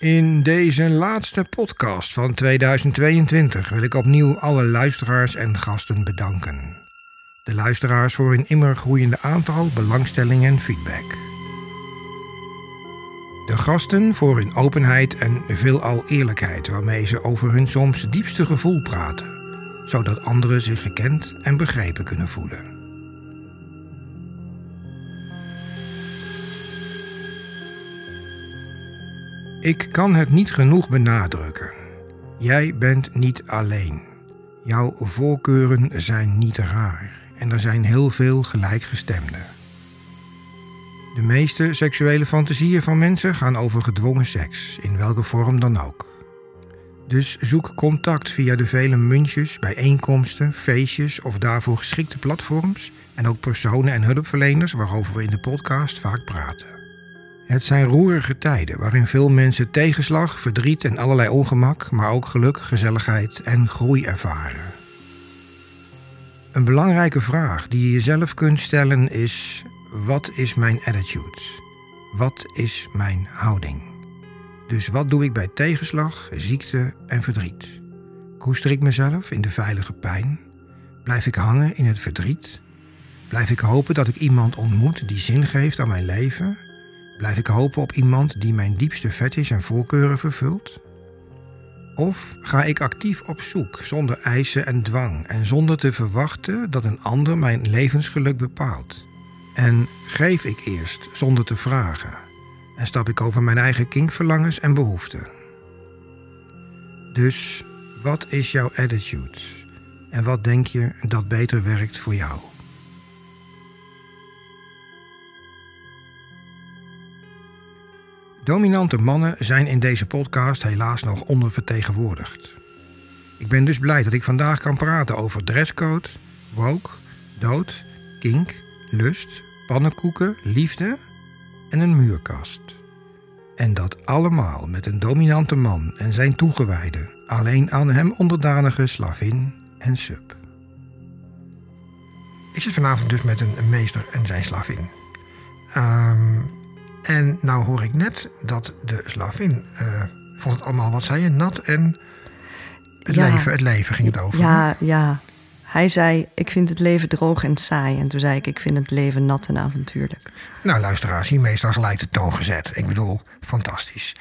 In deze laatste podcast van 2022 wil ik opnieuw alle luisteraars en gasten bedanken. De luisteraars voor hun immer groeiende aantal, belangstelling en feedback. De gasten voor hun openheid en veelal eerlijkheid waarmee ze over hun soms diepste gevoel praten, zodat anderen zich gekend en begrepen kunnen voelen. Ik kan het niet genoeg benadrukken. Jij bent niet alleen. Jouw voorkeuren zijn niet raar en er zijn heel veel gelijkgestemden. De meeste seksuele fantasieën van mensen gaan over gedwongen seks, in welke vorm dan ook. Dus zoek contact via de vele muntjes, bijeenkomsten, feestjes of daarvoor geschikte platforms en ook personen en hulpverleners waarover we in de podcast vaak praten. Het zijn roerige tijden waarin veel mensen tegenslag, verdriet en allerlei ongemak, maar ook geluk, gezelligheid en groei ervaren. Een belangrijke vraag die je jezelf kunt stellen is: wat is mijn attitude? Wat is mijn houding? Dus wat doe ik bij tegenslag, ziekte en verdriet? Koester ik mezelf in de veilige pijn? Blijf ik hangen in het verdriet? Blijf ik hopen dat ik iemand ontmoet die zin geeft aan mijn leven? Blijf ik hopen op iemand die mijn diepste fetish en voorkeuren vervult? Of ga ik actief op zoek zonder eisen en dwang en zonder te verwachten dat een ander mijn levensgeluk bepaalt? En geef ik eerst zonder te vragen en stap ik over mijn eigen kinkverlangens en behoeften? Dus wat is jouw attitude? En wat denk je dat beter werkt voor jou? Dominante mannen zijn in deze podcast helaas nog ondervertegenwoordigd. Ik ben dus blij dat ik vandaag kan praten over dresscode, woke, dood, kink, lust, pannenkoeken, liefde en een muurkast. En dat allemaal met een dominante man en zijn toegewijde, alleen aan hem onderdanige slavin en sub. Ik zit vanavond dus met een meester en zijn slavin. En nou hoor ik net dat de slavin vond het allemaal, wat zei je, nat en het leven ging het over. Ja. Hij zei, ik vind het leven droog en saai. En toen zei ik vind het leven nat en avontuurlijk. Nou, luisteraars, hier meestal gelijk de toon gezet. Ik bedoel, fantastisch.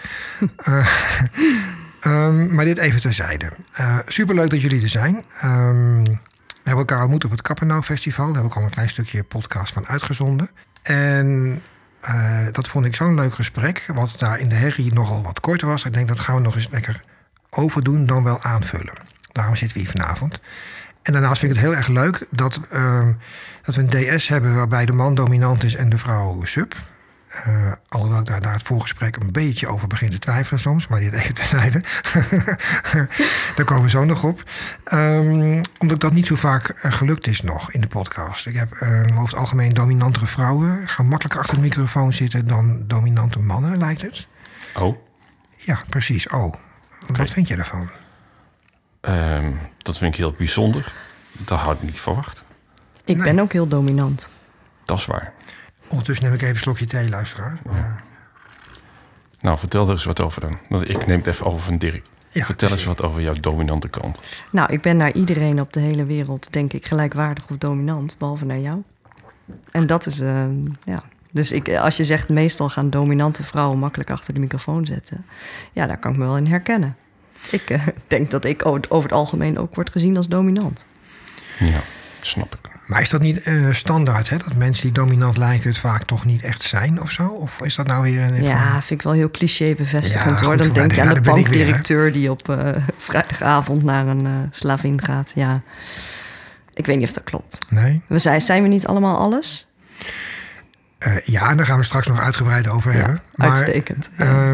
Maar dit even terzijde. Superleuk dat jullie er zijn. We hebben elkaar ontmoet op het Kappenau Festival. Daar heb ik al een klein stukje podcast van uitgezonden. En dat vond ik zo'n leuk gesprek, wat daar in de herrie nogal wat korter was. Ik denk, dat gaan we nog eens lekker overdoen, dan wel aanvullen. Daarom zitten we hier vanavond. En daarnaast vind ik het heel erg leuk dat we een DS hebben waarbij de man dominant is en de vrouw sub. Alhoewel ik daar het voorgesprek een beetje over begin te twijfelen soms, maar dit even terzijde. Daar komen we zo nog op. Omdat dat niet zo vaak gelukt is nog in de podcast. Ik heb over het algemeen dominantere vrouwen gaan makkelijker achter de microfoon zitten dan dominante mannen, lijkt het. Oh? Ja, precies. Oh. Okay. Wat vind je ervan? Dat vind ik heel bijzonder. Dat had ik niet verwacht. Ik ben ook heel dominant. Dat is waar. Ondertussen neem ik even een slokje thee, luisteraar. Ja. Nou, vertel er eens wat over dan. Ik neem het even over van Dirk. Ja, vertel eens wat over jouw dominante kant. Nou, ik ben naar iedereen op de hele wereld, denk ik, gelijkwaardig of dominant, behalve naar jou. En dat is, Dus als je zegt, meestal gaan dominante vrouwen makkelijk achter de microfoon zetten. Ja, daar kan ik me wel in herkennen. Ik denk dat ik over het algemeen ook word gezien als dominant. Ja, snap ik. Maar is dat niet standaard, hè? Dat mensen die dominant lijken het vaak toch niet echt zijn of zo? Of is dat nou weer een... Ja, vind ik wel heel cliché bevestigend, hoor. Dan denk je aan de bankdirecteur die op vrijdagavond naar een slavin gaat. Ja, ik weet niet of dat klopt. Nee? Zijn we niet allemaal alles? Ja, en daar gaan we straks nog uitgebreid over hebben. Maar, uitstekend.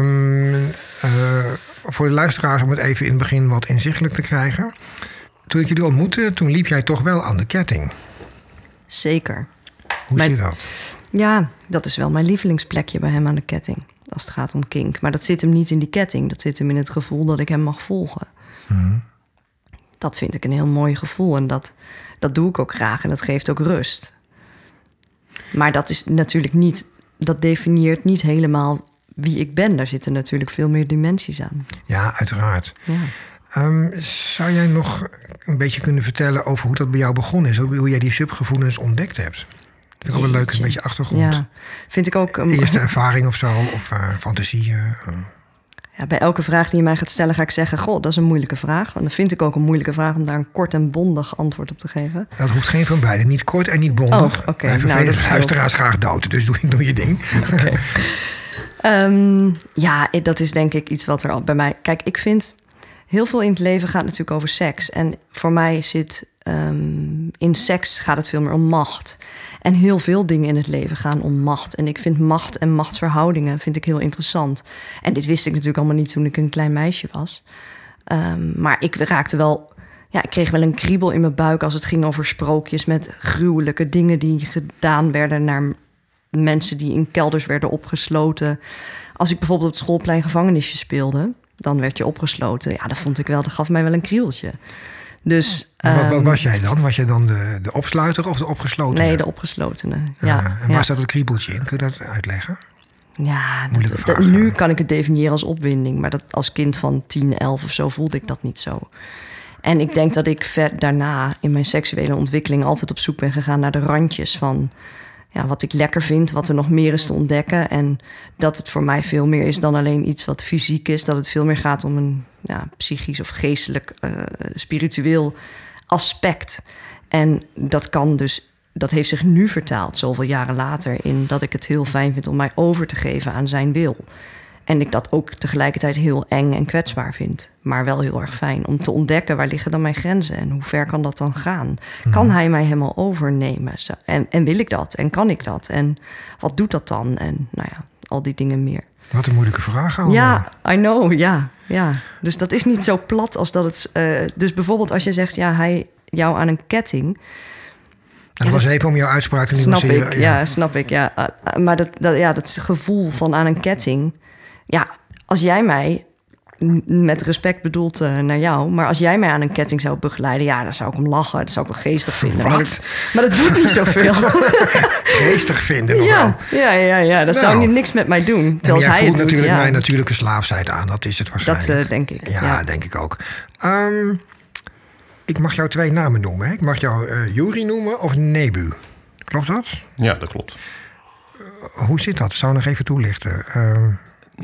Voor de luisteraars om het even in het begin wat inzichtelijk te krijgen. Toen ik jullie ontmoette, toen liep jij toch wel aan de ketting. Zeker. Hoe zit dat? Ja, dat is wel mijn lievelingsplekje bij hem aan de ketting. Als het gaat om kink. Maar dat zit hem niet in die ketting. Dat zit hem in het gevoel dat ik hem mag volgen. Hmm. Dat vind ik een heel mooi gevoel. En dat doe ik ook graag. En dat geeft ook rust. Maar dat is natuurlijk niet... Dat definieert niet helemaal wie ik ben. Daar zitten natuurlijk veel meer dimensies aan. Ja, uiteraard. Ja. Zou jij nog een beetje kunnen vertellen over hoe dat bij jou begonnen is? Hoe jij die subgevoelens ontdekt hebt? Vind ik ook wel leuk, een beetje achtergrond. Ja, vind ik ook... Eerste ervaring of zo, of fantasie? Ja, bij elke vraag die je mij gaat stellen ga ik zeggen... goh, dat is een moeilijke vraag. En dan vind ik ook een moeilijke vraag om daar een kort en bondig antwoord op te geven. Dat hoeft geen van beide. Niet kort en niet bondig. Oh, oké. Wij vervelen de luisteraars graag dood, dus doe je ding. Okay. Ja, dat is denk ik iets wat er al bij mij... Kijk, ik vind... Heel veel in het leven gaat natuurlijk over seks. En voor mij zit in seks gaat het veel meer om macht. En heel veel dingen in het leven gaan om macht. En ik vind macht en machtsverhoudingen vind ik heel interessant. En dit wist ik natuurlijk allemaal niet toen ik een klein meisje was. Maar ik raakte wel... Ja, ik kreeg wel een kriebel in mijn buik als het ging over sprookjes... met gruwelijke dingen die gedaan werden naar mensen die in kelders werden opgesloten. Als ik bijvoorbeeld op het schoolplein gevangenisje speelde... dan werd je opgesloten. Ja, dat gaf mij wel een krieltje. Dus, wat was jij dan? Was jij dan de opsluiter of de opgeslotene? Nee, de opgeslotene. Ja. En waar staat dat kriebeltje in? Kun je dat uitleggen? Ja, nu kan ik het definiëren als opwinding. Maar dat als kind van 10, 11 of zo voelde ik dat niet zo. En ik denk dat ik daarna in mijn seksuele ontwikkeling... altijd op zoek ben gegaan naar de randjes van... Ja, wat ik lekker vind, wat er nog meer is te ontdekken. En dat het voor mij veel meer is dan alleen iets wat fysiek is. Dat het veel meer gaat om een psychisch of geestelijk, spiritueel aspect. En dat heeft zich nu vertaald, zoveel jaren later... in dat ik het heel fijn vind om mij over te geven aan zijn wil. En ik dat ook tegelijkertijd heel eng en kwetsbaar vind. Maar wel heel erg fijn om te ontdekken... waar liggen dan mijn grenzen en hoe ver kan dat dan gaan? Kan hij mij helemaal overnemen? En wil ik dat? En kan ik dat? En wat doet dat dan? En al die dingen meer. Wat een moeilijke vraag allemaal. Ja, I know, ja. Dus dat is niet zo plat als dat het... dus bijvoorbeeld als je zegt, hij jou aan een ketting... En dat was even om jouw uitspraak te nuanceren. Snap ik. Maar dat gevoel van aan een ketting... Ja, als jij mij, met respect bedoeld naar jou... maar als jij mij aan een ketting zou begeleiden... ja, dan zou ik hem lachen, dat zou ik wel geestig vinden. Maar dat doet niet zoveel. Geestig vinden nog wel. Ja, dat zou niks met mij doen. Terwijl hij voelt natuurlijk mijn natuurlijke slaafsheid aan. Dat is het waarschijnlijk. Dat denk ik. Ja, denk ik ook. Ik mag jou 2 namen noemen. Hè? Ik mag jou Juri noemen of Nebu. Klopt dat? Ja, dat klopt. Hoe zit dat? Zou nog even toelichten.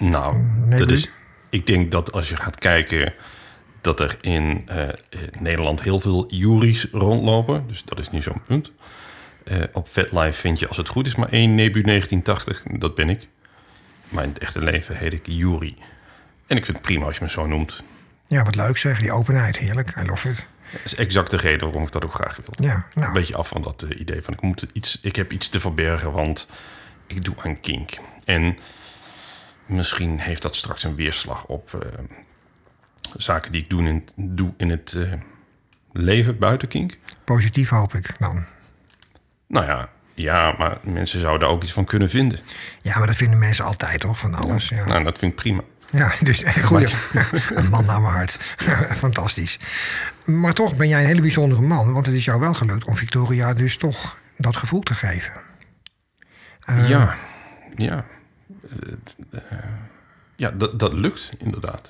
Ik denk dat als je gaat kijken... dat er in Nederland heel veel Juris rondlopen. Dus dat is niet zo'n punt. Op FetLife vind je, als het goed is, maar 1 Nebu 1980. Dat ben ik. Maar in het echte leven heet ik Juri. En ik vind het prima als je me zo noemt. Ja, wat leuk zeg. Die openheid, heerlijk. I love it. Dat is exact de reden waarom ik dat ook graag wil. Ja, Een beetje af van dat idee van... ik heb iets te verbergen, want ik doe aan kink. En misschien heeft dat straks een weerslag op zaken die ik doe in het leven buiten kink. Positief hoop ik dan. Nou ja, maar mensen zouden daar ook iets van kunnen vinden. Ja, maar dat vinden mensen altijd, toch? Van alles. Ja. Nou, dat vind ik prima. Ja, dus goed. Een man naar mijn hart. Fantastisch. Maar toch ben jij een hele bijzondere man. Want het is jou wel gelukt om Victoria dus toch dat gevoel te geven. Ja, dat lukt inderdaad.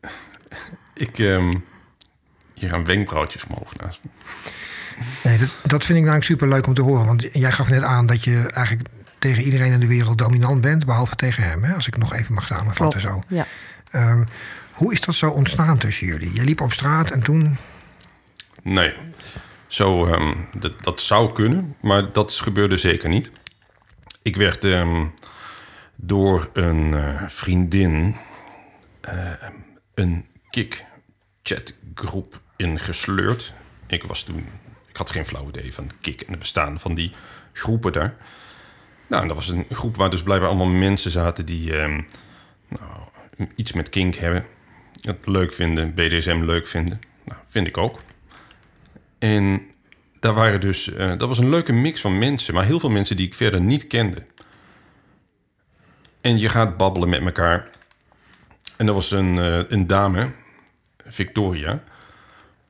Hier gaan wenkbrauwtjes omhoog naast me. Nee, dat vind ik namelijk superleuk om te horen. Want jij gaf net aan dat je eigenlijk tegen iedereen in de wereld dominant bent. Behalve tegen hem, hè? Als ik nog even mag samenvatten. Zo. Ja. Hoe is dat zo ontstaan tussen jullie? Je liep op straat en toen... Nee, dat zou kunnen, maar dat gebeurde zeker niet. Ik werd door een vriendin een Kik-chatgroep ingesleurd. Ik had geen flauw idee van Kik en het bestaan van die groepen daar. Nou, dat was een groep waar dus blijkbaar allemaal mensen zaten die iets met kink hebben. Het leuk vinden, BDSM leuk vinden. Nou, vind ik ook. En daar waren dus, dat was een leuke mix van mensen, maar heel veel mensen die ik verder niet kende. En je gaat babbelen met elkaar. En er was een dame, Victoria,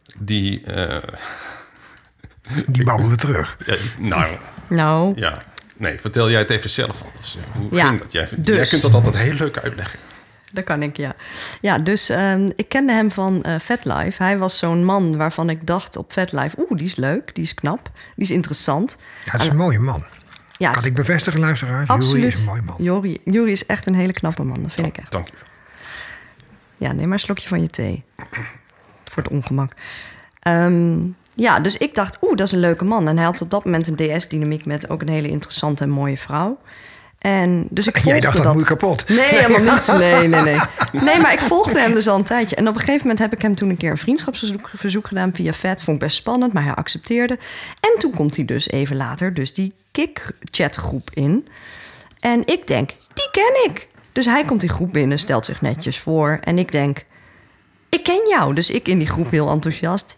die babbelde terug. Ja, nou. Nou. Ja. Nee, vertel jij het even zelf anders. Hoe Ja, ging dat? Jij dus. kunt dat altijd heel leuk uitleggen. Dat kan ik, ja. Ja, dus ik kende hem van FetLife. Hij was zo'n man waarvan ik dacht op FetLife... die is leuk, die is knap, die is interessant. Ja, het is een mooie man. Ja, Kan ik bevestigen, luisteraars? absoluut. Juri is een mooi man. Juri is echt een hele knappe man, dat vind ik echt. Dank je wel. Ja, neem maar een slokje van je thee. Voor het ongemak. Ja, dus ik dacht, dat is een leuke man. En hij had op dat moment een DS-dynamiek met ook een hele interessante en mooie vrouw. En dus ik volgde Jij dacht, dat moet kapot. Nee, helemaal niet. Nee. Nee, maar ik volgde hem dus al een tijdje. En op een gegeven moment heb ik hem toen een keer een vriendschapsverzoek gedaan via Vet. Vond ik best spannend, maar hij accepteerde. En toen komt hij dus even later dus die Kik-chatgroep in. En ik denk, die ken ik. Dus hij komt die groep binnen, stelt zich netjes voor. En ik denk, ik ken jou. Dus ik in die groep heel enthousiast.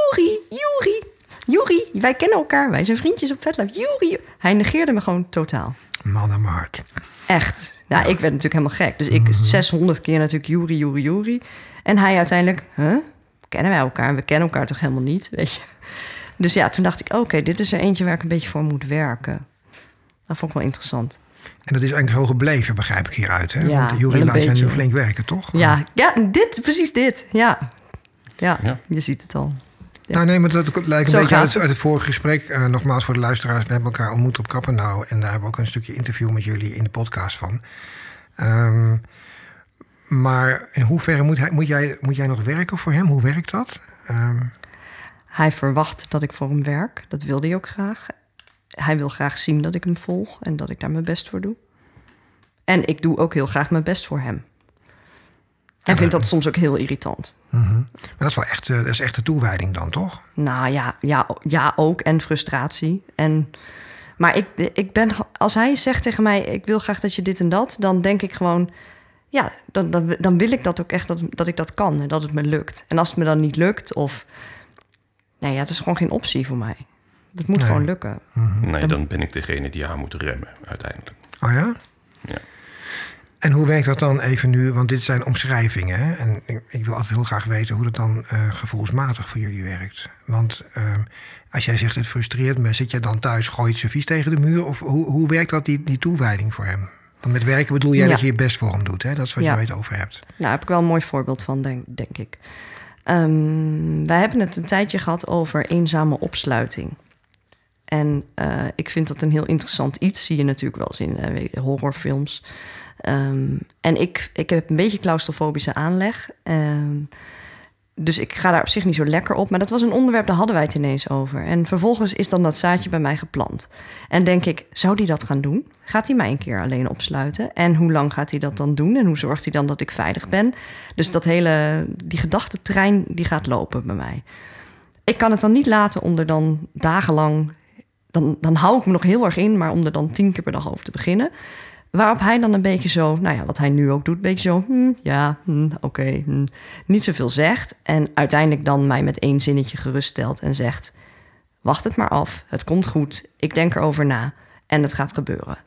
Juri, wij kennen elkaar. Wij zijn vriendjes op FetLife. Juri. Hij negeerde me gewoon totaal. Man aan mijn hart. Echt. Nou, ik werd natuurlijk helemaal gek. Dus ik 600 keer natuurlijk Juri. En hij uiteindelijk, kennen wij elkaar? We kennen elkaar toch helemaal niet, weet je? Dus ja, toen dacht ik, oké, dit is er eentje waar ik een beetje voor moet werken. Dat vond ik wel interessant. En dat is eigenlijk zo gebleven, begrijp ik hieruit. Hè? Ja, Want Juri wel een laat jij nu beetje. flink werken, toch? Ja, precies dit. Ja, je ziet het al. Ja. Nou nee, maar dat lijkt Zo een beetje gaat uit het vorige gesprek. Nogmaals voor de luisteraars, we hebben elkaar ontmoet op Kappenau. En daar hebben we ook een stukje interview met jullie in de podcast van. Maar in hoeverre moet jij nog werken voor hem? Hoe werkt dat? Hij verwacht dat ik voor hem werk. Dat wilde hij ook graag. Hij wil graag zien dat ik hem volg en dat ik daar mijn best voor doe. En ik doe ook heel graag mijn best voor hem. Hij vindt dat soms ook heel irritant. Maar dat is wel echt, dat is echt de toewijding dan, toch? Nou ja, ook. En frustratie. Maar ik ben, als hij zegt tegen mij, ik wil graag dat je dit en dat, dan denk ik gewoon, ja, dan wil ik dat ook echt, dat ik dat kan en dat het me lukt. En als het me dan niet lukt, of, nee, ja, het is gewoon geen optie voor mij. Dat moet gewoon lukken. Nee, dan ben ik degene die haar moet remmen, uiteindelijk. Oh ja? Ja. En hoe werkt dat dan even nu? Want dit zijn omschrijvingen. Hè? En ik wil altijd heel graag weten hoe dat dan gevoelsmatig voor jullie werkt. Want als jij zegt het frustreert me, zit jij dan thuis, gooi je het servies tegen de muur? Of hoe werkt dat, die toewijding voor hem? Want met werken bedoel jij dat je je best voor hem doet. Hè? Dat is wat je het over hebt. Nou, daar heb ik wel een mooi voorbeeld van, denk ik. Wij hebben het een tijdje gehad over eenzame opsluiting. En ik vind dat een heel interessant iets. Zie je natuurlijk wel eens in horrorfilms. En ik heb een beetje claustrofobische aanleg. Dus ik ga daar op zich niet zo lekker op. Maar dat was een onderwerp, daar hadden wij het ineens over. En vervolgens is dan dat zaadje bij mij geplant. En denk ik, zou die dat gaan doen? Gaat hij mij een keer alleen opsluiten? En hoe lang gaat hij dat dan doen? En hoe zorgt hij dan dat ik veilig ben? Dus die gedachtentrein, die gaat lopen bij mij. Ik kan het dan niet laten om er dan dagenlang... Dan hou ik me nog heel erg in, maar om er dan 10 keer per dag over te beginnen. Waarop hij dan een beetje zo, nou ja, wat hij nu ook doet, een beetje zo, oké, niet zoveel zegt. En uiteindelijk dan mij met 1 zinnetje geruststelt en zegt, wacht het maar af, het komt goed, ik denk erover na en het gaat gebeuren.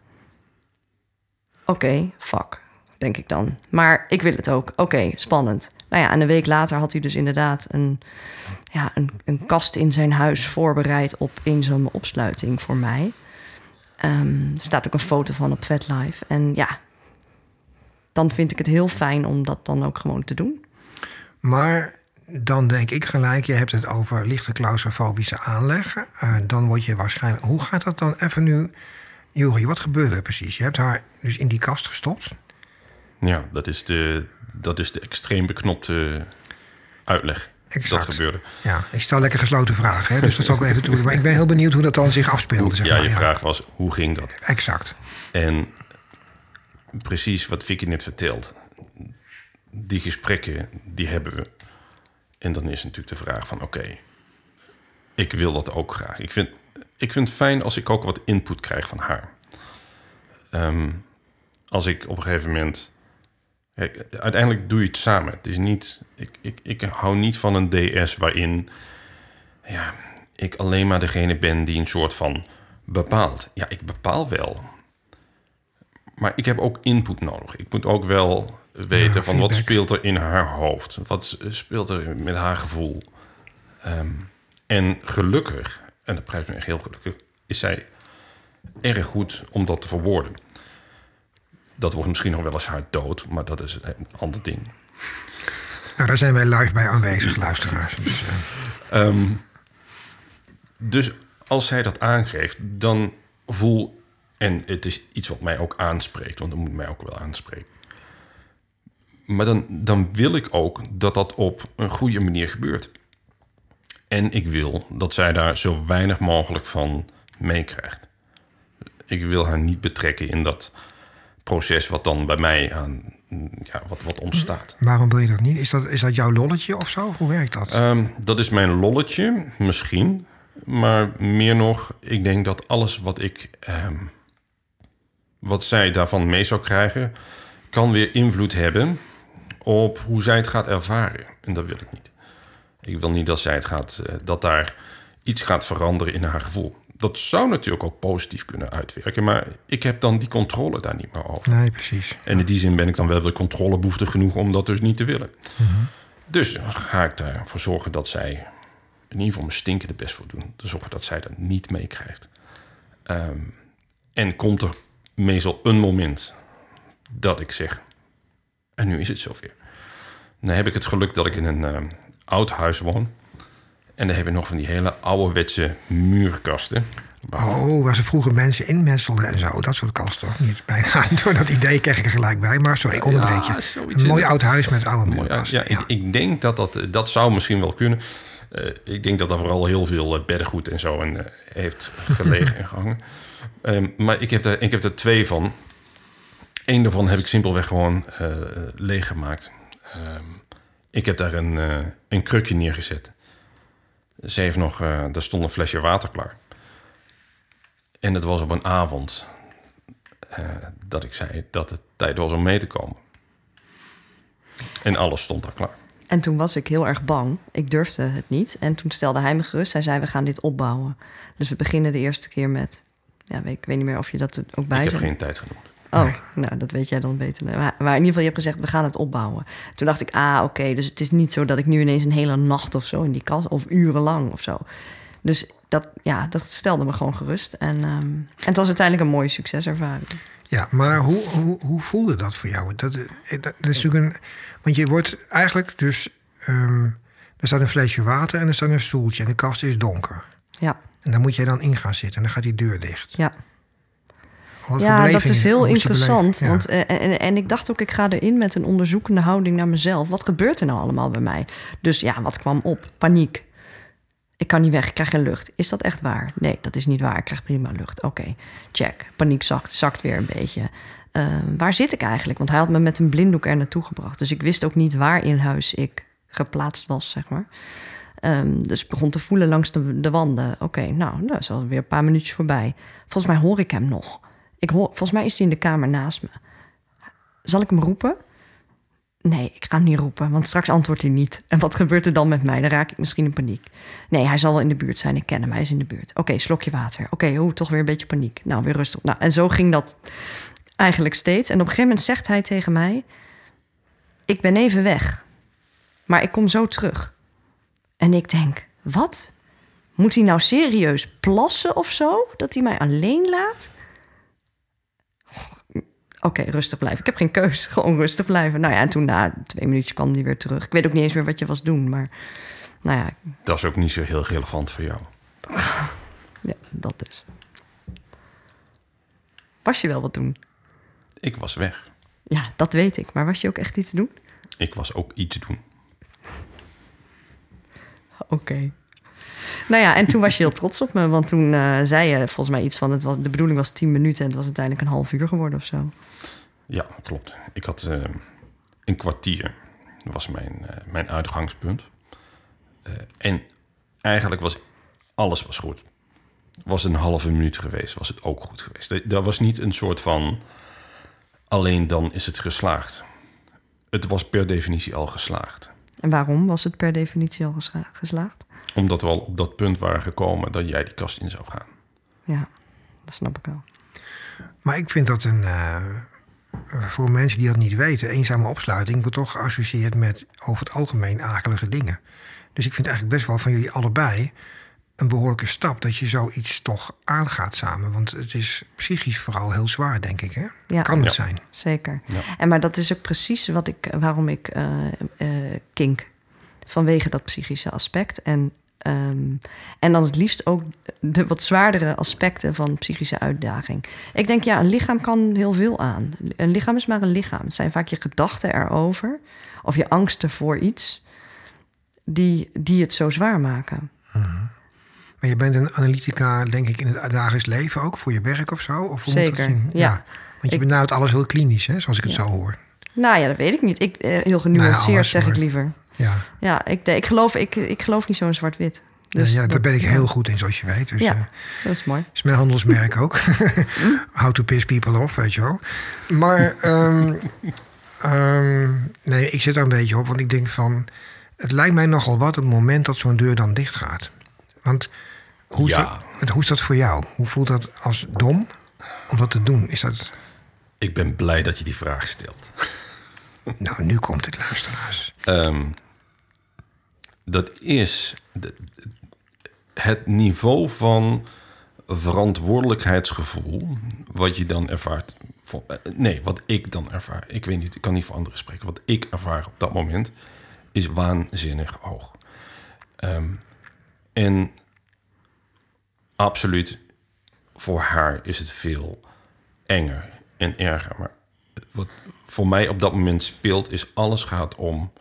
Oké, fuck, denk ik dan. Maar ik wil het ook. Oké, spannend. Nou ja, en een week later had hij dus inderdaad een kast in zijn huis voorbereid op eenzame opsluiting voor mij. Er staat ook een foto van op FetLife. En ja, dan vind ik het heel fijn om dat dan ook gewoon te doen. Maar dan denk ik gelijk, je hebt het over lichte claustrofobische aanleg. Dan word je waarschijnlijk... Hoe gaat dat dan even nu... Juri, wat gebeurde er precies? Je hebt haar dus in die kast gestopt. Ja, dat is de extreem beknopte uitleg. Exact. Dat gebeurde. Ja, ik stel lekker gesloten vragen, hè? Dus dat zal ik even toe. Maar ik ben heel benieuwd hoe dat dan zich afspeelde. Zeg maar. Je vraag was, hoe ging dat? Exact. En precies wat Vicky net vertelt. Die gesprekken, die hebben we. En dan is natuurlijk de vraag van, oké, ik wil dat ook graag. Ik vind het fijn als ik ook wat input krijg van haar. Als ik op een gegeven moment... Kijk, uiteindelijk doe je het samen. Het is niet... Ik hou niet van een DS waarin... Ja, ik alleen maar degene ben die een soort van bepaalt. Ja, ik bepaal wel. Maar ik heb ook input nodig. Ik moet ook wel weten van wat speelt er in haar hoofd. Wat speelt er met haar gevoel. En gelukkig, en dat prijs me echt heel gelukkig... is zij erg goed om dat te verwoorden. Dat wordt misschien nog wel eens haar dood, maar dat is een ander ding. Nou, daar zijn wij live bij aanwezig, luisteraars. Dus als zij dat aangeeft, dan voel... En het is iets wat mij ook aanspreekt, want dat moet mij ook wel aanspreken. Maar dan wil ik ook dat dat op een goede manier gebeurt. En ik wil dat zij daar zo weinig mogelijk van meekrijgt. Ik wil haar niet betrekken in dat proces wat dan bij mij wat ontstaat. Waarom wil je dat niet? Is dat jouw lolletje of zo? Hoe werkt dat? Dat is mijn lolletje, misschien. Maar meer nog, ik denk dat alles wat zij daarvan mee zou krijgen, kan weer invloed hebben op hoe zij het gaat ervaren. En dat wil ik niet. Ik wil niet dat zij dat daar iets gaat veranderen in haar gevoel. Dat zou natuurlijk ook positief kunnen uitwerken, maar ik heb dan die controle daar niet meer over. Nee, precies. En in die zin ben ik dan wel weer controlebehoeftig genoeg om dat dus niet te willen. Mm-hmm. Dus ga ik ervoor zorgen dat zij in ieder geval mijn stinkende best voor doen. Te zorgen dat zij dat niet meekrijgt. En komt er meestal een moment dat ik zeg, en nu is het zover. Dan heb ik het geluk dat ik in een oud huis woon. En dan heb je nog van die hele ouderwetse muurkasten. Oh, waar ze vroeger mensen inmetselden en zo. Dat soort kasten, toch? Niet bijna. Door dat idee krijg ik er gelijk bij. Maar sorry, ik onderbreek je. Een mooi oud huis met oude muurkasten. Ja. Ik denk dat zou misschien wel kunnen. Ik denk dat er vooral heel veel beddengoed en zo heeft gelegen en gehangen. Maar ik heb er 2 van. Eén daarvan heb ik simpelweg gewoon leeggemaakt. Ik heb daar een krukje neergezet. Ze heeft nog, daar stond een flesje water klaar. En het was op een avond dat ik zei dat het tijd was om mee te komen. En alles stond daar klaar. En toen was ik heel erg bang. Ik durfde het niet. En toen stelde hij me gerust. Hij zei, we gaan dit opbouwen. Dus we beginnen de eerste keer met... Ja, ik weet niet meer of je dat ook bij Ik zei. heb geen tijd genoemd. Oh, nou, dat weet jij dan beter. Maar in ieder geval, je hebt gezegd, we gaan het opbouwen. Toen dacht ik, oké, dus het is niet zo dat ik nu ineens een hele nacht of zo in die kast... of urenlang of zo. Dus dat stelde me gewoon gerust. En het was uiteindelijk een mooie succeservaring. Ja, maar hoe voelde dat voor jou? Dat is natuurlijk want je wordt eigenlijk dus... er staat een flesje water en er staat een stoeltje... en de kast is donker. Ja. En daar moet jij dan in gaan zitten en dan gaat die deur dicht. Ja. Dat is heel interessant. Ja. Want, en ik dacht ook, ik ga erin met een onderzoekende houding naar mezelf. Wat gebeurt er nou allemaal bij mij? Dus wat kwam op? Paniek. Ik kan niet weg, ik krijg geen lucht. Is dat echt waar? Nee, dat is niet waar. Ik krijg prima lucht. Oké, check. Paniek zakt weer een beetje. Waar zit ik eigenlijk? Want hij had me met een blinddoek er naartoe gebracht. Dus ik wist ook niet waar in huis ik geplaatst was, zeg maar. Dus ik begon te voelen langs de wanden. Oké, nou, dat is alweer een paar minuutjes voorbij. Volgens mij hoor ik hem nog. Volgens mij is hij in de kamer naast me. Zal ik hem roepen? Nee, ik ga hem niet roepen, want straks antwoordt hij niet. En wat gebeurt er dan met mij? Dan raak ik misschien in paniek. Nee, hij zal wel in de buurt zijn. Ik ken hem, hij is in de buurt. Oké, slokje water. Oké, toch weer een beetje paniek. Nou, weer rustig. Nou, en zo ging dat eigenlijk steeds. En op een gegeven moment zegt hij tegen mij... ik ben even weg, maar ik kom zo terug. En ik denk, wat? Moet hij nou serieus plassen of zo? Dat hij mij alleen laat? Oké, rustig blijven. Ik heb geen keus. Gewoon rustig blijven. Nou ja, en toen na 2 minuutjes kwam hij weer terug. Ik weet ook niet eens meer wat je was doen, maar... Nou ja. Dat is ook niet zo heel relevant voor jou. Ja, dat dus. Was je wel wat doen? Ik was weg. Ja, dat weet ik. Maar was je ook echt iets doen? Ik was ook iets doen. Oké. Nou ja, en toen was je heel trots op me. Want toen zei je volgens mij iets van... de bedoeling was 10 minuten en het was uiteindelijk een half uur geworden of zo. Ja, klopt. Ik had een kwartier. Dat was mijn uitgangspunt. En eigenlijk was alles goed. Was een halve minuut geweest, was het ook goed geweest. Dat was niet een soort van... alleen dan is het geslaagd. Het was per definitie al geslaagd. En waarom was het per definitie al geslaagd? Omdat we al op dat punt waren gekomen dat jij die kast in zou gaan. Ja, dat snap ik wel. Maar ik vind dat voor mensen die dat niet weten... eenzame opsluiting wordt toch geassocieerd met over het algemeen akelige dingen. Dus ik vind eigenlijk best wel van jullie allebei... een behoorlijke stap dat je zoiets toch aangaat samen. Want het is psychisch vooral heel zwaar, denk ik. Hè? Ja. Kan het zijn. Zeker. Ja. Maar dat is ook precies waarom ik kink. Vanwege dat psychische aspect. En dan het liefst ook de wat zwaardere aspecten van psychische uitdaging. Ik denk, ja, een lichaam kan heel veel aan. Een lichaam is maar een lichaam. Het zijn vaak je gedachten erover. Of je angsten voor iets. Die het zo zwaar maken. Maar je bent een analytica, denk ik, in het dagelijks leven ook, voor je werk of zo? Of hoe moet Zeker, dat zien? ja. Want je benadert alles heel klinisch, hè, zoals ik het zo hoor. Nou ja, dat weet ik niet. Heel genuanceerd, alles, zeg maar- ik liever. Ja, Ja, ik geloof niet zo in zwart-wit. Dus daar ben ik heel goed in, zoals je weet. Dus, Ja, dat is mooi. is mijn handelsmerk ook. How to piss people off, weet je wel. Maar nee, ik zit daar een beetje op, want ik denk van... Het lijkt mij nogal wat op het moment dat zo'n deur dan dicht gaat. Want hoe is dat voor jou? Hoe voelt dat als dom om dat te doen? Is dat... Ik ben blij dat je die vraag stelt. Nou, nu komt het, luisteraars. Dat is het niveau van verantwoordelijkheidsgevoel wat je dan ervaart. Wat ik dan ervaar. Ik weet niet, ik kan niet voor anderen spreken. Wat ik ervaar op dat moment is waanzinnig hoog. En absoluut, voor haar is het veel enger en erger. Maar wat voor mij op dat moment speelt, is alles gaat om...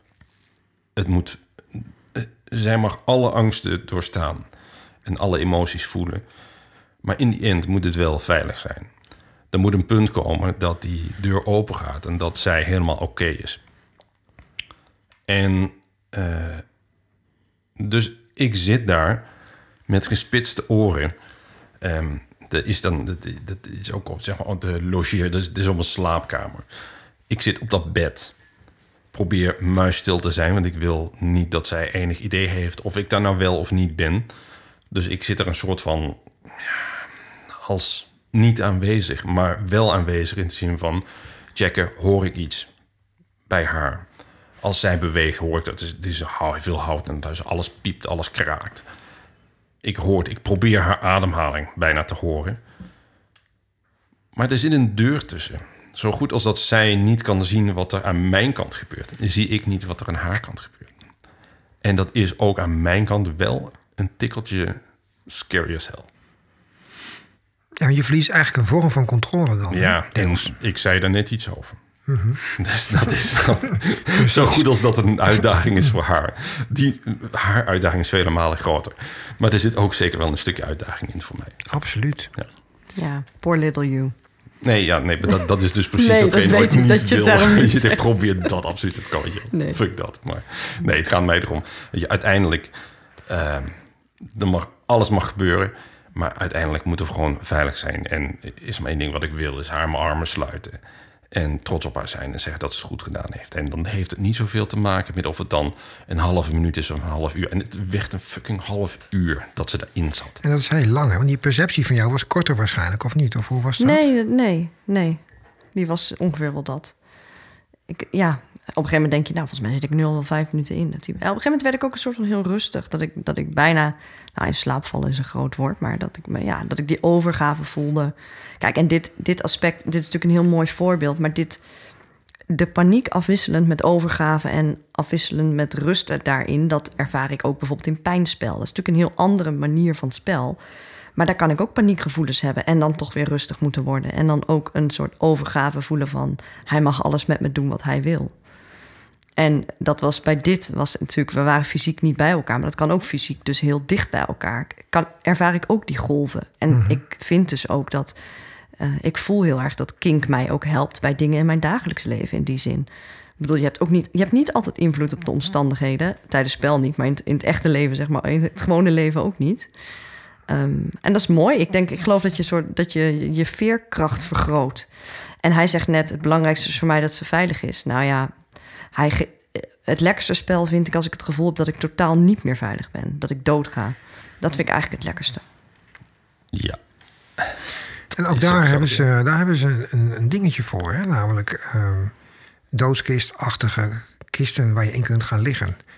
Zij mag alle angsten doorstaan en alle emoties voelen. Maar in die end moet het wel veilig zijn. Er moet een punt komen dat die deur open gaat en dat zij helemaal oké is. En dus ik zit daar met gespitste oren. Dat is ook op, zeg maar, de logeer. Dat is op een slaapkamer. Ik zit op dat bed. Probeer muisstil te zijn, want ik wil niet dat zij enig idee heeft of ik daar nou wel of niet ben. Dus ik zit er een soort van als niet aanwezig, maar wel aanwezig in de zin van checken, hoor ik iets bij haar? Als zij beweegt, hoor ik dat. Het is veel hout en dus alles piept, alles kraakt. Ik probeer haar ademhaling bijna te horen. Maar er zit een deur tussen. Zo goed als dat zij niet kan zien wat er aan mijn kant gebeurt, zie ik niet wat er aan haar kant gebeurt. En dat is ook aan mijn kant wel een tikkeltje scary as hell. Ja, je verliest eigenlijk een vorm van controle dan. Ja, deels. ik zei daar net iets over. Dus dat is wel zo goed als dat een uitdaging is voor haar. Haar uitdaging is vele malen groter. Maar er zit ook zeker wel een stukje uitdaging in voor mij. Absoluut. Ja, poor little you. Nee, maar dat is dus precies Nee, datgene dat wat weet ik ik niet dat je wil. daarom niet Je zegt. probeert dat absoluut te voorkomen. Nee. Fuck dat. Maar nee, het gaat mij erom. Weet je, uiteindelijk, alles mag gebeuren. Maar uiteindelijk moeten we gewoon veilig zijn. En is maar één ding wat ik wil, is haar mijn armen sluiten. En trots op haar zijn en zeggen dat ze het goed gedaan heeft. En dan heeft het niet zoveel te maken met of het dan een halve minuut is of een half uur. En het werd een fucking half uur dat ze daarin zat. En dat is heel lang, hè? Want die perceptie van jou was korter waarschijnlijk, of niet? Of hoe was dat? Nee. Die was ongeveer wel dat. Op een gegeven moment denk je, nou, volgens mij zit ik nu al wel 5 minuten in. Op een gegeven moment werd ik ook een soort van heel rustig. Dat ik bijna, in slaap vallen is een groot woord, maar dat ik die overgave voelde. Kijk, en dit aspect, dit is natuurlijk een heel mooi voorbeeld, maar de paniek afwisselend met overgave en afwisselend met rust daarin, dat ervaar ik ook bijvoorbeeld in pijnspel. Dat is natuurlijk een heel andere manier van spel. Maar daar kan ik ook paniekgevoelens hebben en dan toch weer rustig moeten worden. En dan ook een soort overgave voelen van, hij mag alles met me doen wat hij wil. En dat was natuurlijk, we waren fysiek niet bij elkaar, maar dat kan ook fysiek dus heel dicht bij elkaar. Ervaar ik ook die golven. En ik vind dus ook dat, ik voel heel erg dat kink mij ook helpt bij dingen in mijn dagelijks leven in die zin. Ik bedoel, je hebt niet altijd invloed op de omstandigheden, tijdens spel niet, maar in het echte leven, zeg maar, in het gewone leven ook niet. En dat is mooi. Ik geloof dat je veerkracht vergroot. En hij zegt net, het belangrijkste is voor mij dat ze veilig is. Nou ja, het lekkerste spel vind ik als ik het gevoel heb dat ik totaal niet meer veilig ben. Dat ik doodga. Dat vind ik eigenlijk het lekkerste. Ja. En ook daar hebben ze een dingetje voor, hè? Namelijk doodskistachtige kisten waar je in kunt gaan liggen.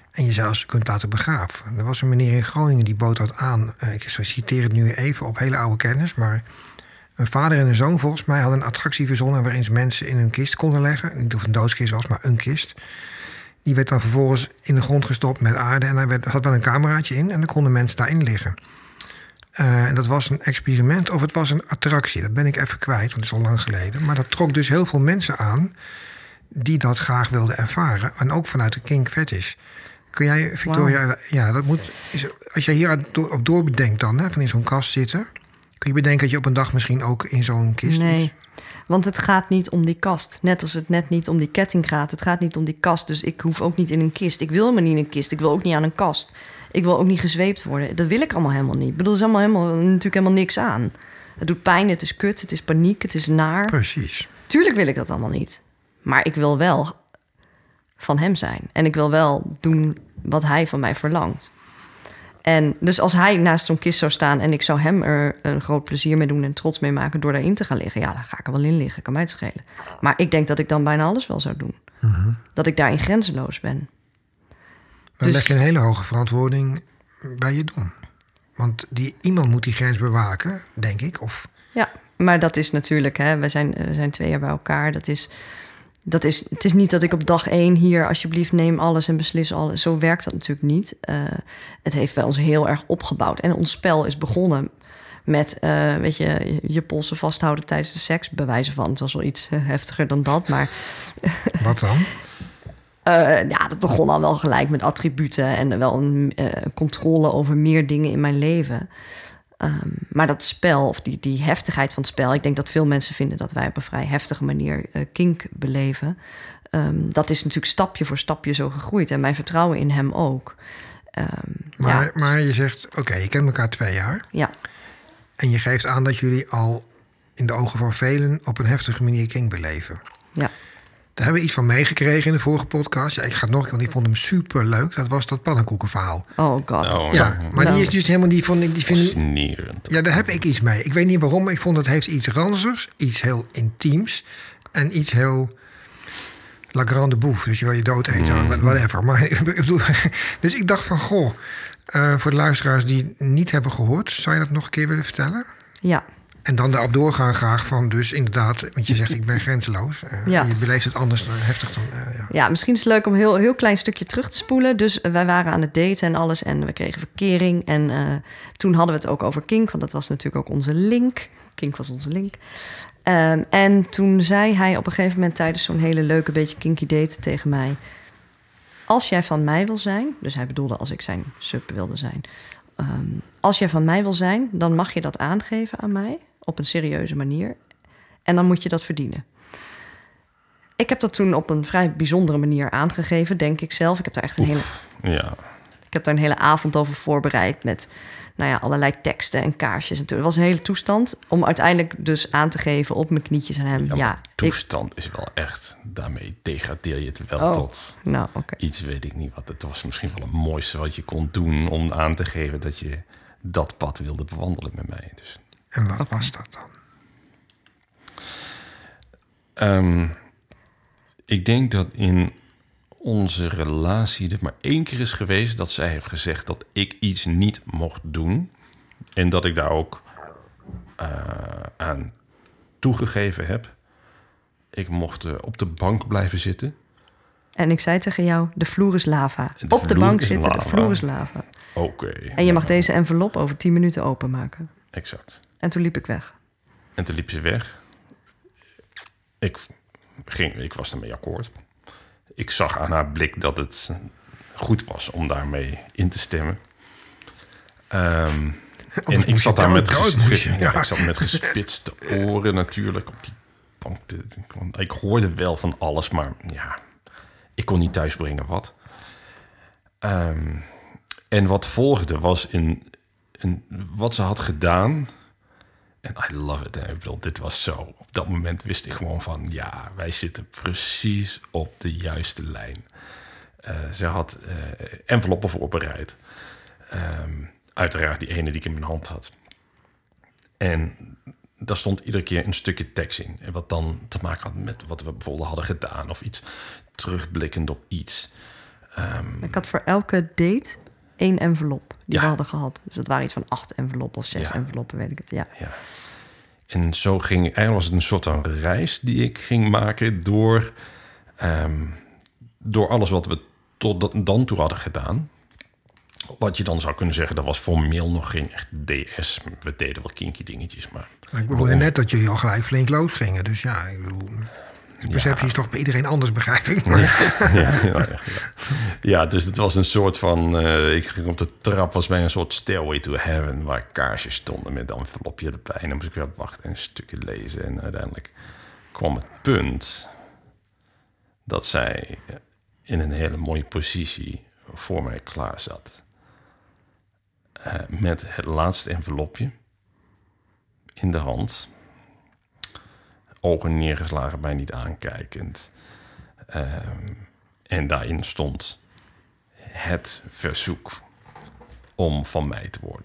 En je zelfs kunt laten begraven. Er was een meneer in Groningen die bood dat aan. Ik citeer het nu even op hele oude kennis. Maar een vader en een zoon volgens mij hadden een attractie verzonnen waarin ze mensen in een kist konden leggen. Niet of het een doodskist was, maar een kist. Die werd dan vervolgens in de grond gestopt met aarde. En daar had wel een cameraatje in. En dan konden mensen daarin liggen. En dat was een experiment of het was een attractie. Dat ben ik even kwijt, want het is al lang geleden. Maar dat trok dus heel veel mensen aan die dat graag wilden ervaren. En ook vanuit de kink fetish. Kun jij, Victoria, wow. Ja, dat moet. Als jij hier op doorbedenkt dan, hè, van in zo'n kast zitten, kun je bedenken dat je op een dag misschien ook in zo'n kist is? Want het gaat niet om die kast. Net als het net niet om die ketting gaat. Het gaat niet om die kast. Dus ik hoef ook niet in een kist. Ik wil helemaal niet in een kist. Ik wil ook niet aan een kast. Ik wil ook niet gezweept worden. Dat wil ik allemaal helemaal niet. Ik bedoel, er is natuurlijk helemaal niks aan. Het doet pijn, het is kut, het is paniek, het is naar. Precies. Tuurlijk wil ik dat allemaal niet. Maar ik wil wel van hem zijn. En ik wil wel doen wat hij van mij verlangt. En dus als hij naast zo'n kist zou staan en ik zou hem er een groot plezier mee doen en trots mee maken door daarin te gaan liggen, ja, dan ga ik er wel in liggen, kan mij het schelen. Maar ik denk dat ik dan bijna alles wel zou doen. Mm-hmm. Dat ik daarin grenzeloos ben. Dan leg je een hele hoge verantwoording bij je doen. Want iemand moet die grens bewaken, denk ik. Of... Ja, maar dat is natuurlijk, hè, we zijn 2 jaar bij elkaar. Het is niet dat ik op dag 1 hier, alsjeblieft, neem alles en beslis alles. Zo werkt dat natuurlijk niet. Het heeft bij ons heel erg opgebouwd. En ons spel is begonnen met, je polsen vasthouden tijdens de seks. Bij wijze van, het was wel iets heftiger dan dat, maar... Wat dan? Ja, dat begon al wel gelijk met attributen en wel een controle over meer dingen in mijn leven. Maar dat spel, of die heftigheid van het spel, ik denk dat veel mensen vinden dat wij op een vrij heftige manier kink beleven. Dat is natuurlijk stapje voor stapje zo gegroeid. En mijn vertrouwen in hem ook. Maar je zegt, oké, je kent elkaar 2 jaar. Ja. En je geeft aan dat jullie al in de ogen van velen op een heftige manier kink beleven. Ja. Daar hebben we iets van meegekregen in de vorige podcast. Ja, ik ga het nog een keer, want ik vond hem superleuk. Dat was dat pannenkoekenverhaal. Oh god. Oh, ja, maar die is dus helemaal niet van... Fascinerend. Ja, daar heb ik iets mee. Ik weet niet waarom, maar ik vond het heeft iets ranzigs, iets heel intiems en iets heel la grande bouffe. Dus je wil je dood eten, whatever. Maar ik bedoel, dus ik dacht van, goh, voor de luisteraars die het niet hebben gehoord, zou je dat nog een keer willen vertellen? Ja. En dan daarop doorgaan graag van, dus inderdaad, want je zegt ik ben grenzeloos. Ja. Je beleeft het anders heftig dan... Ja, misschien is het leuk om een heel klein stukje terug te spoelen. Dus wij waren aan het daten en alles en we kregen verkering. En toen hadden we het ook over kink, want dat was natuurlijk ook onze link. Kink was onze link. En toen zei hij op een gegeven moment tijdens zo'n hele leuke beetje kinky date tegen mij, als jij van mij wil zijn, dus hij bedoelde als ik zijn sub wilde zijn, als jij van mij wil zijn, dan mag je dat aangeven aan mij op een serieuze manier. En dan moet je dat verdienen. Ik heb dat toen op een vrij bijzondere manier aangegeven, denk ik zelf. Ik heb daar echt ik heb daar een hele avond over voorbereid met allerlei teksten en kaarsjes. En het was een hele toestand om uiteindelijk dus aan te geven op mijn knietjes aan hem. Ja, toestand is wel echt, daarmee degradeer je het wel tot iets, weet ik niet wat. Het was misschien wel het mooiste wat je kon doen om aan te geven dat je dat pad wilde bewandelen met mij. Dus. En wat was dat dan? Ik denk dat in onze relatie er maar 1 keer is geweest dat zij heeft gezegd dat ik iets niet mocht doen. En dat ik daar ook aan toegegeven heb. Ik mocht op de bank blijven zitten. En ik zei tegen jou, de vloer is lava. Op de bank zitten, lava. De vloer is lava. Oké. En je mag deze envelop over 10 minuten openmaken. Exact. En toen liep ik weg. En toen liep ze weg. Ik was ermee akkoord. Ik zag aan haar blik dat het goed was om daarmee in te stemmen. En ik zat daar met gespitste oren natuurlijk op die bank. Ik hoorde wel van alles, maar ja, ik kon niet thuisbrengen wat. En wat volgde was wat ze had gedaan. En I love it. Ik bedoel, dit was zo. Op dat moment wist ik gewoon van, ja, wij zitten precies op de juiste lijn. Ze had enveloppen voorbereid. Uiteraard die ene die ik in mijn hand had. En daar stond iedere keer een stukje tekst in. En wat dan te maken had met wat we bijvoorbeeld hadden gedaan. Of iets terugblikkend op iets. Ik had voor elke date 1 envelop die Ja. we hadden gehad. Dus dat waren iets van 8 enveloppen of 6 enveloppen, weet ik het. Ja. Ja. En zo eigenlijk was het een soort van reis die ik ging maken door alles wat we tot dan toe hadden gedaan. Wat je dan zou kunnen zeggen, dat was formeel nog geen echt DS. We deden wel kinky dingetjes, maar... Ik bedoelde net dat jullie al gelijk flink los gingen. Dus ja, ik bedoel, de perceptie is toch bij iedereen anders, begrijp ik. Maar Ja, dus het was een soort van... ik ging op de trap, was bij een soort stairway to heaven... waar kaarsjes stonden met een envelopje erbij. En dan moest ik weer wachten en een stukje lezen. En uiteindelijk kwam het punt... dat zij in een hele mooie positie voor mij klaar zat. Met het laatste envelopje in de hand. Ogen neergeslagen, mij niet aankijkend. En daarin stond het verzoek om van mij te worden.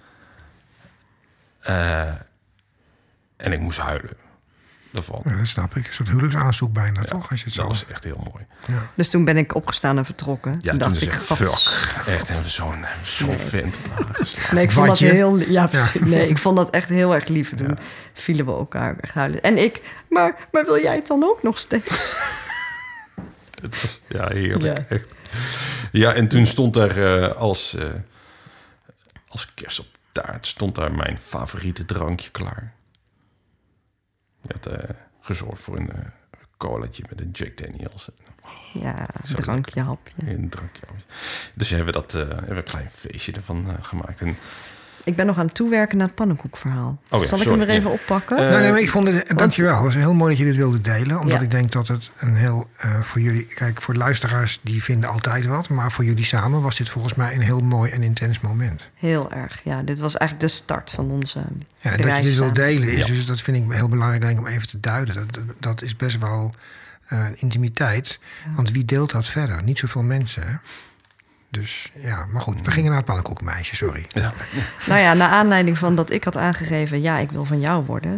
En ik moest huilen. Daarvan. Ja, dat snap ik. Een soort huwelijksaanzoek bijna, toch? Als je het dat zo... was echt heel mooi. Dus toen ben ik opgestaan en vertrokken. Ja, toen dacht ik, fuck. Echt, hebben we zo'n vent aangeslagen. Nee, ik vond dat Watje? heel... Ja, precies. Nee, ik vond dat echt heel erg lief. Toen vielen we elkaar echt huilen. En ik, maar wil jij het dan ook nog steeds? Het was heerlijk, Ja. echt. Ja, en toen stond er als kerst op taart... stond daar mijn favoriete drankje klaar. Je had gezorgd voor een colaatje met een Jack Daniels. Ja, Zo drankje, hapje. Een drankje. Dus hebben we een klein feestje ervan gemaakt. En, Ik ben nog aan het toewerken naar het pannenkoekverhaal. Oh ja, Zal ik sorry, hem weer even ja. oppakken? Nee, maar ik vond het, dankjewel. Het was heel mooi dat je dit wilde delen. Omdat Ja. ik denk dat het een heel, voor jullie... Kijk, voor de luisteraars, die vinden altijd wat. Maar voor jullie samen was dit volgens mij een heel mooi en intens moment. Heel erg, ja. Dit was eigenlijk de start van onze Ja, en dat je reis dit wil samen. delen is, Ja. dus dat vind ik heel belangrijk denk ik, om even te duiden. Dat is best wel een intimiteit. Want wie deelt dat verder? Niet zoveel mensen, hè? Dus ja, maar goed. We gingen naar het pannenkoekenmeisje, sorry. ja. Nou ja, naar aanleiding van dat ik had aangegeven... ja, ik wil van jou worden.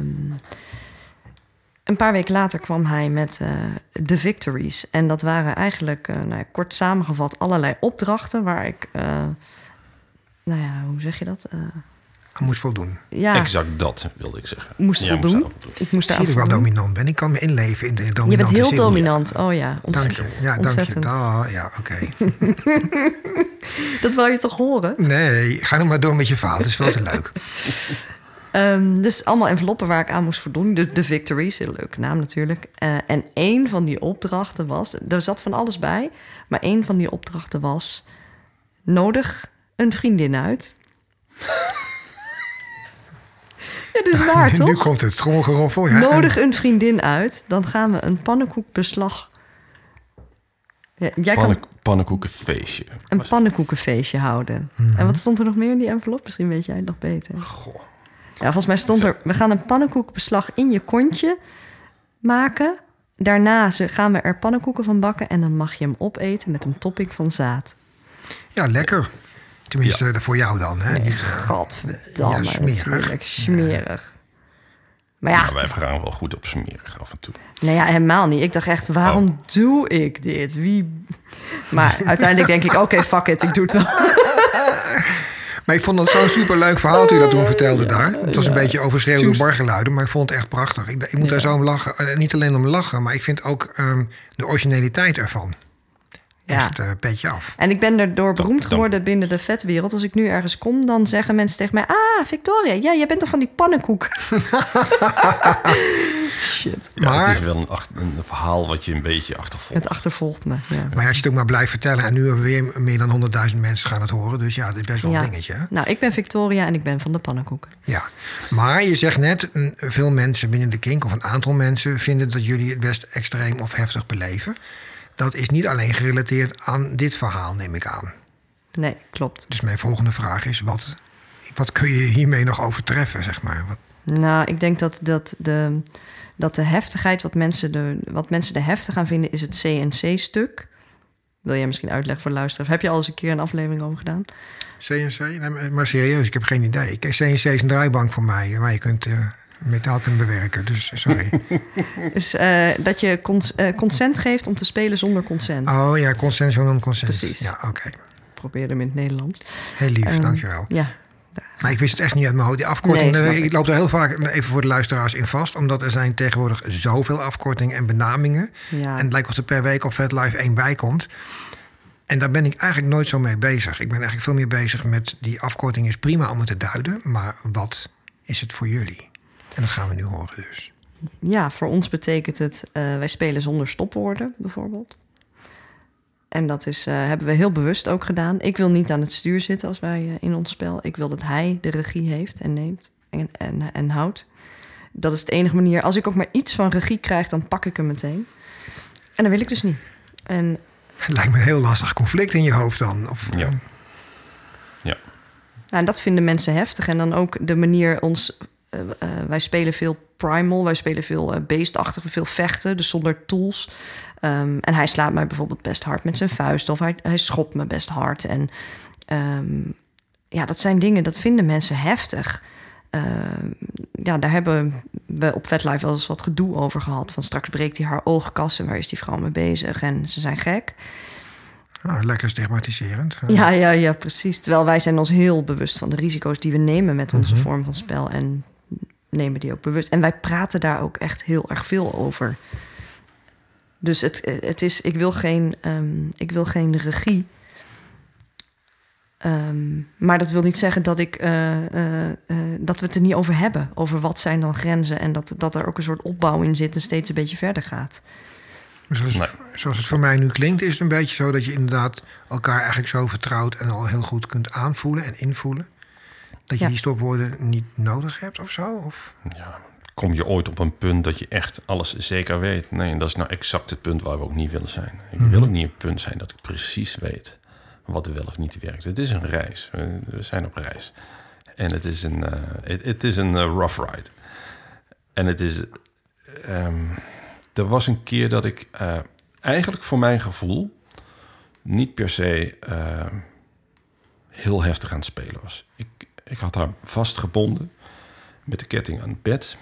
Een paar weken later kwam hij met de victories. En dat waren eigenlijk, kort samengevat... allerlei opdrachten waar ik... hoe zeg je dat? Ik moest voldoen. Ja, Exact dat wilde ik zeggen. moest Jij voldoen. daarop voldoen. Ik moest Zie daar je dat ik wel voldoen. dominant ben? Ik kan me inleven in de dominante Je bent heel zin. dominant. Oh ja, Dank ontzettend. je. Ja, dank je. Ontzettend. Ja, oké. Dat wou je toch horen? Nee, ga nog maar door met je verhaal. Het is veel te leuk. Dus allemaal enveloppen waar ik aan moest voldoen. De victories, heel leuke naam natuurlijk. En één van die opdrachten was... Er zat van alles bij. Maar één van die opdrachten was... Nodig een vriendin uit. Ja, dat is waar, Nu toch? komt het trommelgeroffel. Ja, Nodig een vriendin uit. Dan gaan we een pannenkoekbeslag... Ja, jij kan Pannenkoekenfeestje. een pannenkoekenfeestje houden. En wat stond er nog meer in die envelop? Misschien weet jij het nog beter. Goh. Ja, volgens mij stond er... We gaan een pannenkoekbeslag in je kontje maken. Daarna gaan we er pannenkoeken van bakken... en dan mag je hem opeten met een topping van zaad. Ja, lekker. Tenminste, voor jou dan. Hè? Niet, Godverdamme, ja, smerig. natuurlijk. Smerig. Maar ja, Nou, wij gaan wel goed op smerig af en toe. nee, ja, helemaal niet. Ik dacht echt, waarom doe ik dit? Maar uiteindelijk denk ik, oké, fuck it, ik doe het wel. Maar ik vond dat zo'n superleuk verhaal toen je dat toen vertelde daar. Het was een beetje overschreeuwd door bargeluiden, maar ik vond het echt prachtig. Ik moet daar zo om lachen. Niet alleen om lachen, maar ik vind ook de originaliteit ervan. Ja. Echt petje af. En ik ben erdoor beroemd Dan- geworden binnen de vetwereld. Als ik nu ergens kom, dan zeggen mensen tegen mij... Ah, Victoria, ja, jij bent toch van die pannenkoek? Shit. Ja, Maar- het is wel een verhaal wat je een beetje achtervolgt. Het achtervolgt me, ja. Maar als je het ook maar blijft vertellen... en nu weer meer dan 100.000 mensen gaan het horen. Dus ja, dat is best wel Ja. een dingetje. Hè? Nou, ik ben Victoria en ik ben van de pannenkoeken. Ja, maar je zegt net... veel mensen binnen de kink of een aantal mensen... vinden dat jullie het best extreem of heftig beleven. Dat is niet alleen gerelateerd aan dit verhaal, neem ik aan. Nee, klopt. Dus mijn volgende vraag is... wat kun je hiermee nog overtreffen, zeg maar? Nou, ik denk dat de heftigheid, wat mensen de heftig aan vinden, is het CNC-stuk. Wil jij misschien uitleggen voor de luisteraar? Heb je al eens een keer een aflevering over gedaan? CNC? Nee, maar serieus, ik heb geen idee. Kijk, CNC is een draaibank voor mij... waar je kunt metaal kunt bewerken. Dus sorry. Dus dat je consent geeft om te spelen zonder consent. Oh ja, consent zonder consent. Precies. Ja, oké. Probeer hem in het Nederlands. Heel lief, dankjewel. Ja. Maar ik wist het echt niet uit mijn hoofd. Die afkorting, Nee, ik loop er heel vaak even voor de luisteraars in vast. Omdat er zijn tegenwoordig zoveel afkortingen en benamingen. Ja. En het lijkt of er per week op VetLife 1 bij komt. En daar ben ik eigenlijk nooit zo mee bezig. Ik ben eigenlijk veel meer bezig met die afkorting is prima om het te duiden. Maar wat is het voor jullie? En dat gaan we nu horen dus. Ja, voor ons betekent het... wij spelen zonder stopwoorden, bijvoorbeeld. En dat hebben we heel bewust ook gedaan. Ik wil niet aan het stuur zitten als wij in ons spel. Ik wil dat hij de regie heeft en neemt en houdt. Dat is de enige manier. Als ik ook maar iets van regie krijg, dan pak ik hem meteen. En dat wil ik dus niet. En Het lijkt me een heel lastig conflict in je hoofd dan. Of, Ja. Nou, en dat vinden mensen heftig. En dan ook de manier wij spelen veel primal, wij spelen veel beestachtig, veel vechten, dus zonder tools. En hij slaat mij bijvoorbeeld best hard met zijn vuist of hij schopt me best hard. En dat zijn dingen, dat vinden mensen heftig. Daar hebben we op VetLife wel eens wat gedoe over gehad. Van straks breekt hij haar oogkas en waar is die vrouw mee bezig? En ze zijn gek. lekker stigmatiserend. Ja, precies. Terwijl wij zijn ons heel bewust van de risico's die we nemen met onze vorm van spel. En nemen die ook bewust. En wij praten daar ook echt heel erg veel over. Dus het is, ik wil geen regie. Maar dat wil niet zeggen dat dat we het er niet over hebben. Over wat zijn dan grenzen. En dat er ook een soort opbouw in zit en steeds een beetje verder gaat. Zoals het voor mij nu klinkt, is het een beetje zo dat je inderdaad elkaar eigenlijk zo vertrouwt en al heel goed kunt aanvoelen en invoelen. Dat je die stopwoorden niet nodig hebt of zo? Of? Ja, kom je ooit op een punt dat je echt alles zeker weet? Nee, en dat is nou exact het punt waar we ook niet willen zijn. Ik wil ook niet een punt zijn dat ik precies weet wat er wel of niet werkt. Het is een reis. We zijn op reis. En het is een rough ride. En het is... er was een keer dat ik eigenlijk voor mijn gevoel niet per se heel heftig aan het spelen was. Ik had haar vastgebonden met de ketting aan het bed.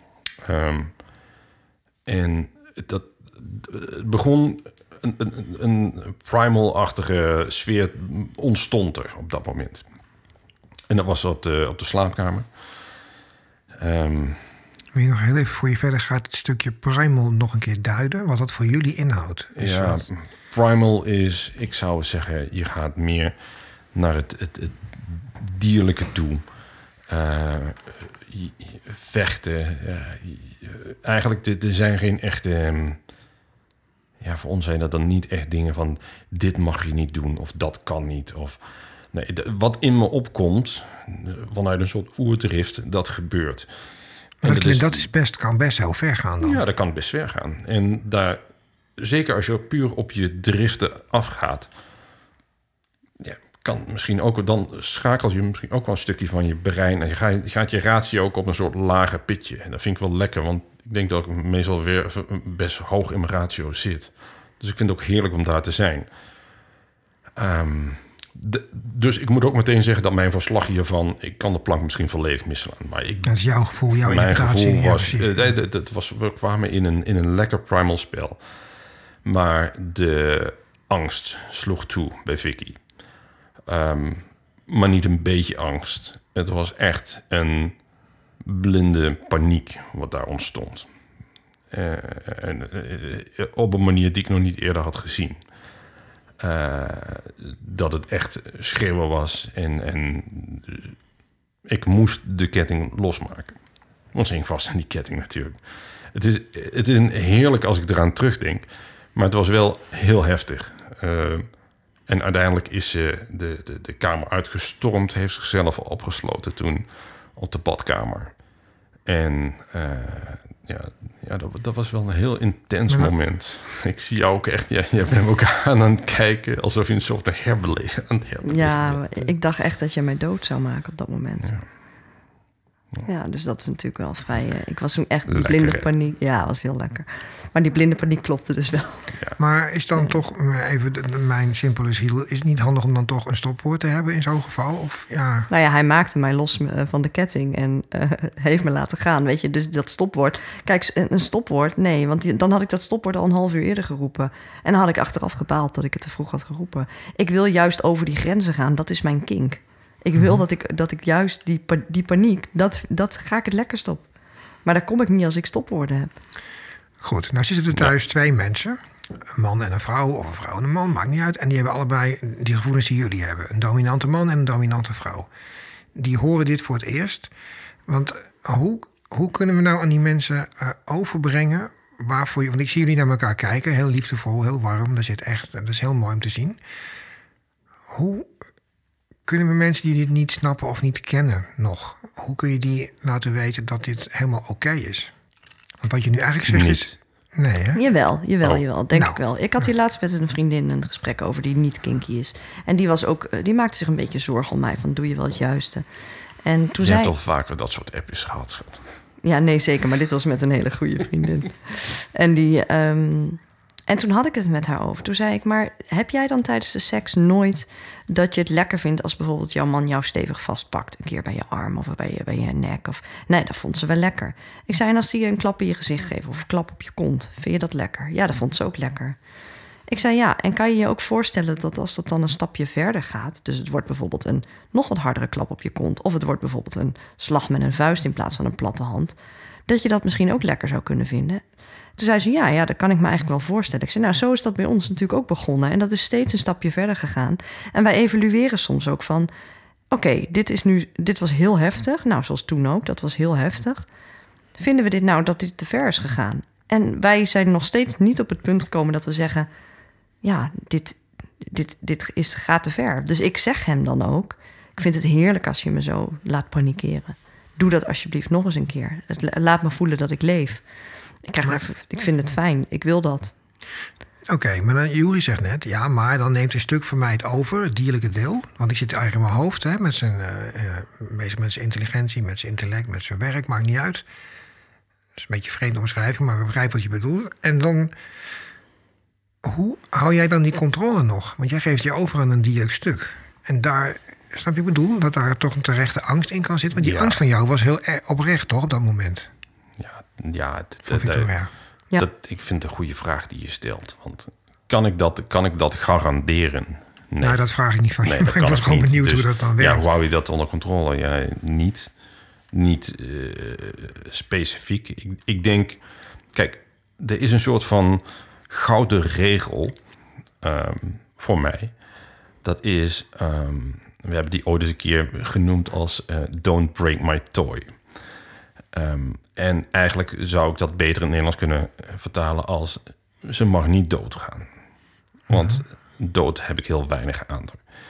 En dat begon een primal-achtige sfeer ontstond er op dat moment. En dat was op de slaapkamer. Wil je nog heel even voor je verder gaat het stukje primal nog een keer duiden? Wat dat voor jullie inhoudt? Primal is, ik zou zeggen, je gaat meer naar het dierlijke toe. Vechten. Eigenlijk, er zijn geen echte... voor ons zijn dat dan niet echt dingen van... dit mag je niet doen of dat kan niet. Nee, wat in me opkomt, vanuit een soort oerdrift, dat gebeurt. Kan best heel ver gaan dan. Ja, dat kan best ver gaan. En daar, zeker als je puur op je driften afgaat... kan misschien ook, dan schakel je misschien ook wel een stukje van je brein. En je gaat je ratio ook op een soort lager pitje. En dat vind ik wel lekker, want ik denk dat ik meestal weer best hoog in mijn ratio zit. Dus ik vind het ook heerlijk om daar te zijn. Dus ik moet ook meteen zeggen dat mijn verslag hiervan... ik kan de plank misschien volledig misslaan. Maar dat is jouw gevoel, jouw interpretatie. Mijn gevoel was... we kwamen in een lekker primal spel. Maar de angst sloeg toe bij Vicky. Maar niet een beetje angst. Het was echt een blinde paniek wat daar ontstond. Op een manier die ik nog niet eerder had gezien. Dat het echt schreeuwen was. En ik moest de ketting losmaken. Want ze hing vast aan die ketting natuurlijk. Het is een heerlijk als ik eraan terugdenk. Maar het was wel heel heftig. En uiteindelijk is ze de kamer uitgestormd. Heeft zichzelf opgesloten toen op de badkamer. En dat was wel een heel intens moment. Ik zie jou ook echt... je bent elkaar aan het kijken... alsof je een soort herbeleven aan het herbeleven bent. Ik dacht echt dat je mij dood zou maken op dat moment. Ja, dus dat is natuurlijk wel vrij... ik was toen echt die Lekker, blinde hè? paniek... Ja, was heel lekker. Maar die blinde paniek klopte dus wel. Maar is dan toch, even mijn simpele ziel... is het niet handig om dan toch een stopwoord te hebben in zo'n geval? Of ja... Nou ja, hij maakte mij los van de ketting en heeft me laten gaan, weet je. Dus dat stopwoord... Kijk, een stopwoord, nee. Want dan had ik dat stopwoord al een half uur eerder geroepen. En dan had ik achteraf gebaald dat ik het te vroeg had geroepen. Ik wil juist over die grenzen gaan. Dat is mijn kink. Ik wil dat ik juist die paniek... Dat ga ik het lekkerst op. Maar daar kom ik niet als ik stopwoorden heb. Goed, nou zitten er thuis twee mensen. Een man en een vrouw, of een vrouw en een man, maakt niet uit. En die hebben allebei die gevoelens die jullie hebben. Een dominante man en een dominante vrouw. Die horen dit voor het eerst. Want hoe kunnen we nou aan die mensen overbrengen... waarvoor je... Want ik zie jullie naar elkaar kijken, heel liefdevol, heel warm. Dat is heel mooi om te zien. Hoe kunnen we mensen die dit niet snappen of niet kennen nog... hoe kun je die laten weten dat dit helemaal oké is? Want wat je nu eigenlijk zegt is... Nee, hè? Jawel, denk Nou, ik wel. Ik had hier laatst met een vriendin een gesprek over die niet kinky is. En die maakte zich een beetje zorgen om mij. Van, doe je wel het juiste? En toen Je hebt zei... al vaker dat soort appjes gehad, schat. Ja, nee, zeker. Maar dit was met een hele goede vriendin. En toen had ik het met haar over. Toen zei ik, maar heb jij dan tijdens de seks nooit... dat je het lekker vindt als bijvoorbeeld jouw man jou stevig vastpakt... een keer bij je arm of bij je nek? Of... Nee, dat vond ze wel lekker. Ik zei, en als die je een klap in je gezicht geeft... of een klap op je kont, vind je dat lekker? Ja, dat vond ze ook lekker. Ik zei, ja, en kan je je ook voorstellen dat als dat dan een stapje verder gaat... dus het wordt bijvoorbeeld een nog wat hardere klap op je kont... of het wordt bijvoorbeeld een slag met een vuist in plaats van een platte hand... dat je dat misschien ook lekker zou kunnen vinden... Toen zei ze, ja, dat kan ik me eigenlijk wel voorstellen. Ik zei, nou, zo is dat bij ons natuurlijk ook begonnen. En dat is steeds een stapje verder gegaan. En wij evalueren soms ook van... Oké, dit was heel heftig. Nou, zoals toen ook, dat was heel heftig. Vinden we dit nou dat dit te ver is gegaan? En wij zijn nog steeds niet op het punt gekomen dat we zeggen... Ja, dit gaat te ver. Dus ik zeg hem dan ook... Ik vind het heerlijk als je me zo laat panikeren. Doe dat alsjeblieft nog eens een keer. Laat me voelen dat ik leef. Ik vind het fijn. Ik wil dat. Oké, maar dan, Juri zegt net... ja, maar dan neemt een stuk van mij het over, het dierlijke deel. Want ik zit eigenlijk in mijn hoofd, hè, bezig met zijn intelligentie... met zijn intellect, met zijn werk, maakt niet uit. Dat is een beetje vreemd omschrijving, maar we begrijpen wat je bedoelt. En dan... Hoe hou jij dan die controle nog? Want jij geeft je over aan een dierlijk stuk. En daar, snap je wat ik bedoel? Dat daar toch een terechte angst in kan zitten. Want die angst van jou was heel oprecht, toch, op dat moment? Ik vind het een goede vraag die je stelt. Want kan ik dat garanderen? Nee. Nou, dat vraag ik niet van je. Maar ik was gewoon benieuwd hoe dat dan werkt. Ja, hoe hou je dat onder controle? Ja, niet specifiek. Ik denk... Kijk, er is een soort van gouden regel voor mij. Dat is... we hebben die ooit eens een keer genoemd als... don't break my toy. En eigenlijk zou ik dat beter in het Nederlands kunnen vertalen als... ze mag niet doodgaan. Want dood heb ik heel weinig aan.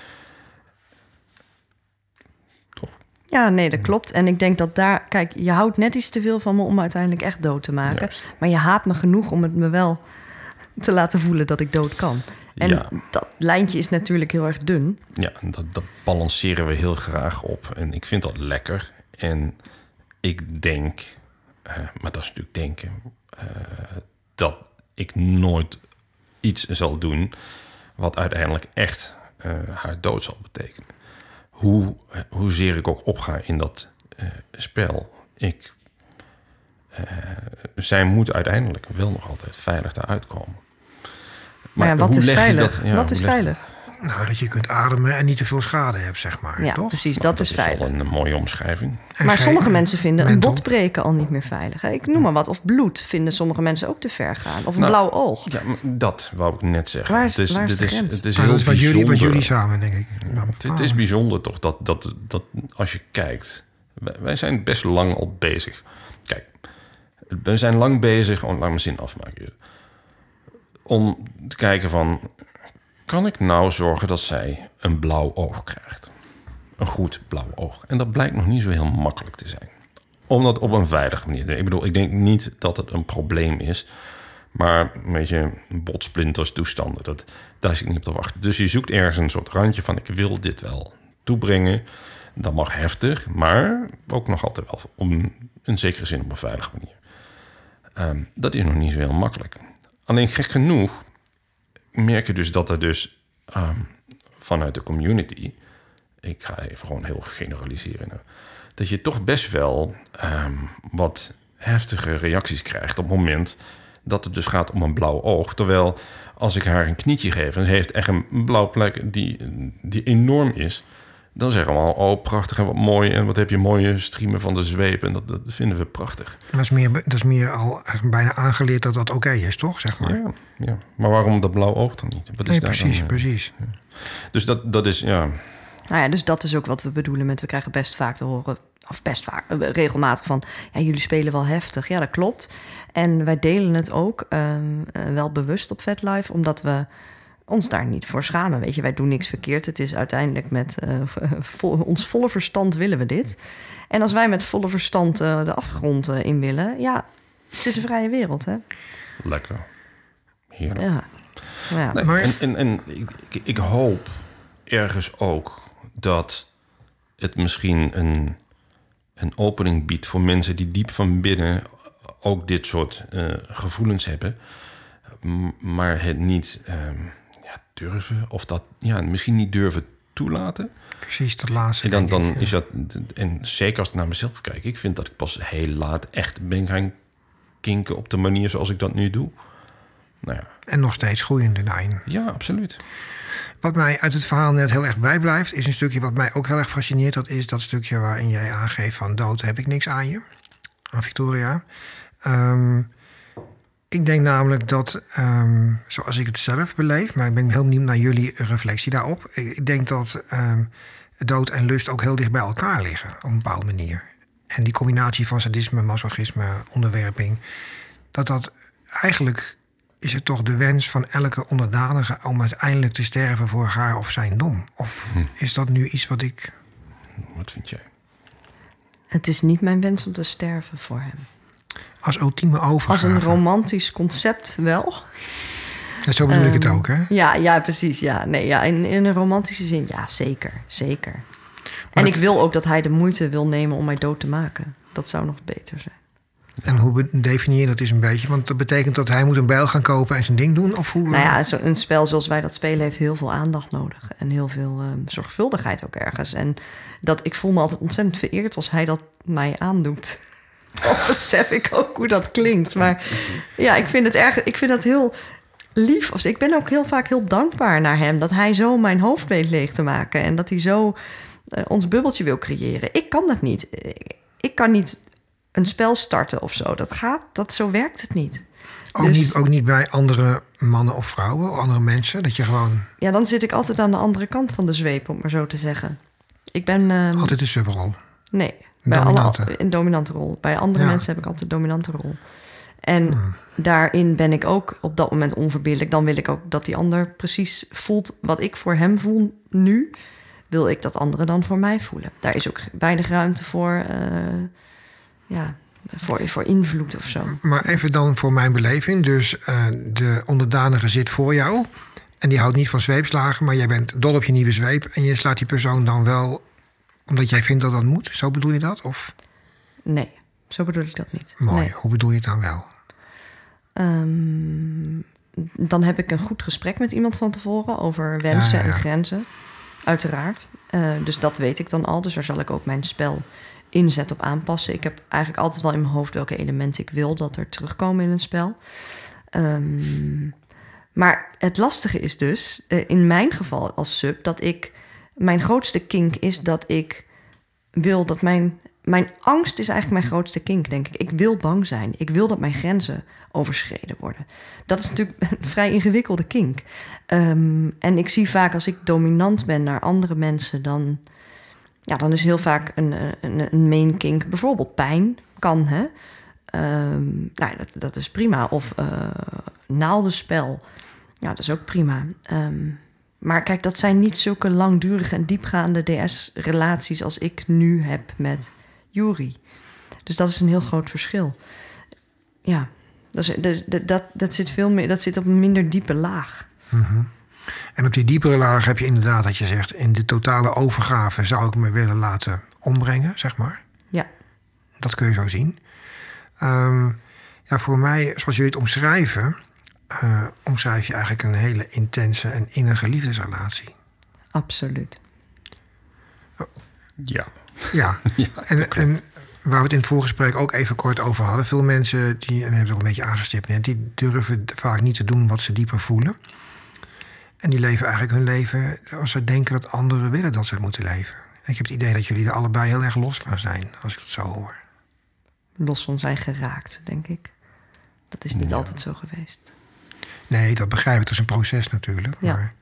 Toch? Ja, nee, dat klopt. En ik denk dat daar... Kijk, je houdt net iets te veel van me om me uiteindelijk echt dood te maken. Juist. Maar je haat me genoeg om het me wel te laten voelen dat ik dood kan. En dat lijntje is natuurlijk heel erg dun. Ja, dat balanceren we heel graag op. En ik vind dat lekker. En ik denk, maar dat is natuurlijk denken... dat ik nooit iets zal doen... wat uiteindelijk echt haar dood zal betekenen. Hoezeer ik ook opga in dat spel. Zij moet uiteindelijk wel nog altijd veilig eruit komen. Maar ja, wat is veilig? Wat is veilig? Nou, dat je kunt ademen en niet te veel schade hebt, zeg maar. Ja, toch? precies, dat is veilig. Al een mooie omschrijving. Maar sommige mensen vinden een bot breken al niet meer veilig. Ik noem maar wat. Of bloed vinden sommige mensen ook te ver gaan. Of een blauw oog. Ja, dat wou ik net zeggen. Waar is de grens? Het is Maar heel dat is bijzonder. wat jullie samen, denk ik. Het is bijzonder toch dat als je kijkt... Wij zijn best lang al bezig. Kijk, we zijn lang bezig... laat mijn zin afmaken. Om te kijken van... kan ik nou zorgen dat zij een blauw oog krijgt? Een goed blauw oog. En dat blijkt nog niet zo heel makkelijk te zijn. Om dat op een veilige manier te doen. Ik bedoel, ik denk niet dat het een probleem is... maar een beetje botsplinters toestanden... daar zit ik niet op te wachten. Dus je zoekt ergens een soort randje van... ik wil dit wel toebrengen. Dat mag heftig, maar ook nog altijd wel om in zekere zin op een veilige manier. Dat is nog niet zo heel makkelijk. Alleen gek genoeg merk je dus dat er dus vanuit de community... ik ga even gewoon heel generaliseren... dat je toch best wel wat heftige reacties krijgt... op het moment dat het dus gaat om een blauw oog. Terwijl als ik haar een knietje geef... en ze heeft echt een blauwe plek die enorm is... dan zeggen we al, oh prachtig en wat mooi... en wat heb je mooie streamen van de zweep... en dat vinden we prachtig. Dat is meer al bijna aangeleerd dat dat oké is, toch? Zeg maar. Ja, maar waarom dat blauw oog dan niet? Wat is precies. Ja. Dus dat is, ja... Nou ja, dus dat is ook wat we bedoelen met... we krijgen best vaak te horen, of best vaak, regelmatig van... ja, jullie spelen wel heftig. Ja, dat klopt. En wij delen het ook wel bewust op VetLife... omdat we ons daar niet voor schamen. Weet je, wij doen niks verkeerd. Het is uiteindelijk met ons volle verstand willen we dit. En als wij met volle verstand de afgrond in willen... ja, het is een vrije wereld, hè? Lekker. Heerlijk. Ja. Nee, maar... En ik hoop ergens ook... dat het misschien een opening biedt voor mensen die diep van binnen ook dit soort gevoelens hebben, maar het niet durven of dat misschien niet durven toelaten. Precies, dat laatste. En dan is dat, en zeker als ik naar mezelf kijk, ik vind dat ik pas heel laat echt ben gaan kinken op de manier zoals ik dat nu doe. Nou ja. En nog steeds groeiende daarin. Ja, absoluut. Wat mij uit het verhaal net heel erg bijblijft... is een stukje wat mij ook heel erg fascineert. Dat is dat stukje waarin jij aangeeft van... dood heb ik niks aan je. Aan Victoria. Ik denk namelijk dat... zoals ik het zelf beleef... maar ik ben heel benieuwd naar jullie reflectie daarop. Ik denk dat dood en lust ook heel dicht bij elkaar liggen. Op een bepaalde manier. En die combinatie van sadisme, masochisme, onderwerping... dat eigenlijk... is het toch de wens van elke onderdanige... om uiteindelijk te sterven voor haar of zijn dom? Of is dat nu iets wat ik... Wat vind jij? Het is niet mijn wens om te sterven voor hem. Als ultieme overgave. Als een romantisch concept wel. Ja, zo bedoel ik het ook, hè? Ja, precies. Ja. Nee, ja, in een romantische zin, ja, zeker. En ik wil ook dat hij de moeite wil nemen om mij dood te maken. Dat zou nog beter zijn. En hoe definieer je dat eens een beetje? Want dat betekent dat hij moet een bijl gaan kopen en zijn ding doen? Of hoe? Nou ja, een spel zoals wij dat spelen heeft heel veel aandacht nodig. En heel veel zorgvuldigheid ook ergens. En ik voel me altijd ontzettend vereerd als hij dat mij aandoet. Of besef ik ook hoe dat klinkt. Maar ja, ik vind dat heel lief. Ik ben ook heel vaak heel dankbaar naar hem. Dat hij zo mijn hoofd weet leeg te maken. En dat hij zo ons bubbeltje wil creëren. Ik kan dat niet. Ik kan niet een spel starten of zo. Zo werkt het niet. Ook niet bij andere mannen of vrouwen, of andere mensen? Dat je gewoon... Ja, dan zit ik altijd aan de andere kant van de zweep, om maar zo te zeggen. Ik ben... altijd de subrol? Nee, een dominante rol. Bij andere mensen heb ik altijd een dominante rol. En daarin ben ik ook op dat moment onverbiddelijk. Dan wil ik ook dat die ander precies voelt wat ik voor hem voel nu. Wil ik dat anderen dan voor mij voelen. Daar is ook weinig ruimte voor... voor invloed of zo. Maar even dan voor mijn beleving. Dus de onderdanige zit voor jou. En die houdt niet van zweepslagen. Maar jij bent dol op je nieuwe zweep. En je slaat die persoon dan wel... omdat jij vindt dat dat moet. Zo bedoel je dat? Of? Nee, zo bedoel ik dat niet. Mooi. Nee. Hoe bedoel je het dan wel? Dan heb ik een goed gesprek met iemand van tevoren... over wensen en grenzen. Uiteraard. Dus dat weet ik dan al. Dus daar zal ik ook mijn spel... inzet op aanpassen. Ik heb eigenlijk altijd wel in mijn hoofd welke elementen ik wil dat er terugkomen in een spel. Maar het lastige is dus, in mijn geval als sub, dat mijn grootste kink is dat ik wil dat mijn angst is eigenlijk mijn grootste kink, denk ik. Ik wil bang zijn. Ik wil dat mijn grenzen overschreden worden. Dat is natuurlijk een vrij ingewikkelde kink. En ik zie vaak als ik dominant ben naar andere mensen, dan is heel vaak een main kink. Bijvoorbeeld pijn kan, hè. Dat is prima. Of naaldenspel. Ja, dat is ook prima. Maar kijk, dat zijn niet zulke langdurige en diepgaande DS-relaties... als ik nu heb met Yuri. Dus dat is een heel groot verschil. Ja, dat zit veel meer. Dat zit op een minder diepe laag. Mm-hmm. En op die diepere laag heb je inderdaad dat je zegt... in de totale overgave zou ik me willen laten ombrengen, zeg maar. Ja. Dat kun je zo zien. Ja, voor mij, zoals jullie het omschrijven... omschrijf je eigenlijk een hele intense en innige liefdesrelatie. Absoluut. Ja. Ja, Ja, en waar we het in het voorgesprek ook even kort over hadden... veel mensen, die, en hebben het ook een beetje aangestipt net... die durven vaak niet te doen wat ze dieper voelen. En die leven eigenlijk hun leven als ze denken dat anderen willen dat ze het moeten leven. En ik heb het idee dat jullie er allebei heel erg los van zijn, als ik het zo hoor. Los van zijn geraakt, denk ik. Dat is niet altijd zo geweest. Nee, dat begrijp ik. Het is een proces natuurlijk. Ja. Maar,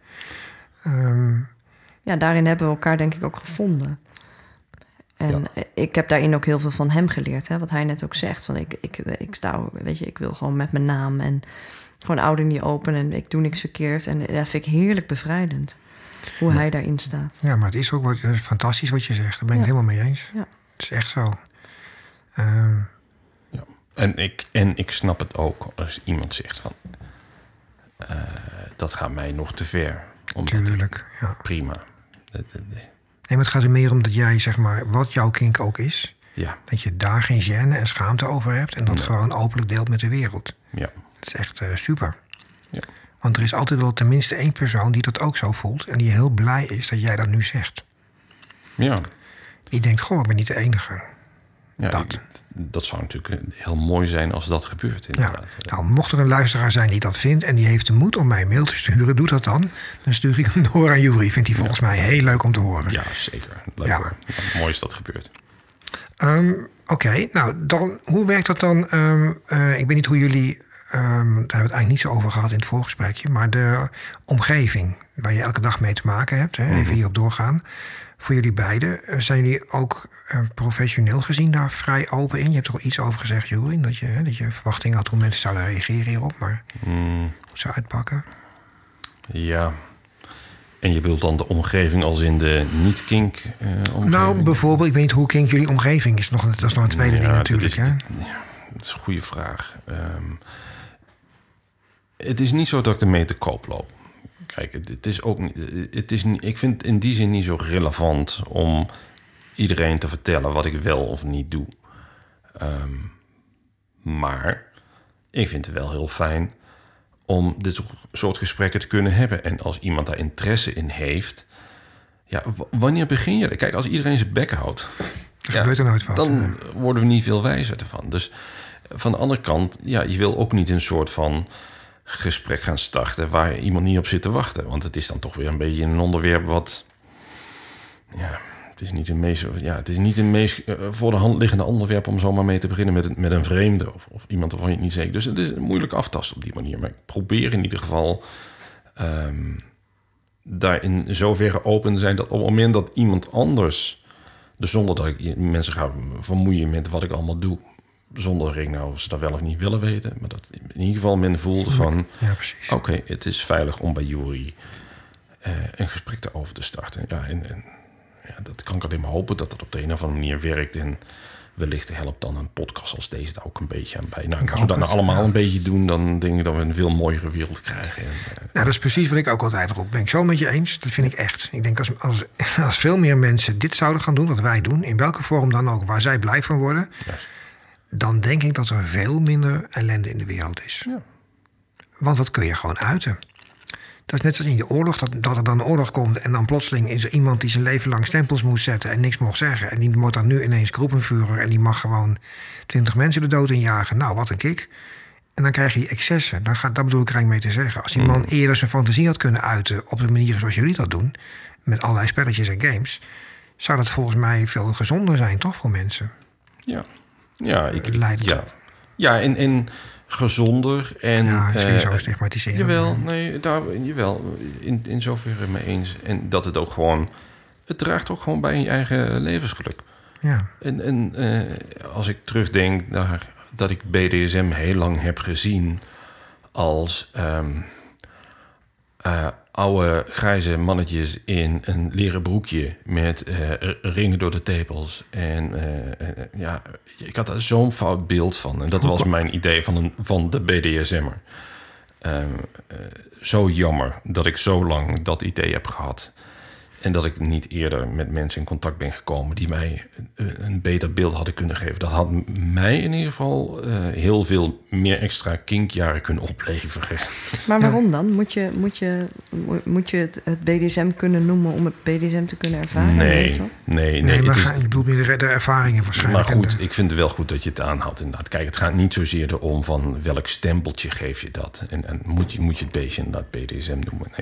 ja, daarin hebben we elkaar denk ik ook gevonden. En ik heb daarin ook heel veel van hem geleerd. Hè? Wat hij net ook zegt. Van ik sta, weet je, ik wil gewoon met mijn naam. En gewoon ouder niet open. En ik doe niks verkeerd. En dat vind ik heerlijk bevrijdend. Hoe hij daarin staat. Ja, maar het is ook fantastisch wat je zegt. Daar ben ik helemaal mee eens. Ja. Het is echt zo. Ja. En ik snap het ook als iemand zegt van... dat gaat mij nog te ver. Tuurlijk, ja. Prima. Nee, maar het gaat er meer om dat jij, zeg maar, wat jouw kink ook is... Ja. dat je daar geen gêne en schaamte over hebt... en dat gewoon openlijk deelt met de wereld. Ja. Dat is echt super. Ja. Want er is altijd wel tenminste één persoon die dat ook zo voelt... en die heel blij is dat jij dat nu zegt. Ja. Die denkt, goh, ik ben niet de enige. Ja, dat zou natuurlijk heel mooi zijn als dat gebeurt, inderdaad. Ja. Nou, mocht er een luisteraar zijn die dat vindt... en die heeft de moed om mij een mail te sturen, doe dat dan. Dan stuur ik hem door aan Juri. Vindt hij volgens mij heel leuk om te horen. Ja, zeker. Leuk Ja. hoor. Mooi is dat gebeurt. Oké, nou, dan, hoe werkt dat dan? Ik weet niet hoe jullie... daar hebben we het eigenlijk niet zo over gehad in het voorgesprekje... maar de omgeving waar je elke dag mee te maken hebt... Hè, even hierop doorgaan... Voor jullie beiden, zijn jullie ook professioneel gezien daar vrij open in? Je hebt er al iets over gezegd, Juri, dat je verwachting had hoe mensen zouden reageren hierop, maar hoe het zou uitpakken? Ja. En je bedoelt dan de omgeving als in de niet-kink omgeving? Nou, bijvoorbeeld, ik weet niet hoe kink jullie omgeving is. Dat is nog een tweede ding natuurlijk. Dat is een goede vraag. Het is niet zo dat ik ermee te koop loop. Kijk, ik vind het in die zin niet zo relevant om iedereen te vertellen wat ik wel of niet doe. Maar ik vind het wel heel fijn om dit soort gesprekken te kunnen hebben. En als iemand daar interesse in heeft, ja, wanneer begin je? Kijk, als iedereen zijn bek houdt, gebeurt er nooit wat. Dan worden we niet veel wijzer ervan. Dus van de andere kant, ja, je wil ook niet een soort van gesprek gaan starten waar iemand niet op zit te wachten. Want het is dan toch weer een beetje een onderwerp wat... Ja, het is niet het meest voor de hand liggende onderwerp om zomaar mee te beginnen met een vreemde of iemand waarvan je het niet zeker. Dus het is moeilijk aftasten op die manier. Maar ik probeer in ieder geval daar in zoverre open te zijn dat op het moment dat iemand anders, dus zonder dat ik mensen ga vermoeien met wat ik allemaal doe, zonder dat ik nou ze dat wel of niet willen weten, maar dat in ieder geval men voelt van, ja, precies. Oké, het is veilig om bij Juri een gesprek erover te starten. Ja, en dat kan ik alleen maar hopen dat dat op de een of andere manier werkt. En wellicht helpt dan een podcast als deze daar ook een beetje aan bij. Nou, als we dat nou allemaal een beetje doen, dan denk ik dat we een veel mooiere wereld krijgen. Dat is precies wat ik ook altijd roep. Ben ik zo met je eens? Dat vind ik echt. Ik denk als veel meer mensen dit zouden gaan doen, wat wij doen, in welke vorm dan ook, waar zij blij van worden, dan denk ik dat er veel minder ellende in de wereld is. Ja. Want dat kun je gewoon uiten. Dat is net zoals in de oorlog, dat er dan een oorlog komt en dan plotseling is er iemand die zijn leven lang stempels moet zetten en niks mocht zeggen. En die wordt dan nu ineens groepenvuurder en die mag gewoon 20 mensen de dood injagen. Nou, wat een kick. En dan krijg je die excessen. Dat bedoel ik eigenlijk mee te zeggen. Als die man eerder zijn fantasie had kunnen uiten op de manier zoals jullie dat doen, met allerlei spelletjes en games, zou dat volgens mij veel gezonder zijn, toch, voor mensen? Ja, en gezonder. En, ja, ik vind zo stigmatiseren. Jawel, in zoverre mee eens. En dat het ook gewoon, het draagt ook gewoon bij je eigen levensgeluk. Ja. En als ik terugdenk naar dat ik BDSM heel lang heb gezien als oude grijze mannetjes in een leren broekje met ringen door de tepels. En ik had daar zo'n fout beeld van. En dat was mijn idee van de BDSM'er. Zo jammer dat ik zo lang dat idee heb gehad. En dat ik niet eerder met mensen in contact ben gekomen die mij een beter beeld hadden kunnen geven. Dat had mij in ieder geval heel veel meer extra kinkjaren kunnen opleveren. Maar waarom dan? Moet je het BDSM kunnen noemen om het BDSM te kunnen ervaren? Nee. Maar je bedoelt meer de ervaringen waarschijnlijk. Maar goed, ik vind het wel goed dat je het aanhaalt inderdaad. Kijk, het gaat niet zozeer erom van welk stempeltje geef je dat. En moet je het beestje inderdaad BDSM noemen? Nee.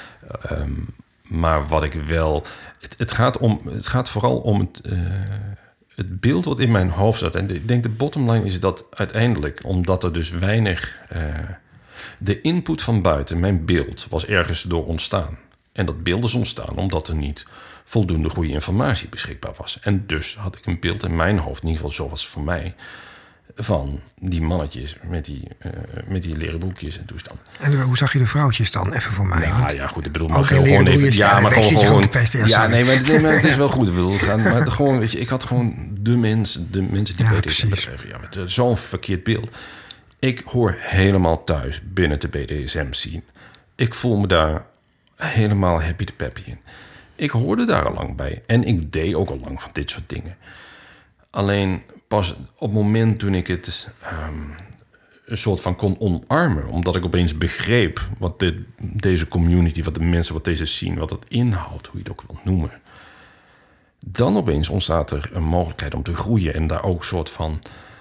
Maar wat ik wel... Het gaat vooral om het beeld wat in mijn hoofd zat. En ik denk de bottom line is dat uiteindelijk... omdat er dus weinig... de input van buiten, mijn beeld, was ergens door ontstaan. En dat beeld is ontstaan omdat er niet voldoende goede informatie beschikbaar was. En dus had ik een beeld in mijn hoofd, in ieder geval zo was het voor mij... van die mannetjes met die leren broekjes en toestand. En hoe zag je de vrouwtjes dan? Even voor mij. Ja, goed. Ik bedoel, maar gewoon even... Ja, maar gewoon... Nee, maar het is wel goed. Ik bedoel, maar gewoon, weet je, ik had gewoon de mensen die BDSM beschreven. Ja, met zo'n verkeerd beeld. Ik hoor helemaal thuis binnen de BDSM-scene. Ik voel me daar helemaal happy de peppy in. Ik hoorde daar al lang bij. En ik deed ook al lang van dit soort dingen. Alleen pas op het moment toen ik het een soort van kon omarmen... omdat ik opeens begreep wat deze community, wat de mensen, wat deze scene... wat het inhoudt, hoe je het ook wilt noemen... dan opeens ontstaat er een mogelijkheid om te groeien... en daar ook een soort van...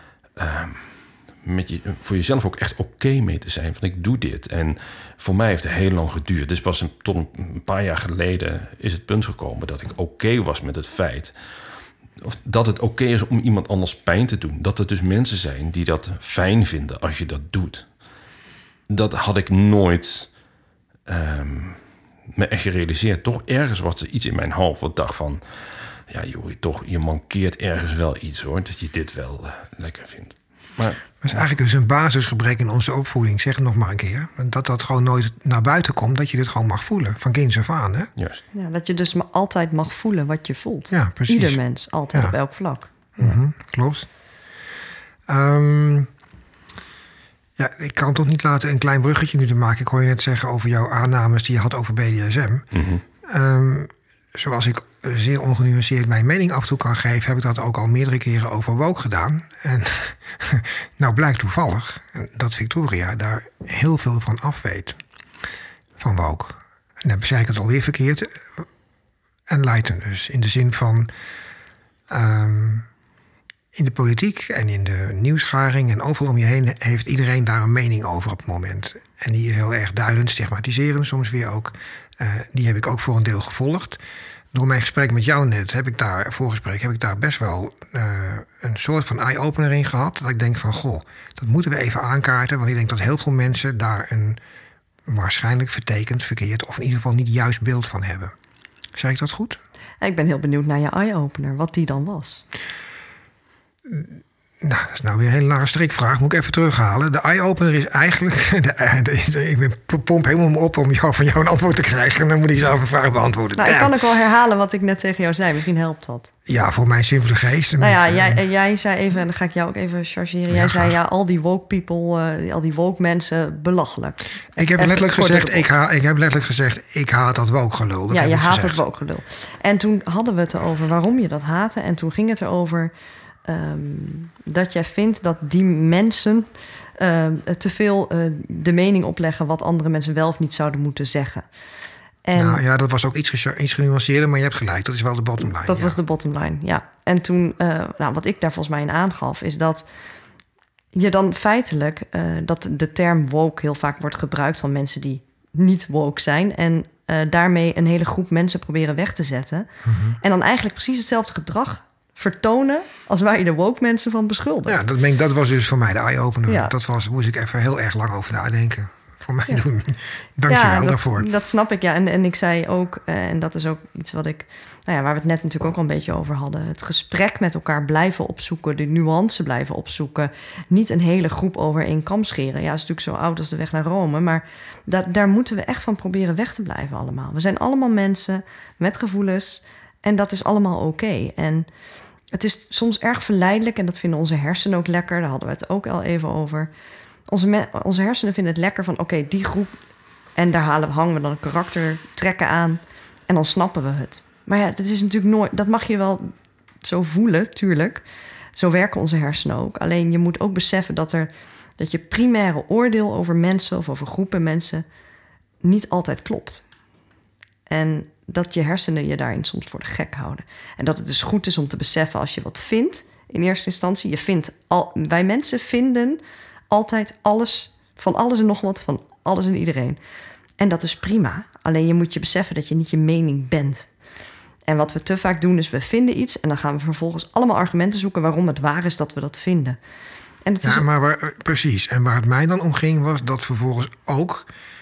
voor jezelf ook echt oké mee te zijn. Van ik doe dit. En voor mij heeft het heel lang geduurd. Dus pas tot een paar jaar geleden is het punt gekomen... dat ik oké was met het feit... of dat het oké is om iemand anders pijn te doen. Dat er dus mensen zijn die dat fijn vinden als je dat doet. Dat had ik nooit me echt gerealiseerd. Toch ergens was er iets in mijn hoofd wat dacht van... ja joh, je mankeert ergens wel iets hoor. Dat je dit wel lekker vindt. Maar dat is eigenlijk dus een basisgebrek in onze opvoeding. Zeg het nog maar een keer. Dat gewoon nooit naar buiten komt. Dat je dit gewoon mag voelen. Van kinds af aan. Hè? Juist. Ja, dat je dus altijd mag voelen wat je voelt. Ja, precies. Ieder mens, altijd op elk vlak. Klopt. Ja, ik kan toch niet laten een klein bruggetje nu te maken. Ik hoor je net zeggen over jouw aannames die je had over BDSM. Zoals ik zeer ongenuanceerd mijn mening af en toe kan geven... heb ik dat ook al meerdere keren over woke gedaan. En nou blijkt toevallig dat Victoria daar heel veel van af weet. Van woke. En dan zeg ik het alweer verkeerd. Enlighten dus. In de zin van... in de politiek en in de nieuwsgaring en overal om je heen... heeft iedereen daar een mening over op het moment. En die is heel erg duidend, stigmatiserend soms weer ook. Die heb ik ook voor een deel gevolgd. Door mijn gesprek met jou net heb ik daar best wel een soort van eye-opener in gehad. Dat ik denk van, goh, dat moeten we even aankaarten. Want ik denk dat heel veel mensen daar een waarschijnlijk vertekend, verkeerd... of in ieder geval niet juist beeld van hebben. Zeg ik dat goed? Ik ben heel benieuwd naar je eye-opener, wat die dan was. Nou, dat is nou weer een hele lage strikvraag. Moet ik even terughalen. De eye-opener is eigenlijk... ik pomp helemaal op om van jou een antwoord te krijgen. En dan moet ik zelf een vraag beantwoorden. Nou, ik kan ook wel herhalen wat ik net tegen jou zei. Misschien helpt dat. Ja, voor mijn simpele geest. Nou ja, jij zei even, en dan ga ik jou ook even chargeren. Jij zei, ja, al die woke people, al die woke mensen, belachelijk. Ik heb letterlijk gezegd, ik haat dat woke gelul. Ja, je haat het woke gelul. En toen hadden we het erover waarom je dat haatte. En toen ging het erover... dat jij vindt dat die mensen te veel de mening opleggen... wat andere mensen wel of niet zouden moeten zeggen. En nou ja, dat was ook iets genuanceerder, maar je hebt gelijk. Dat is wel de bottom line. Dat was de bottom line, ja. En toen, wat ik daar volgens mij in aangaf... is dat je dan feitelijk... dat de term woke heel vaak wordt gebruikt... van mensen die niet woke zijn... en daarmee een hele groep mensen proberen weg te zetten. En dan eigenlijk precies hetzelfde gedrag... vertonen als waar je de woke mensen van beschuldigt. Ja, dat was dus voor mij de eye-opener. Ja. Moest ik even heel erg lang over nadenken. Voor mij doen. Dank je wel daarvoor. Dat snap ik, ja. En ik zei ook, en dat is ook iets wat ik... waar we het net natuurlijk ook al een beetje over hadden. Het gesprek met elkaar blijven opzoeken. De nuance blijven opzoeken. Niet een hele groep over één kam scheren. Ja, dat is natuurlijk zo oud als de weg naar Rome. Maar daar moeten we echt van proberen weg te blijven allemaal. We zijn allemaal mensen met gevoelens. En dat is allemaal oké. En het is soms erg verleidelijk, en dat vinden onze hersenen ook lekker. Daar hadden we het ook al even over. Onze hersenen vinden het lekker van... oké, die groep... en daar hangen we dan een karaktertrekken aan... en dan snappen we het. Maar ja, dat is natuurlijk nooit... dat mag je wel zo voelen, tuurlijk. Zo werken onze hersenen ook. Alleen je moet ook beseffen dat je primaire oordeel over mensen... of over groepen mensen niet altijd klopt. En dat je hersenen je daarin soms voor de gek houden. En dat het dus goed is om te beseffen als je wat vindt... in eerste instantie, wij mensen vinden altijd alles... van alles en nog wat, van alles en iedereen. En dat is prima. Alleen je moet je beseffen dat je niet je mening bent. En wat we te vaak doen is we vinden iets... en dan gaan we vervolgens allemaal argumenten zoeken... waarom het waar is dat we dat vinden. En het is precies. En waar het mij dan om ging was dat vervolgens ook...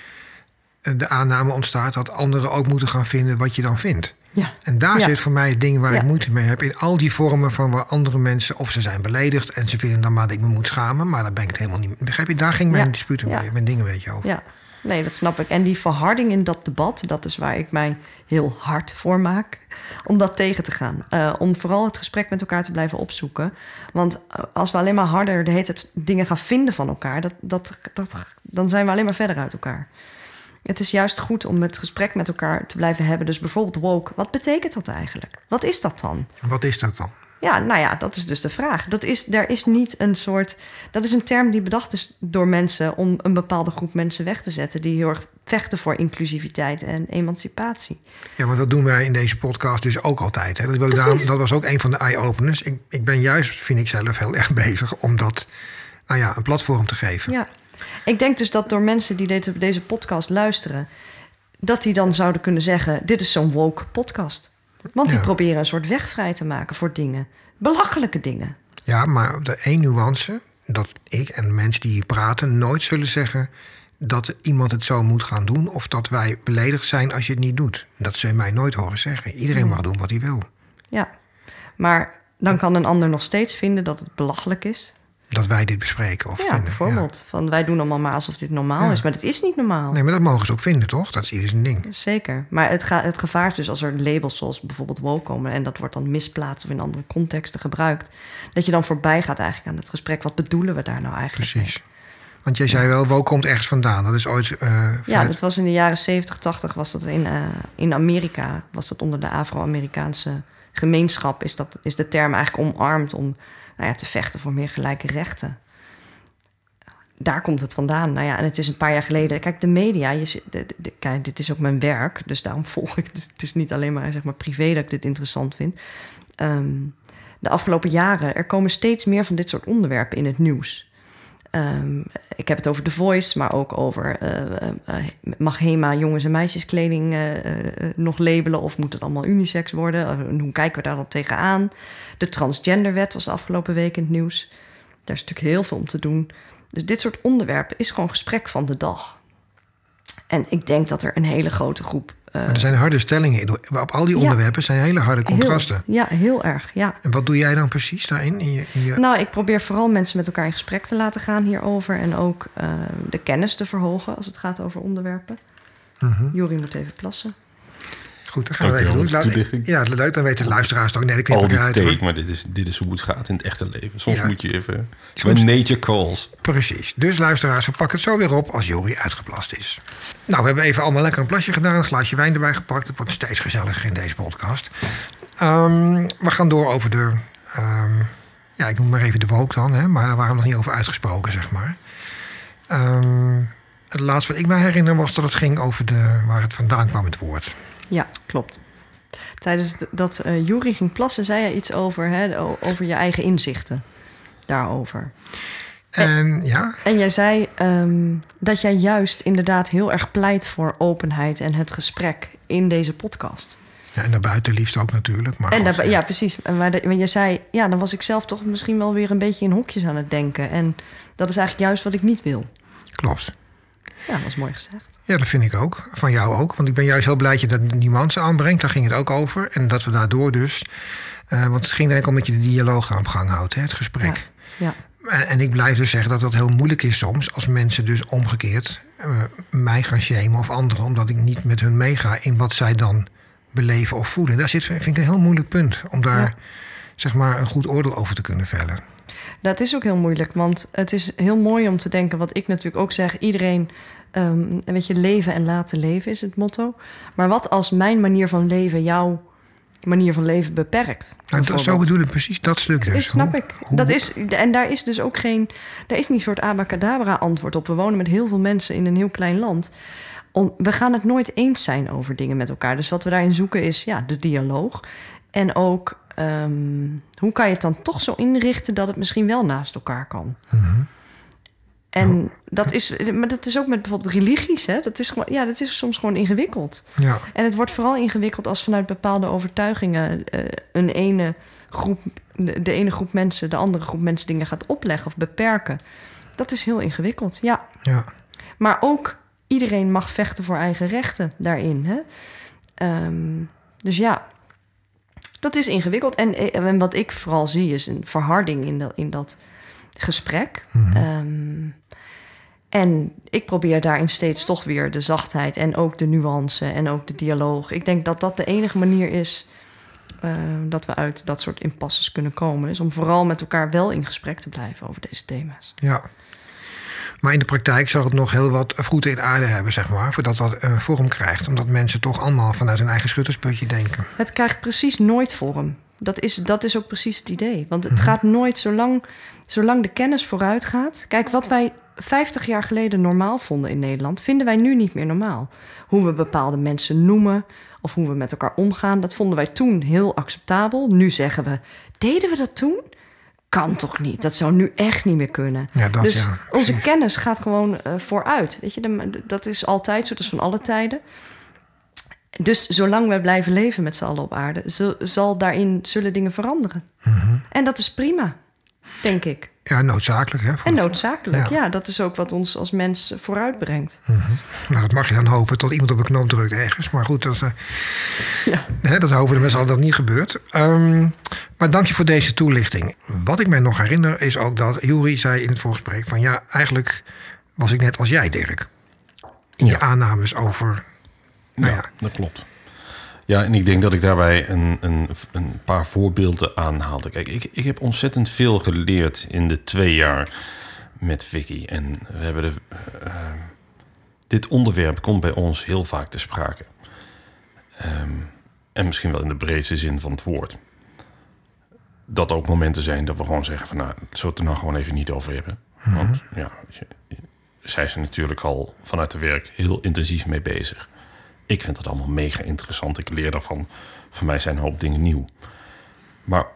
de aanname ontstaat dat anderen ook moeten gaan vinden wat je dan vindt. Ja. En daar zit voor mij het ding waar Ja. ik moeite mee heb. In al die vormen van waar andere mensen... of ze zijn beledigd en ze vinden dan maar dat ik me moet schamen... maar daar ben ik het helemaal niet... Begrijp je? Daar ging mijn dispuut mee. Mijn dingen een beetje over. Ja, nee, dat snap ik. En die verharding in dat debat... dat is waar ik mij heel hard voor maak... om dat tegen te gaan. Om vooral het gesprek met elkaar te blijven opzoeken. Want als we alleen maar harder de hele tijd dingen gaan vinden van elkaar... dan zijn we alleen maar verder uit elkaar. Het is juist goed om het gesprek met elkaar te blijven hebben. Dus bijvoorbeeld woke. Wat betekent dat eigenlijk? Wat is dat dan? Wat is dat dan? Ja, nou ja, dat is dus de vraag. Dat is niet een soort... Dat is een term die bedacht is door mensen... om een bepaalde groep mensen weg te zetten... die heel erg vechten voor inclusiviteit en emancipatie. Ja, maar dat doen wij in deze podcast dus ook altijd. Hè? Dat was ook een van de eye-openers. Ik ben juist, vind ik zelf, heel erg bezig... om dat een platform te geven. Ja. Ik denk dus dat door mensen die deze podcast luisteren... dat die dan zouden kunnen zeggen... dit is zo'n woke podcast. Want die proberen een soort weg vrij te maken voor dingen. Belachelijke dingen. Ja, maar de één nuance... dat ik en mensen die hier praten nooit zullen zeggen... dat iemand het zo moet gaan doen... of dat wij beledigd zijn als je het niet doet. Dat zul je mij nooit horen zeggen. Iedereen mag doen wat hij wil. Ja, maar dan kan een ander nog steeds vinden dat het belachelijk is... dat wij dit bespreken of vinden. Bijvoorbeeld. Ja. Van wij doen allemaal maar alsof dit normaal is. Maar het is niet normaal. Nee, maar dat mogen ze ook vinden, toch? Dat is ieder zijn ding. Zeker. Maar het gevaar is dus als er labels zoals bijvoorbeeld woke komen... en dat wordt dan misplaatst of in andere contexten gebruikt... dat je dan voorbij gaat eigenlijk aan het gesprek. Wat bedoelen we daar nou eigenlijk Precies. Mee? Want jij zei wel, woke komt ergens vandaan. Dat is ooit... Ja, dat was in de jaren 70, 80 was dat in Amerika... was dat onder de Afro-Amerikaanse gemeenschap... is de term eigenlijk omarmd om... te vechten voor meer gelijke rechten. Daar komt het vandaan. En het is een paar jaar geleden... Kijk, de media... Kijk, dit is ook mijn werk, dus daarom volg ik... Het is niet alleen maar, zeg maar privé dat ik dit interessant vind. De afgelopen jaren... er komen steeds meer van dit soort onderwerpen in het nieuws. Ik heb het over The Voice, maar ook over... mag HEMA jongens- en meisjeskleding nog labelen... of moet het allemaal unisex worden? Hoe kijken we daar dan tegenaan? De transgenderwet was de afgelopen week in het nieuws. Daar is natuurlijk heel veel om te doen. Dus dit soort onderwerpen is gewoon gesprek van de dag. En ik denk dat er een hele grote groep... Maar er zijn harde stellingen in. Op al die onderwerpen zijn hele harde contrasten. Heel erg, ja. En wat doe jij dan precies daarin? Nou, ik probeer vooral mensen met elkaar in gesprek te laten gaan hierover... en ook de kennis te verhogen als het gaat over onderwerpen. Jori moet even plassen. Goed, dat gaan we even doen. Ja, leuk. Dan weten de luisteraars het ook. Nee, al die take, maar dit is hoe het gaat in het echte leven. Soms moet je even... When nature calls. Precies. Dus luisteraars, we pakken het zo weer op als Jori uitgeplast is. Nou, we hebben even allemaal lekker een plasje gedaan. Een glaasje wijn erbij gepakt. Het wordt steeds gezelliger in deze podcast. We gaan door over de... ik noem maar even de woke dan. Hè, maar daar waren we nog niet over uitgesproken, zeg maar. Het laatste wat ik me herinner was dat het ging over waar het vandaan kwam, het woord. Ja, klopt. Tijdens dat Jori ging plassen, zei hij iets over, over je eigen inzichten daarover. En jij zei dat jij juist inderdaad heel erg pleit voor openheid en het gesprek in deze podcast. Ja, en daarbuiten liefst ook natuurlijk. Maar ja, precies. Maar je zei, dan was ik zelf toch misschien wel weer een beetje in hokjes aan het denken. En dat is eigenlijk juist wat ik niet wil. Klopt. Ja, dat was mooi gezegd. Ja, dat vind ik ook. Van jou ook. Want ik ben juist heel blij dat je dat nuance aanbrengt. Daar ging het ook over. En dat we daardoor dus... want het ging eigenlijk om dat je de dialoog aan op gang houdt. Hè, het gesprek. Ja. En ik blijf dus zeggen dat dat heel moeilijk is soms... als mensen dus omgekeerd mij gaan shamen of anderen... omdat ik niet met hun meega in wat zij dan beleven of voelen. Daar vind ik een heel moeilijk punt. Om daar zeg maar een goed oordeel over te kunnen vellen. Dat is ook heel moeilijk, want het is heel mooi om te denken... wat ik natuurlijk ook zeg, iedereen... weet je, leven en laten leven is het motto. Maar wat als mijn manier van leven jouw manier van leven beperkt? Nou, zo bedoel ik precies dat stuk dus. Snap ik. En daar is dus ook geen... Daar is niet een soort abacadabra antwoord op. We wonen met heel veel mensen in een heel klein land. We gaan het nooit eens zijn over dingen met elkaar. Dus wat we daarin zoeken is de dialoog. En ook, hoe kan je het dan toch zo inrichten... dat het misschien wel naast elkaar kan? Mm-hmm. En dat is ook met bijvoorbeeld religies. Hè? Dat is soms gewoon ingewikkeld. Ja. En het wordt vooral ingewikkeld als vanuit bepaalde overtuigingen... de ene groep mensen de andere groep mensen dingen gaat opleggen of beperken. Dat is heel ingewikkeld, ja. Maar ook iedereen mag vechten voor eigen rechten daarin. Hè? Dus ja, dat is ingewikkeld. En wat ik vooral zie is een verharding in dat gesprek. Mm-hmm. En ik probeer daarin steeds toch weer de zachtheid... en ook de nuance en ook de dialoog. Ik denk dat dat de enige manier is... dat we uit dat soort impasses kunnen komen. Dus om vooral met elkaar wel in gesprek te blijven over deze thema's. Ja. Maar in de praktijk zal het nog heel wat voeten in aarde hebben, zeg maar... voordat dat vorm krijgt. Omdat mensen toch allemaal vanuit hun eigen schuttersputje denken. Het krijgt precies nooit vorm. Dat is ook precies het idee. Want het gaat nooit zolang de kennis vooruit gaat... Kijk, wat wij 50 jaar geleden normaal vonden in Nederland... vinden wij nu niet meer normaal. Hoe we bepaalde mensen noemen... of hoe we met elkaar omgaan, dat vonden wij toen heel acceptabel. Nu zeggen we, deden we dat toen? Kan toch niet? Dat zou nu echt niet meer kunnen. Dus onze kennis gaat gewoon vooruit. Weet je, dat is altijd zo, dat is van alle tijden. Dus zolang wij blijven leven met z'n allen op aarde... zullen dingen veranderen. Mm-hmm. En dat is prima, denk ik. Ja, noodzakelijk. Hè, en noodzakelijk, ja. Dat is ook wat ons als mens vooruitbrengt. Mm-hmm. Nou, dat mag je dan hopen tot iemand op een knop drukt ergens. Maar goed, dat hopen we met z'n allen dat niet gebeurt. Maar dank je voor deze toelichting. Wat ik mij nog herinner is ook dat Juri zei in het voorgesprek... van ja, eigenlijk was ik net als jij, Dirk. In je aannames over... dat klopt. Ja, en ik denk dat ik daarbij een paar voorbeelden aanhaalde. Kijk, ik heb ontzettend veel geleerd in de 2 jaar met Vicky. En we hebben dit onderwerp komt bij ons heel vaak te sprake. En misschien wel in de breedste zin van het woord. Dat ook momenten zijn dat we gewoon zeggen van... zullen we het er nou gewoon even niet over hebben? Mm-hmm. Want zij zijn natuurlijk al vanuit het werk heel intensief mee bezig. Ik vind dat allemaal mega interessant. Ik leer daarvan. Voor mij zijn een hoop dingen nieuw. Maar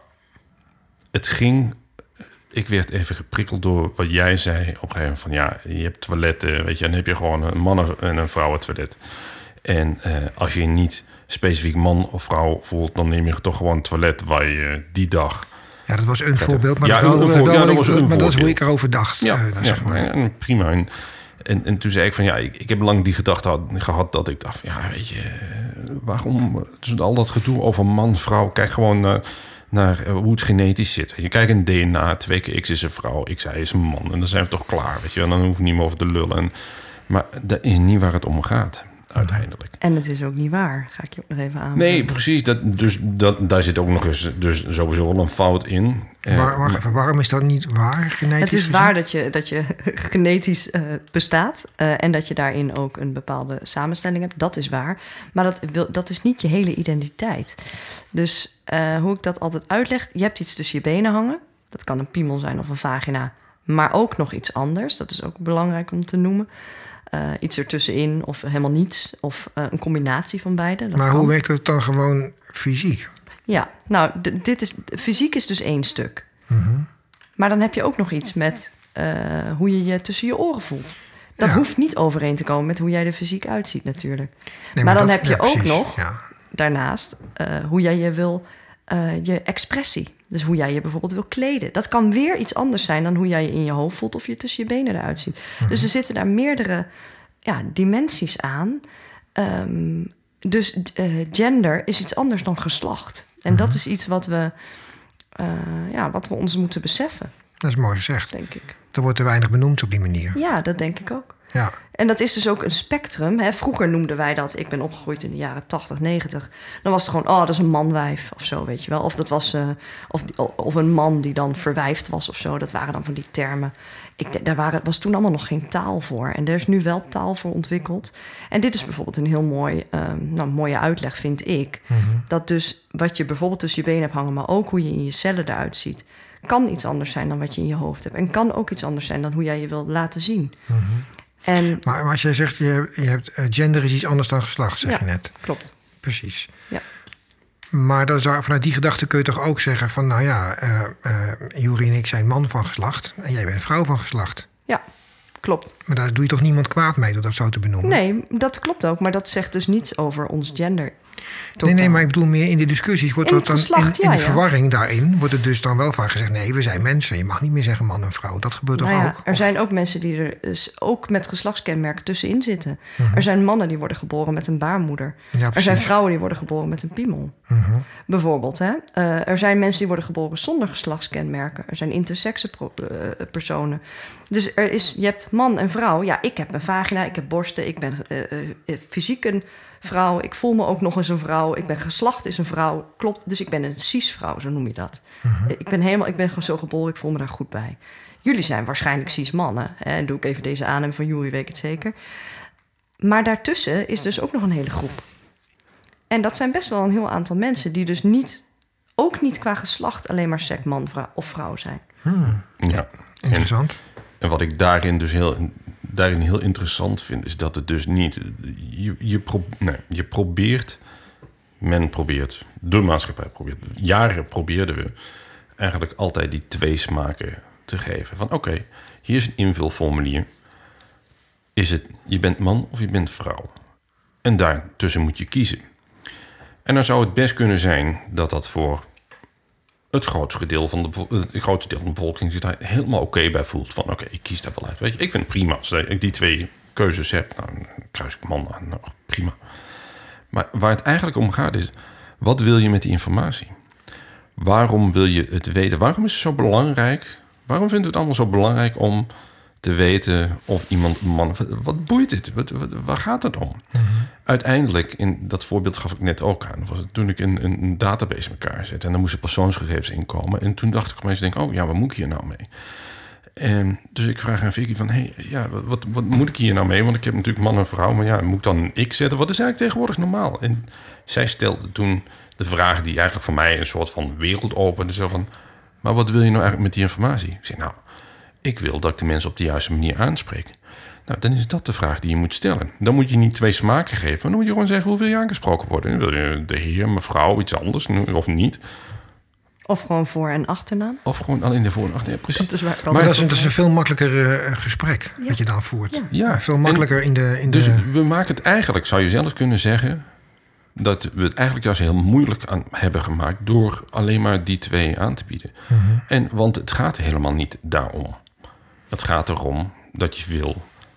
ik werd even geprikkeld door wat jij zei. Op een gegeven moment van je hebt toiletten. Weet je, en dan heb je gewoon een mannen- en een vrouwentoilet. En als je niet specifiek man of vrouw voelt... dan neem je toch gewoon een toilet waar je die dag... Ja, dat was een voorbeeld. Maar dat is hoe ik erover dacht. Zeg maar. Prima. En toen zei ik van ik heb lang die gedachte gehad dat ik dacht... weet je, waarom al dat gedoe over man, vrouw... Kijk gewoon naar hoe het genetisch zit. Je kijkt in DNA, 2 keer X is een vrouw, XY is een man. En dan zijn we toch klaar, weet je. En dan hoef ik niet meer over te lullen. Maar dat is niet waar het om gaat, uiteindelijk. En het is ook niet waar, ga ik je ook nog even aan. Nee, precies. Daar zit ook nog eens sowieso wel een fout in. Waarom is dat niet waar, genetisch? Het is waar dat je genetisch bestaat... en dat je daarin ook een bepaalde samenstelling hebt. Dat is waar. Maar dat is niet je hele identiteit. Dus hoe ik dat altijd uitleg... je hebt iets tussen je benen hangen. Dat kan een piemel zijn of een vagina. Maar ook nog iets anders. Dat is ook belangrijk om te noemen. Iets ertussenin of helemaal niets. Of een combinatie van beide. Maar hoe werkt het dan gewoon fysiek? Ja, nou, fysiek is dus 1 stuk. Mm-hmm. Maar dan heb je ook nog iets met hoe je je tussen je oren voelt. Dat hoeft niet overeen te komen met hoe jij er fysiek uitziet natuurlijk. Nee, maar dan heb je ook nog, daarnaast, hoe jij je wil... je expressie. Dus hoe jij je bijvoorbeeld wil kleden. Dat kan weer iets anders zijn dan hoe jij je in je hoofd voelt... of je tussen je benen eruit ziet. Mm-hmm. Dus er zitten daar meerdere dimensies aan. Dus gender is iets anders dan geslacht. En dat is iets wat we ons moeten beseffen. Dat is mooi gezegd. Denk ik. Er wordt te weinig benoemd op die manier. Ja, dat denk ik ook. Ja. En dat is dus ook een spectrum. Hè. Vroeger noemden wij dat, ik ben opgegroeid in de jaren 80, 90. Dan was het gewoon, dat is een manwijf of zo, weet je wel. Of dat was of een man die dan verwijfd was of zo. Dat waren dan van die termen. Was toen allemaal nog geen taal voor. En er is nu wel taal voor ontwikkeld. En dit is bijvoorbeeld een heel mooie uitleg, vind ik. Mm-hmm. Dat dus wat je bijvoorbeeld tussen je benen hebt hangen, maar ook hoe je in je cellen eruit ziet, kan iets anders zijn dan wat je in je hoofd hebt. En kan ook iets anders zijn dan hoe jij je wilt laten zien. Mm-hmm. Maar als jij zegt, je hebt gender is iets anders dan geslacht, zeg je net. Klopt. Precies. Ja. Maar dan vanuit die gedachte kun je toch ook zeggen van, nou ja, Juri en ik zijn man van geslacht en jij bent vrouw van geslacht. Ja, klopt. Maar daar doe je toch niemand kwaad mee door dat zo te benoemen? Nee, dat klopt ook, maar dat zegt dus niets over ons gender. Nee, maar ik bedoel meer in de discussies wordt dat dan geslacht, in de verwarring daarin wordt het dus dan wel vaak gezegd, nee, we zijn mensen, je mag niet meer zeggen man en vrouw. Dat gebeurt toch ook? Er zijn ook mensen die er ook met geslachtskenmerken tussenin zitten. Mm-hmm. Er zijn mannen die worden geboren met een baarmoeder. Ja, er zijn vrouwen die worden geboren met een piemel. Mm-hmm. Bijvoorbeeld. Hè? Er zijn mensen die worden geboren zonder geslachtskenmerken. Er zijn intersexe personen. Dus je hebt man en vrouw. Ja, ik heb een vagina, ik heb borsten, ik ben fysiek een vrouw. Ik voel me ook nog eens een vrouw. Ik ben geslacht is een vrouw. Klopt, dus ik ben een cis-vrouw, zo noem je dat. Mm-hmm. Ik ben gewoon zo geboren, ik voel me daar goed bij. Jullie zijn waarschijnlijk cis-mannen. Hè? En doe ik even deze aan en van Juri weet ik het zeker. Maar daartussen is dus ook nog een hele groep. En dat zijn best wel een heel aantal mensen die dus ook niet qua geslacht alleen maar seks man of vrouw zijn. Ja, interessant. En wat ik daarin dus daarin heel interessant vind, is dat het dus niet. Men probeert, de maatschappij probeert, jaren probeerden we eigenlijk altijd die twee smaken te geven. Van oké, hier is een invulformulier. Is het je bent man of je bent vrouw? En daartussen moet je kiezen. En dan zou het best kunnen zijn dat dat voor het grootste deel van de bevolking zich daar helemaal oké bij voelt. Van oké, ik kies daar wel uit. Weet je, ik vind het prima. Als ik die twee keuzes heb, nou, dan kruis ik man aan. Nou, prima. Maar waar het eigenlijk om gaat is, wat wil je met die informatie? Waarom wil je het weten? Waarom is het zo belangrijk? Waarom vinden we het allemaal zo belangrijk om te weten of iemand een man... Wat boeit het? Waar gaat het om? Mm-hmm. Uiteindelijk, in dat voorbeeld gaf ik net ook aan, was het toen ik een database in elkaar zette en dan moesten persoonsgegevens inkomen. En toen dacht ik opeens, wat moet ik hier nou mee? En dus ik vraag aan Vicky van, wat moet ik hier nou mee? Want ik heb natuurlijk man en vrouw, maar moet ik dan een ik zetten? Wat is eigenlijk tegenwoordig normaal? En zij stelde toen de vraag die eigenlijk voor mij een soort van wereld opende. Zo van, maar wat wil je nou eigenlijk met die informatie? Ik zei, ik wil dat ik de mensen op de juiste manier aanspreek. Nou, dan is dat de vraag die je moet stellen. Dan moet je niet twee smaken geven. Dan moet je gewoon zeggen, hoe wil je aangesproken worden? Wil je de heer, mevrouw, iets anders of niet? Of gewoon voor- en achternaam? Of gewoon alleen de voor- en achternaam, precies. Dat is een veel makkelijker gesprek dat je dan voert. Ja. Veel makkelijker in de... Dus we maken het eigenlijk, zou je zelf kunnen zeggen, dat we het eigenlijk juist heel moeilijk aan hebben gemaakt door alleen maar die twee aan te bieden. Mm-hmm. Want het gaat helemaal niet daarom. Het gaat erom dat je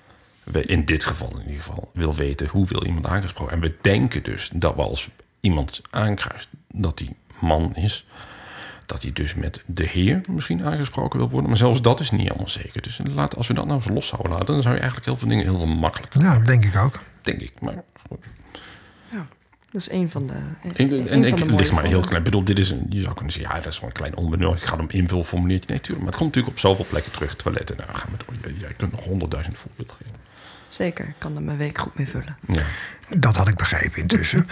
in dit geval in ieder geval, wil weten hoe wil iemand aangesproken. En we denken dus dat we als iemand aankruist dat die man is, dat hij dus met de heer misschien aangesproken wil worden. Maar zelfs dat is niet helemaal zeker. Dus als we dat nou eens los zouden laten, dan zou je eigenlijk heel veel dingen heel veel makkelijker maken. Ja, dat denk ik ook. Denk ik, maar goed. Ja, dat is een van de... En ik ligt maar heel klein. Ik bedoel, je zou kunnen zeggen, dat is wel een klein onbenul. Het gaat om invulformuliertje. Nee, tuurlijk. Maar het komt natuurlijk op zoveel plekken terug. Toiletten, gaan we door. Jij kunt nog 100.000 voorbeelden geven. Zeker, ik kan er mijn week goed mee vullen. Ja. Dat had ik begrepen intussen.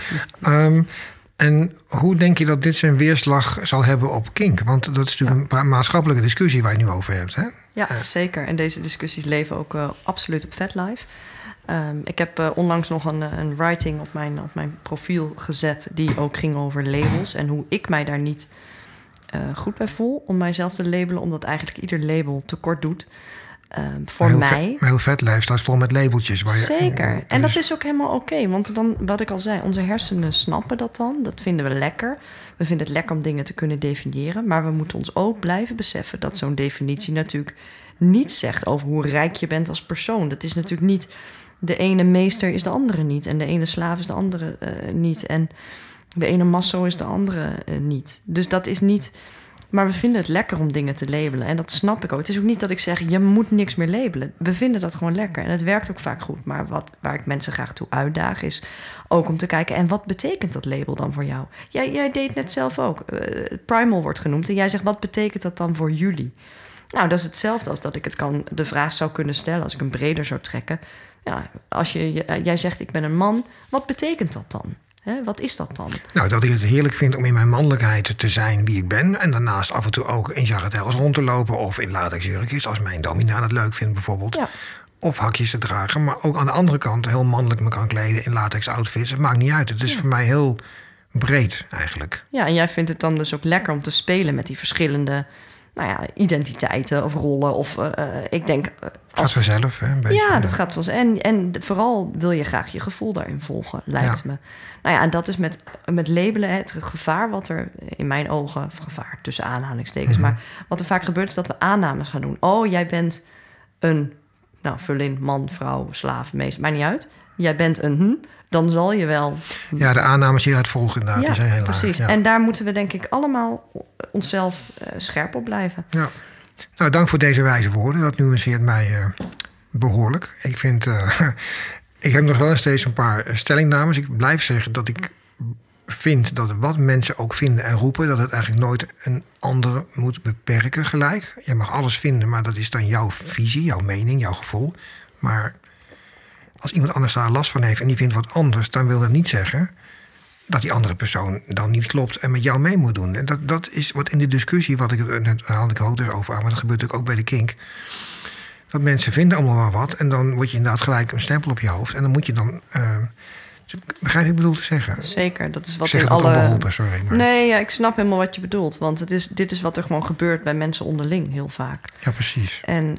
En hoe denk je dat dit zijn weerslag zal hebben op kink? Want dat is natuurlijk een maatschappelijke discussie waar je het nu over hebt. Hè? Ja, zeker. En deze discussies leven ook absoluut op FetLife. Ik heb onlangs nog een writing op mijn profiel gezet die ook ging over labels en hoe ik mij daar niet goed bij voel om mijzelf te labelen, omdat eigenlijk ieder label tekort doet. Voor mij. Heel FetLife staat vol met labeltjes. Zeker. En dat is ook helemaal oké. Want dan, wat ik al zei, onze hersenen snappen dat dan. Dat vinden we lekker. We vinden het lekker om dingen te kunnen definiëren. Maar we moeten ons ook blijven beseffen dat zo'n definitie natuurlijk niets zegt over hoe rijk je bent als persoon. Dat is natuurlijk niet de ene meester is de andere niet. En de ene slaaf is de andere niet. En de ene masso is de andere niet. Dus dat is niet Maar we vinden het lekker om dingen te labelen. En dat snap ik ook. Het is ook niet dat ik zeg, je moet niks meer labelen. We vinden dat gewoon lekker. En het werkt ook vaak goed. Maar waar ik mensen graag toe uitdaag is ook om te kijken... en wat betekent dat label dan voor jou? Jij deed net zelf ook. Primal wordt genoemd. En jij zegt, wat betekent dat dan voor jullie? Nou, dat is hetzelfde als dat ik de vraag zou kunnen stellen... als ik hem breder zou trekken. Ja, als jij zegt, ik ben een man. Wat betekent dat dan? Wat is dat dan? Nou, dat ik het heerlijk vind om in mijn mannelijkheid te zijn wie ik ben. En daarnaast af en toe ook in jarretels rond te lopen. Of in latexjurkjes, als mijn dominaan het leuk vindt bijvoorbeeld. Ja. Of hakjes te dragen. Maar ook aan de andere kant heel mannelijk me kan kleden in latex outfits. Het maakt niet uit. Het is voor mij heel breed eigenlijk. Ja, en jij vindt het dan dus ook lekker om te spelen met die verschillende... identiteiten of rollen. Of ik denk... Gaat vanzelf, hè? Een beetje, ja, dat gaat vanzelf. En vooral wil je graag je gevoel daarin volgen, lijkt me. Nou ja, en dat is met labelen het gevaar wat er in mijn ogen... gevaar tussen aanhalingstekens, maar wat er vaak gebeurt... is dat we aannames gaan doen. Oh, jij bent een... vul in man, vrouw, slaaf, meester, maakt niet uit. Jij bent een... dan zal je wel... Ja, de aannames hieruit volgen inderdaad, die zijn heel precies. laag. Ja. En daar moeten we denk ik allemaal onszelf scherp op blijven. Ja. Nou, dank voor deze wijze woorden. Dat nuanceert mij behoorlijk. Ik vind... ik heb nog wel steeds een paar stellingnames. Ik blijf zeggen dat ik vind dat wat mensen ook vinden en roepen... dat het eigenlijk nooit een ander moet beperken gelijk. Je mag alles vinden, maar dat is dan jouw visie, jouw mening, jouw gevoel. Maar... als iemand anders daar last van heeft en die vindt wat anders... dan wil dat niet zeggen dat die andere persoon dan niet klopt... en met jou mee moet doen. En dat is wat in de discussie, net haalde ik ook dus over aan... maar dat gebeurt natuurlijk ook bij de kink. Dat mensen vinden allemaal wel wat... en dan word je inderdaad gelijk een stempel op je hoofd... en dan moet je dan... begrijp je wat ik bedoel te zeggen? Zeker, dat is wat zeg in alle... alle... sorry. Maar... Nee, ja, ik snap helemaal wat je bedoelt. Want dit is wat er gewoon gebeurt bij mensen onderling heel vaak. Ja, precies. En...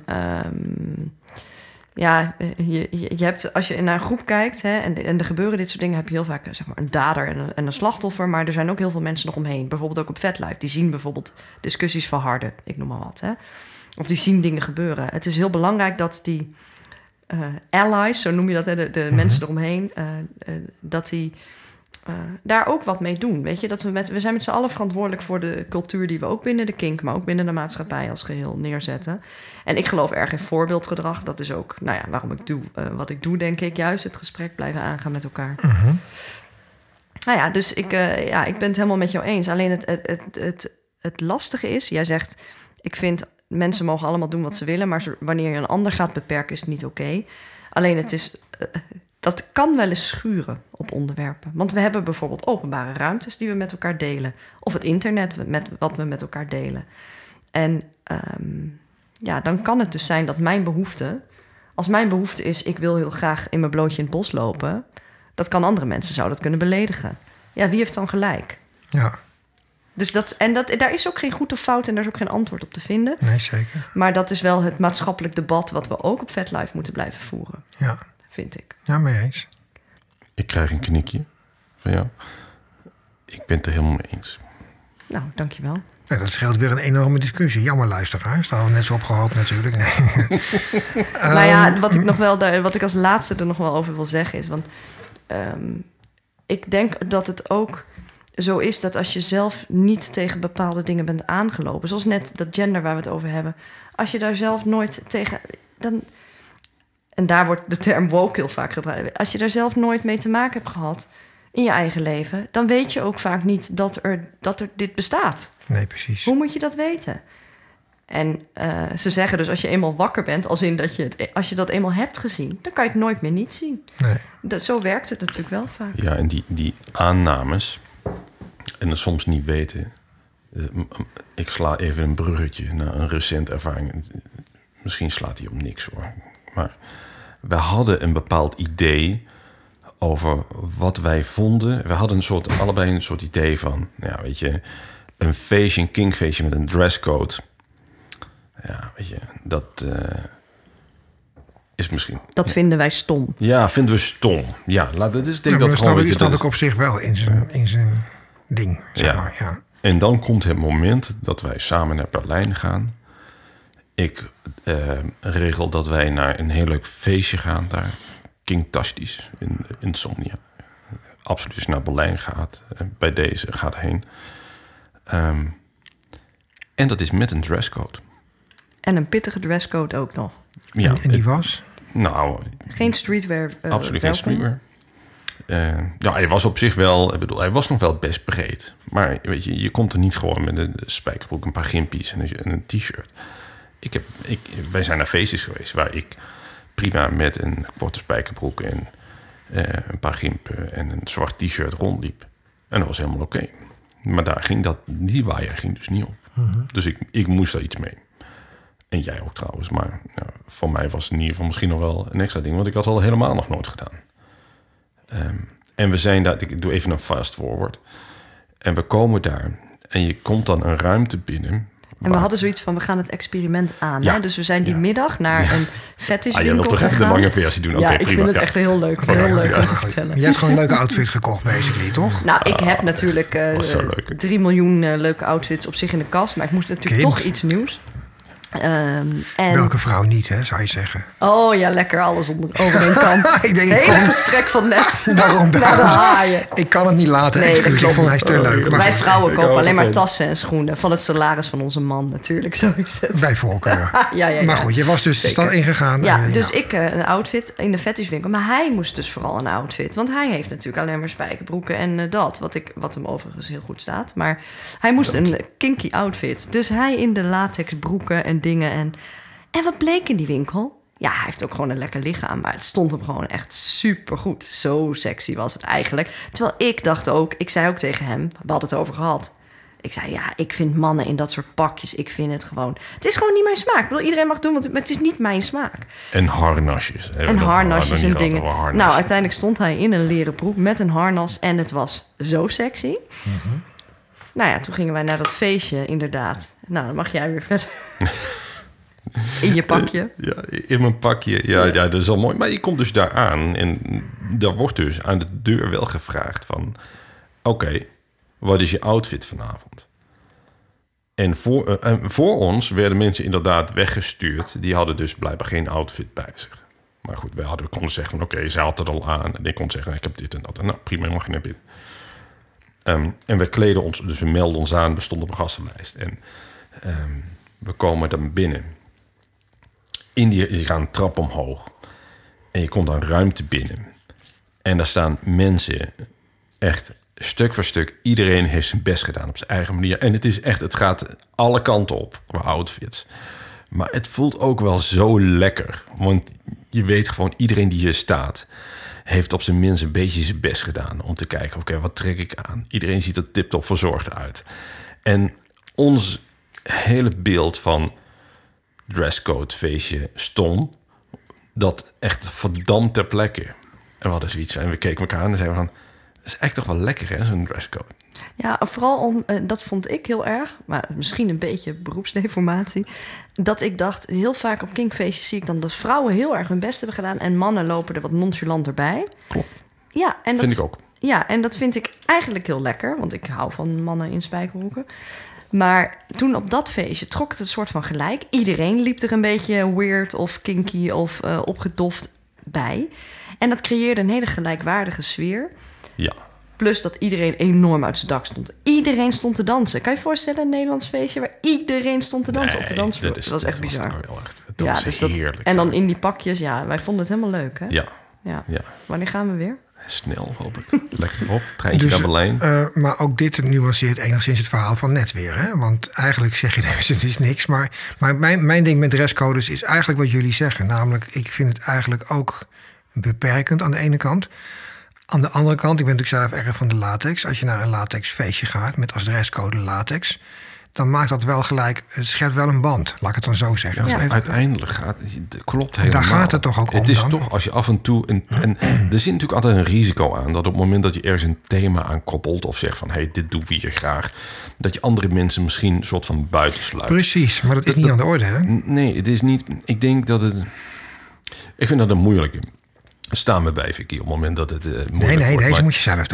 ja, je hebt, als je naar een groep kijkt... Hè, en er gebeuren dit soort dingen... heb je heel vaak zeg maar, een dader en een slachtoffer... maar er zijn ook heel veel mensen nog omheen. Bijvoorbeeld ook op FetLife. Die zien bijvoorbeeld discussies verharden. Ik noem maar wat. Hè. Of die zien dingen gebeuren. Het is heel belangrijk dat die allies... zo noem je dat, hè, de mensen eromheen... dat die... daar ook wat mee doen. Weet je? Dat we zijn met z'n allen verantwoordelijk voor de cultuur... die we ook binnen de kink, maar ook binnen de maatschappij als geheel neerzetten. En ik geloof erg in voorbeeldgedrag. Dat is ook waarom ik doe wat ik doe, denk ik. Juist het gesprek blijven aangaan met elkaar. Nou ja, dus ik ben het helemaal met jou eens. Alleen het lastige is, jij zegt... ik vind mensen mogen allemaal doen wat ze willen... maar wanneer je een ander gaat beperken is het niet oké. Alleen het is... dat kan wel eens schuren op onderwerpen. Want we hebben bijvoorbeeld openbare ruimtes die we met elkaar delen. Of het internet wat we met elkaar delen. En dan kan het dus zijn dat mijn behoefte... als mijn behoefte is, ik wil heel graag in mijn blootje in het bos lopen... dat kan andere mensen, zou dat kunnen beledigen. Ja, wie heeft dan gelijk? Ja. Dus daar is ook geen goed of fout en daar is ook geen antwoord op te vinden. Nee, zeker. Maar dat is wel het maatschappelijk debat... wat we ook op FetLife moeten blijven voeren. Ja. Vind ik. Ja, mee eens. Ik krijg een knikje van jou. Ik ben het er helemaal mee eens. Nou, dankjewel. Ja, dat scheelt weer een enorme discussie. Jammer, luisteraars. Daar hadden we net zo op gehoopt natuurlijk. Nee. Nou ja, wat ik als laatste er nog wel over wil zeggen is... want ik denk dat het ook zo is dat als je zelf niet tegen bepaalde dingen bent aangelopen... zoals net dat gender waar we het over hebben... als je daar zelf nooit tegen... dan en daar wordt de term woke heel vaak gebruikt. Als je daar zelf nooit mee te maken hebt gehad in je eigen leven... dan weet je ook vaak niet dat er dit bestaat. Nee, precies. Hoe moet je dat weten? En ze zeggen dus als je eenmaal wakker bent... als in als je dat eenmaal hebt gezien... dan kan je het nooit meer niet zien. Nee. Zo werkt het natuurlijk wel vaak. Ja, en die aannames en het soms niet weten... ik sla even een bruggetje naar een recente ervaring. Misschien slaat hij om niks hoor... Maar we hadden een bepaald idee over wat wij vonden. We hadden allebei een soort idee van... ja, weet je, een feestje, een kinkfeestje met een dresscode. Ja, weet je, dat is misschien... Dat vinden wij stom. Ja, vinden we stom. Ja, dat is denk dat dat gewoon... Dat ik op zich wel in zijn ding, zeg maar. Ja. En dan komt het moment dat wij samen naar Berlijn gaan... Ik regel dat wij naar een heel leuk feestje gaan daar. Kinktastisch in Insomnia. Absoluut naar Berlijn gaat. Bij deze gaat heen. En dat is met een dresscode. En een pittige dresscode ook nog. Ja, en die was? Nou, geen streetwear. Absoluut geen streetwear. Ja, hij was op zich wel... hij was nog wel best breed. Maar weet je komt er niet gewoon met een spijkerbroek, een paar gimpies en een t-shirt. Wij zijn naar feestjes geweest waar ik prima met een korte spijkerbroek en een paar gimpen en een zwart t-shirt rondliep. En dat was helemaal oké. Maar daar ging die waaier ging dus niet op. Mm-hmm. Dus ik moest daar iets mee. En jij ook trouwens. Maar voor mij was het in ieder geval misschien nog wel een extra ding. Want ik had het al helemaal nog nooit gedaan. En we zijn daar... Ik doe even een fast forward. En we komen daar. En je komt dan een ruimte binnen. En we hadden zoiets van, we gaan het experiment aan. Ja. Hè? Dus we zijn die middag naar een fetishwinkel je wilt toch even de lange versie doen? Ja, Okay, ik prima. vind het echt heel leuk. Heel leuk om te vertellen. Je hebt gewoon een leuke outfit gekocht, basically, toch? Nou, ik heb natuurlijk 3 miljoen leuke outfits op zich in de kast. Maar ik moest natuurlijk toch iets nieuws. En... Welke vrouw niet, hè, zou je zeggen? Oh ja, lekker alles over een kam. Gesprek van net. Daarom. Naar de haaien. Ik kan het niet laten. Nee, ik vond hij te leuk. Maar wij vrouwen kopen alleen maar tassen en schoenen. Van het salaris van onze man natuurlijk, zo is het. Bij voorkeur. ja. Maar goed, je was dus de stad ingegaan. Ja, dus ik een outfit in de fetishwinkel. Maar hij moest dus vooral een outfit. Want hij heeft natuurlijk alleen maar spijkerbroeken en wat hem overigens heel goed staat. Maar hij moest een kinky outfit. Dus hij in de latex broeken en dingen. En wat bleek in die winkel? Ja, hij heeft ook gewoon een lekker lichaam. Maar het stond hem gewoon echt supergoed. Zo sexy was het eigenlijk. Terwijl ik zei ook tegen hem, we hadden het over gehad. Ik zei, ja, ik vind mannen in dat soort pakjes, ik vind het gewoon... Het is gewoon niet mijn smaak. Ik bedoel, iedereen mag doen, maar het is niet mijn smaak. En harnasjes. En harnasjes en dingen. Nou, uiteindelijk stond hij in een leren broek met een harnas. En het was zo sexy. Mm-hmm. Nou ja, toen gingen wij naar dat feestje, inderdaad. Nou, dan mag jij weer verder. In je pakje. Ja, in mijn pakje. Ja, dat is al mooi. Maar je komt dus daar aan. En daar wordt dus aan de deur wel gevraagd van... Oké, wat is je outfit vanavond? En voor ons werden mensen inderdaad weggestuurd. Die hadden dus blijkbaar geen outfit bij zich. Maar goed, wij konden zeggen van... Oké, zij had het al aan. En ik kon zeggen, ik heb dit en dat. En nou, prima, mag je naar binnen. En we kleden ons, dus we melden ons aan. We stonden op een gastenlijst. En we komen dan binnen. Je gaat een trap omhoog. En je komt dan ruimte binnen. En daar staan mensen echt stuk voor stuk. Iedereen heeft zijn best gedaan op zijn eigen manier. En het gaat alle kanten op qua outfits. Maar het voelt ook wel zo lekker. Want je weet gewoon, iedereen die hier staat... heeft op zijn minst een beetje zijn best gedaan... om te kijken, oké, wat trek ik aan? Iedereen ziet er tip-top verzorgd uit. En ons hele beeld van... dresscode feestje stom, dat echt verdampt ter plekke. En we hadden zoiets en we keken elkaar aan en zeiden van... dat is echt toch wel lekker, hè, zo'n dresscode. Ja, vooral dat vond ik heel erg, maar misschien een beetje beroepsdeformatie... dat ik dacht, heel vaak op kinkfeestjes zie ik dan... dat vrouwen heel erg hun best hebben gedaan... en mannen lopen er wat nonchalant erbij. Klopt. Ja, en dat vind ik ook. Ja, en dat vind ik eigenlijk heel lekker... want ik hou van mannen in spijkerbroeken... Maar toen op dat feestje trok het een soort van gelijk. Iedereen liep er een beetje weird of kinky of opgedoft bij. En dat creëerde een hele gelijkwaardige sfeer. Ja. Plus dat iedereen enorm uit zijn dak stond. Iedereen stond te dansen. Kan je je voorstellen, een Nederlands feestje... waar iedereen stond te dansen op de dansvloer? Dat was echt bizar. Dat was dus heerlijk. En dan in die pakjes, ja, wij vonden het helemaal leuk, hè? Ja. Wanneer gaan we weer? Snel, hoop ik. Lekker op, treintje naar Berlijn. Maar ook dit nuanceert enigszins het verhaal van net weer. Hè? Want eigenlijk zeg je dus, het is niks. Maar mijn ding met dresscodes is eigenlijk wat jullie zeggen. Namelijk, ik vind het eigenlijk ook beperkend aan de ene kant. Aan de andere kant, ik ben natuurlijk zelf erg van de latex. Als je naar een latex feestje gaat met als dresscode latex... dan maakt dat wel gelijk, het schept wel een band. Laat ik het dan zo zeggen. Ja, uiteindelijk klopt helemaal. Daar gaat het toch ook om. Het is toch, als je af en toe... En er zit natuurlijk altijd een risico aan... dat op het moment dat je ergens een thema aan koppelt... of zegt van, hey, dit doen we hier graag... dat je andere mensen misschien een soort van buitensluit. Precies, maar dat is niet aan de orde, hè? Nee, het is niet... Ik denk dat het... Ik vind dat een moeilijke... Staan we bij, Vicky, op het moment dat het moeilijk wordt. Nee, deze moet je zelf doen.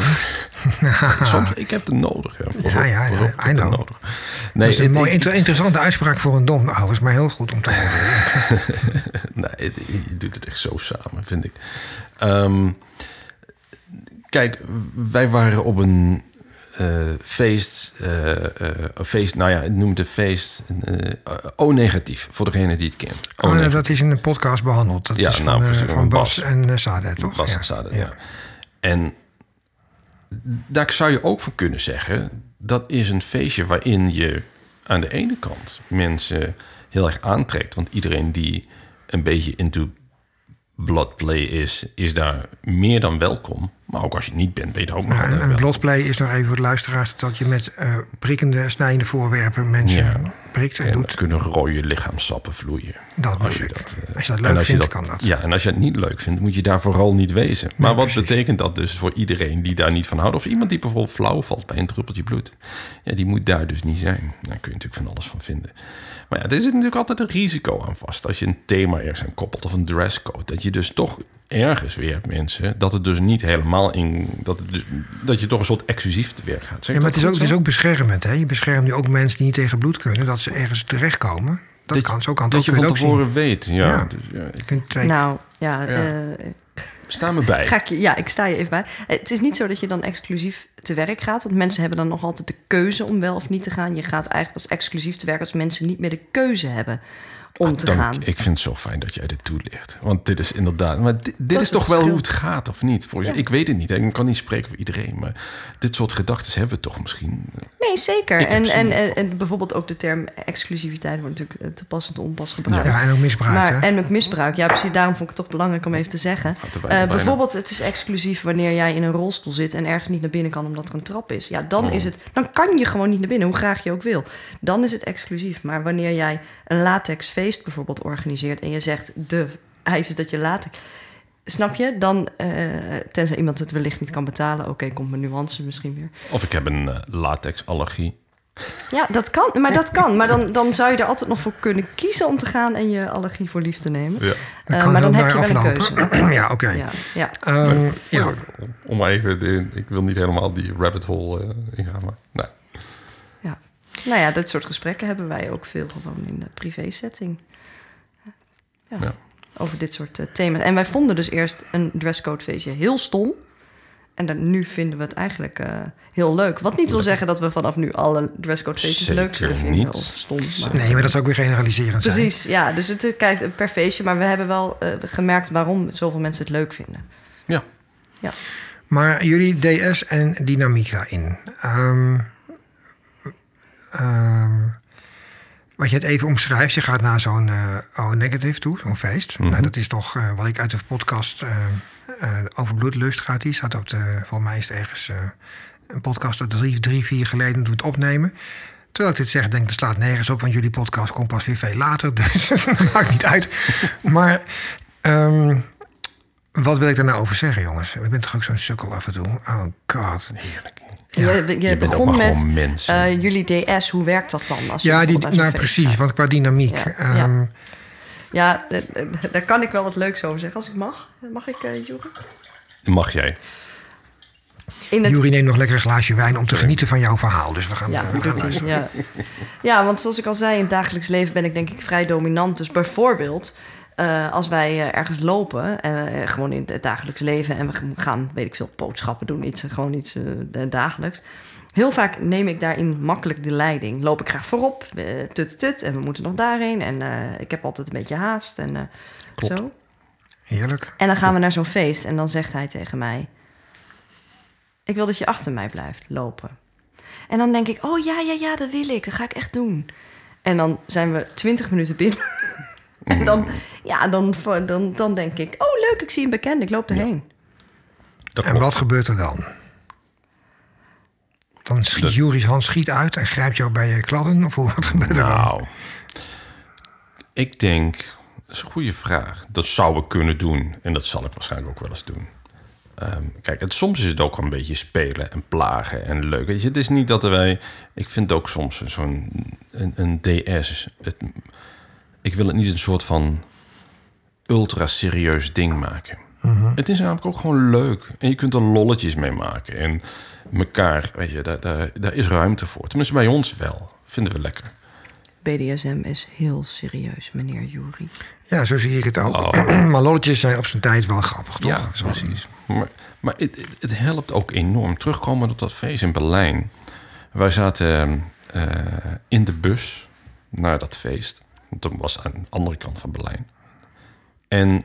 Soms, ik heb het nodig. Ja, I know. Nodig. Nee, dat is een mooie, interessante uitspraak voor een dom overigens, maar heel goed om te horen. Nee, je doet het echt zo samen, vind ik. Kijk, wij waren op een feest, nou ja, noem het een feest. O-negatief, voor degene die het kent. Dat is in een podcast behandeld. Dat is van Bas en Saadet, toch? Bas en Saadet, ja. En daar zou je ook van kunnen zeggen, dat is een feestje waarin je aan de ene kant mensen heel erg aantrekt. Want iedereen die een beetje into bloodplay is daar meer dan welkom. Maar ook als je het niet bent, ben je er ook nog altijd welkom. En bloodplay is nog even voor de luisteraars dat je met prikkende, snijende voorwerpen mensen prikt en doet. Er kunnen rode lichaamssappen vloeien. Dat als je dat leuk vindt, kan dat. Ja, en als je het niet leuk vindt, moet je daar vooral niet wezen. Maar wat betekent dat dus voor iedereen die daar niet van houdt? Of iemand die bijvoorbeeld flauw valt bij een druppeltje bloed. Ja, die moet daar dus niet zijn. Daar kun je natuurlijk van alles van vinden. Maar ja, er zit natuurlijk altijd een risico aan vast. Als je een thema ergens aan koppelt of een dresscode. Dat je dus toch ergens weer hebt mensen. Dat het dus niet helemaal dat je toch een soort exclusief te werk gaat. Ja, maar het is ook beschermend. Hè? Je beschermt nu ook mensen die niet tegen bloed kunnen. Dat ze ergens terechtkomen. Dat kan zo kan. Dat je van tevoren weet. Ja. Dus, je kunt sta me bij. Ik sta je even bij. Het is niet zo dat je dan exclusief te werk gaat. Want mensen hebben dan nog altijd de keuze om wel of niet te gaan. Je gaat eigenlijk pas exclusief te werk als mensen niet meer de keuze hebben om te gaan. Ik vind het zo fijn dat jij dit toelicht. Want dit is inderdaad... Maar dit is toch wel hoe het gaat, of niet? Ik weet het niet. Ik kan niet spreken voor iedereen. Maar dit soort gedachten hebben we toch misschien. Nee, zeker. En bijvoorbeeld ook de term exclusiviteit wordt natuurlijk te pas en te onpas gebruikt. Ja, en ook misbruik. En ook misbruik. Ja, precies. Daarom vond ik het toch belangrijk om even te zeggen. Bijvoorbeeld, het is exclusief wanneer jij in een rolstoel zit en ergens niet naar binnen kan omdat er een trap is. Ja, dan kan je gewoon niet naar binnen, hoe graag je ook wil. Dan is het exclusief. Maar wanneer jij een latexfeest bijvoorbeeld organiseert en je zegt de eis is dat je latex, snap je? Dan tenzij iemand het wellicht niet kan betalen, oké, komt mijn nuance misschien weer. Of ik heb een latexallergie. Ja, dat kan. Maar dan zou je er altijd nog voor kunnen kiezen om te gaan en je allergie voor lief te nemen. Ja. Maar dan heb je wel een keuze. Ja, oké. Ja. Om even, ik wil niet helemaal die rabbit hole ingaan, maar nee. Ja. Nou ja, dat soort gesprekken hebben wij ook veel gewoon in de privé-setting. Ja. Over dit soort thema's. En wij vonden dus eerst een dresscodefeestje heel stom. En nu vinden we het eigenlijk heel leuk. Wat niet wil zeggen dat we vanaf nu alle dresscodefeestjes leuk zullen vinden. Niet. Of stom. Nee, maar dat zou ook weer generaliserend zijn. Precies, ja. Dus het kijkt per feestje. Maar we hebben wel gemerkt waarom zoveel mensen het leuk vinden. Ja. Maar jullie DS en dynamiek daarin. Wat je het even omschrijft, je gaat naar zo'n O-negative toe, zo'n feest. Mm-hmm. Nou, dat is toch wat ik uit de podcast over bloedlust gaat. Die staat op volgens mij is het ergens een podcast op 3-4 geleden toen we het opnemen. Terwijl ik dit zeg, denk ik, dat slaat nergens op, want jullie podcast komt pas weer veel later. Dus dat maakt niet uit. Maar wat wil ik daar nou over zeggen, jongens? Ik ben toch ook zo'n sukkel af en toe. Oh god. Heerlijk. Ja. Je begon met jullie DS. Hoe werkt dat dan? Als je precies. Want qua dynamiek. Ja, daar kan ik wel wat leuks over zeggen. Als ik mag. Mag ik, Juri? Mag jij. Juri neemt nog lekker een glaasje wijn om te genieten van jouw verhaal. Dus we gaan luisteren. Ja, want zoals ik al zei, in het dagelijks leven ben ik denk ik vrij dominant. Dus bijvoorbeeld, als wij ergens lopen, gewoon in het dagelijks leven, en we gaan, weet ik veel, boodschappen doen, gewoon iets dagelijks. Heel vaak neem ik daarin makkelijk de leiding. Loop ik graag voorop, tut, en we moeten nog daarheen. En ik heb altijd een beetje haast en zo. Heerlijk. En dan gaan we naar zo'n feest en dan zegt hij tegen mij: ik wil dat je achter mij blijft lopen. En dan denk ik, oh ja, dat wil ik. Dat ga ik echt doen. En dan zijn we 20 minuten binnen. En dan denk ik, oh leuk, ik zie een bekende. Ik loop erheen. Ja. En wat gebeurt er dan? Dan schiet Juri's hand schiet uit en grijpt jou bij je kladden? Of wat gebeurt er dan? Nou, ik denk, dat is een goede vraag. Dat zou ik kunnen doen. En dat zal ik waarschijnlijk ook wel eens doen. Kijk, soms is het ook een beetje spelen en plagen en leuk. Weet je, het is niet dat wij... Ik vind ook soms een DS... ik wil het niet een soort van ultra serieus ding maken. Het is namelijk ook gewoon leuk. En je kunt er lolletjes mee maken. En elkaar, weet je, daar is ruimte voor. Tenminste, bij ons wel. Vinden we lekker. BDSM is heel serieus, meneer Jury. Ja, zo zie ik het ook. Oh. Maar lolletjes zijn op zijn tijd wel grappig, toch? Ja, precies. Maar het helpt ook enorm. Terugkomen op dat feest in Berlijn. Wij zaten in de bus naar dat feest. Dat was aan de andere kant van Berlijn. En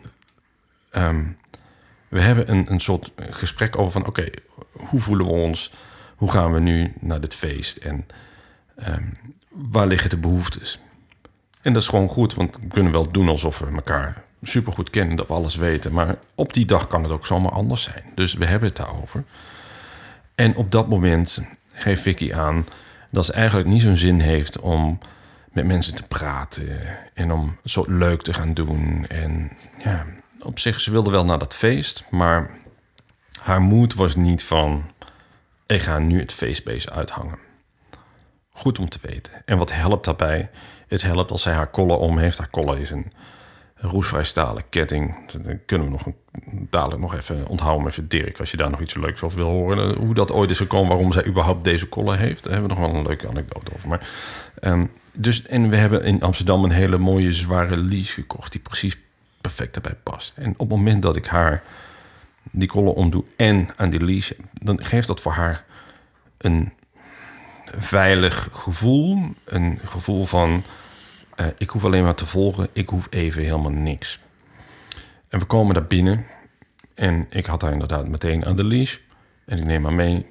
we hebben een soort gesprek over van... oké, hoe voelen we ons? Hoe gaan we nu naar dit feest? En waar liggen de behoeftes? En dat is gewoon goed, want we kunnen wel doen alsof we elkaar supergoed kennen, dat we alles weten. Maar op die dag kan het ook zomaar anders zijn. Dus we hebben het daarover. En op dat moment geeft Vicky aan dat ze eigenlijk niet zo'n zin heeft om met mensen te praten en om een soort leuk te gaan doen. En ja, op zich, ze wilde wel naar dat feest, maar haar moed was niet van... ik ga nu het feestbeest uithangen. Goed om te weten. En wat helpt daarbij? Het helpt als zij haar collar om heeft. Haar collar is een roestvrij stalen ketting. Dan kunnen we dadelijk nog even onthouden. Even Dirk, als je daar nog iets leuks over wil horen. Hoe dat ooit is gekomen, waarom zij überhaupt deze collar heeft. Daar hebben we nog wel een leuke anekdote over. Maar, en we hebben in Amsterdam een hele mooie zware leash gekocht... die precies perfect daarbij past. En op het moment dat ik haar die collar omdoe en aan die leash... dan geeft dat voor haar een veilig gevoel. Een gevoel van... ik hoef alleen maar te volgen. Ik hoef even helemaal niks. En we komen daar binnen. En ik had haar inderdaad meteen aan de leash. En ik neem haar mee.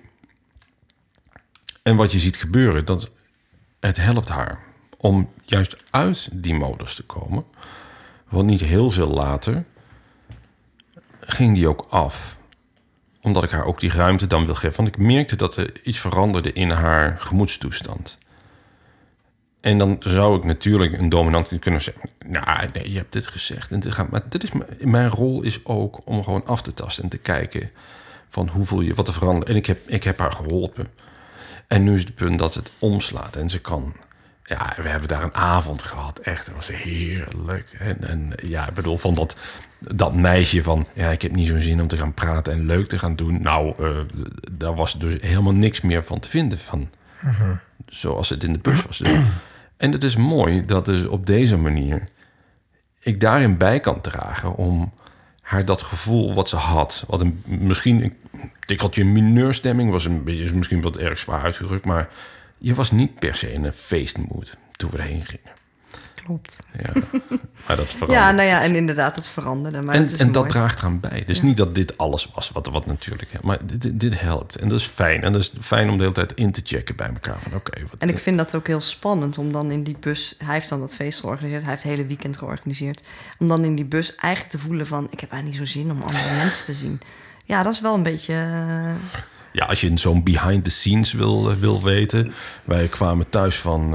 En wat je ziet gebeuren, dat het helpt haar om juist uit die modus te komen. Want niet heel veel later ging die ook af. Omdat ik haar ook die ruimte dan wil geven. Want ik merkte dat er iets veranderde in haar gemoedstoestand. En dan zou ik natuurlijk een dominant kunnen zeggen... nou, nee, je hebt dit gezegd en dit gaat... maar mijn rol is ook om gewoon af te tasten en te kijken... van hoe voel je, wat er verandert. En ik heb haar geholpen. En nu is het punt dat het omslaat en ze kan... ja, we hebben daar een avond gehad. Echt, het was heerlijk. En ja, ik bedoel, van dat meisje van... ja, ik heb niet zo'n zin om te gaan praten en leuk te gaan doen. Nou, daar was dus helemaal niks meer van te vinden. Van, zoals het in de bus was. Dus, en het is mooi dat dus op deze manier... ik daarin bij kan dragen om haar dat gevoel wat ze had... wat misschien een tikkeltje mineurstemming was... is misschien wat erg zwaar uitgedrukt... maar je was niet per se in een feestmoed toen we erheen gingen. Klopt. Ja, maar dat veranderde. Ja, nou ja, en inderdaad, het veranderde. Maar en dat draagt eraan bij. Dus niet dat dit alles was, wat natuurlijk... maar dit helpt. En dat is fijn. En dat is fijn om de hele tijd in te checken bij elkaar. Van, okay, en ik vind dat ook heel spannend om dan in die bus... Hij heeft dan dat feest georganiseerd. Hij heeft het hele weekend georganiseerd. Om dan in die bus eigenlijk te voelen van... ik heb eigenlijk niet zo'n zin om andere mensen te zien. Ja, dat is wel een beetje... Ja, als je zo'n behind the scenes wil weten. Wij kwamen thuis van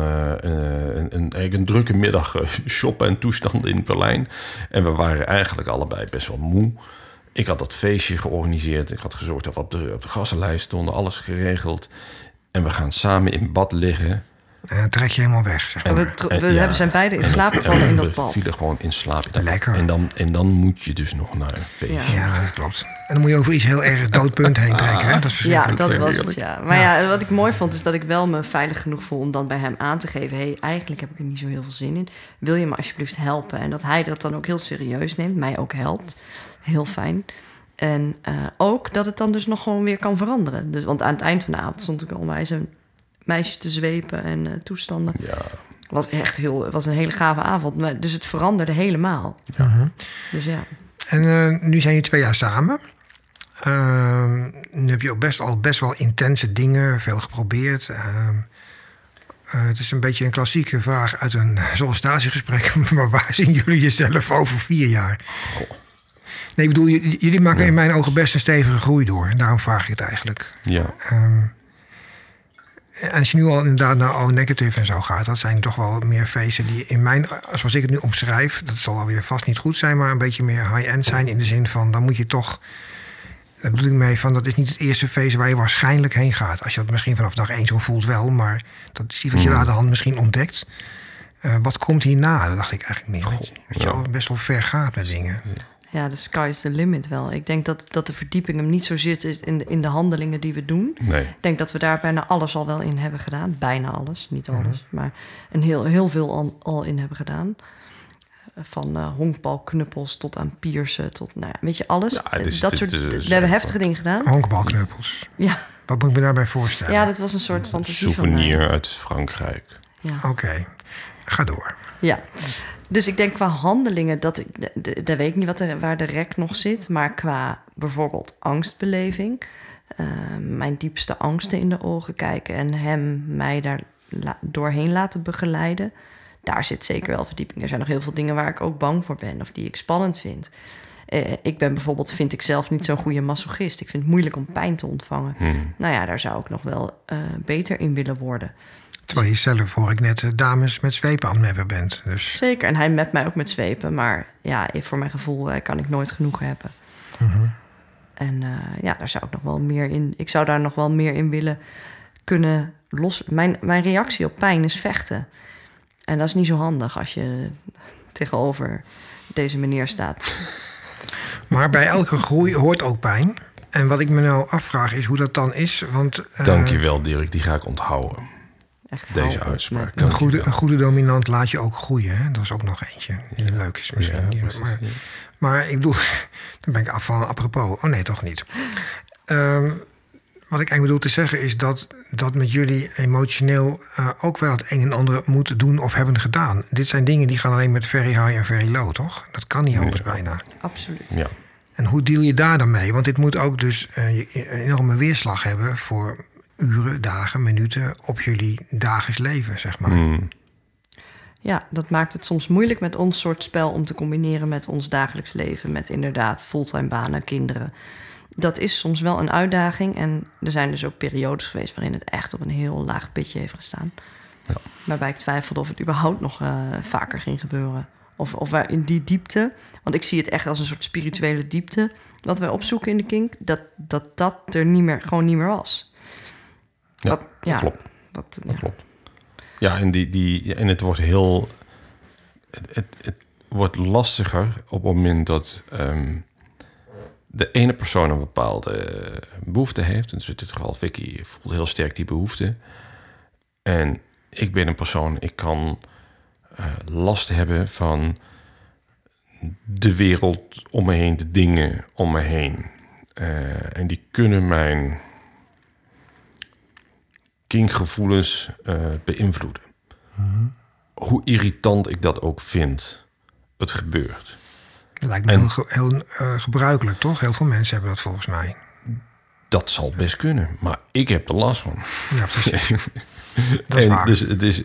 een drukke middag shoppen en toestanden in Berlijn. En we waren eigenlijk allebei best wel moe. Ik had dat feestje georganiseerd. Ik had gezorgd dat we op de gassenlijst stonden. Alles geregeld. En we gaan samen in bad liggen. En dan trek je helemaal weg, zeg maar. We zijn beide in slaap gevallen in dat bad. We vielen gewoon in slaap. Lekker. En dan moet je dus nog naar een feestje. Ja, dat klopt. En dan moet je over iets heel erg doodpunt heen trekken. Hè? Dat is ja, dat was het, ja. Maar ja, wat ik mooi vond, is dat ik wel me veilig genoeg voel... om dan bij hem aan te geven... hey, eigenlijk heb ik er niet zo heel veel zin in. Wil je me alsjeblieft helpen? En dat hij dat dan ook heel serieus neemt. Mij ook helpt. Heel fijn. En ook dat het dan dus nog gewoon weer kan veranderen. Dus, want aan het eind van de avond stond ik al bij zijn meisje te zwepen en toestanden. Ja. Was een hele gave avond. Maar, dus het veranderde helemaal. Ja. Dus ja. En nu zijn je 2 jaar samen. Nu heb je ook best wel intense dingen, veel geprobeerd. Het is een beetje een klassieke vraag uit een sollicitatiegesprek. Maar waar zien jullie jezelf over 4 jaar? Goh. Nee, ik bedoel, jullie maken in mijn ogen best een stevige groei door. En daarom vraag ik het eigenlijk. Ja. En als je nu al inderdaad naar O-Negative en zo gaat... dat zijn toch wel meer feesten die in mijn... zoals ik het nu omschrijf, dat zal alweer vast niet goed zijn... maar een beetje meer high-end zijn in de zin van... dan moet je toch... daar bedoel ik mee van, dat is niet het eerste feest waar je waarschijnlijk heen gaat. Als je dat misschien vanaf dag 1 zo voelt wel... maar dat is iets wat je na de hand misschien ontdekt. Wat komt hierna? Dat dacht ik eigenlijk meer. Dat je al best wel ver gaat met dingen. Ja, de sky is the limit wel. Ik denk dat de verdieping hem niet zo zit in de handelingen die we doen. Nee. Ik denk dat we daar bijna alles al wel in hebben gedaan. Bijna alles, niet alles. Maar heel veel al in hebben gedaan. Van honkbalknuppels tot aan piercen, tot weet je, alles. Ja, dus dat soort, we hebben heftige dingen gedaan. Honkbalknuppels. Ja. Wat moet ik me daarbij voorstellen? Ja, dat was een soort fantasie van mij. Souvenir uit Frankrijk. Ja. Oké, ga door. Ja, dus ik denk qua handelingen, dat weet ik niet waar de rek nog zit, maar qua bijvoorbeeld angstbeleving, mijn diepste angsten in de ogen kijken en mij daar doorheen laten begeleiden, daar zit zeker wel verdieping. Er zijn nog heel veel dingen waar ik ook bang voor ben of die ik spannend vind. Ik ben bijvoorbeeld, vind ik zelf niet zo'n goede masochist. Ik vind het moeilijk om pijn te ontvangen. Nou ja, daar zou ik nog wel beter in willen worden. Terwijl je zelf, hoor ik net, dames met zwepen aan het meppen bent. Dus. Zeker, en hij mept mij ook met zwepen. Maar ja, voor mijn gevoel kan ik nooit genoeg hebben. En daar zou ik nog wel meer in... Ik zou daar nog wel meer in willen kunnen los... Mijn reactie op pijn is vechten. En dat is niet zo handig als je tegenover deze meneer staat. Maar bij elke groei hoort ook pijn. En wat ik me nou afvraag is hoe dat dan is. Want, Dankjewel, Dirk. Die ga ik onthouden. Echt Deze uitspraak. Een goede dominant laat je ook groeien. Hè? Dat is ook nog eentje die leuk is misschien. Ja, maar ik bedoel, dan ben ik af van apropos. Oh nee, toch niet. Wat ik eigenlijk bedoel te zeggen is dat met jullie emotioneel ook wel het een en ander moeten doen of hebben gedaan. Dit zijn dingen die gaan alleen met very high en very low, toch? Dat kan niet anders bijna. Absoluut. Ja. En hoe deal je daar dan mee? Want dit moet ook dus een enorme weerslag hebben voor uren, dagen, minuten op jullie dagelijks leven, zeg maar. Ja, dat maakt het soms moeilijk met ons soort spel om te combineren met ons dagelijks leven. Met inderdaad fulltime banen, kinderen. Dat is soms wel een uitdaging. En er zijn dus ook periodes geweest waarin het echt op een heel laag pitje heeft gestaan. Ja. Waarbij ik twijfelde of het überhaupt nog vaker ging gebeuren. Of waar in die diepte, want ik zie het echt als een soort spirituele diepte, wat wij opzoeken in de kink, dat er gewoon niet meer was. Ja, dat klopt. Dat klopt. Ja, en het wordt heel... Het wordt lastiger op het moment dat de ene persoon een bepaalde behoefte heeft. Dus in dit geval Vicky voelt heel sterk die behoefte. En ik ben een persoon, ik kan last hebben van de wereld om me heen, de dingen om me heen. En die kunnen mijn kinkgevoelens beïnvloeden. Hoe irritant ik dat ook vind, het gebeurt. Dat lijkt me heel gebruikelijk, toch? Heel veel mensen hebben dat volgens mij. Dat zal best kunnen, maar ik heb er last van. Ja, precies. Dat is waar. Dus het is,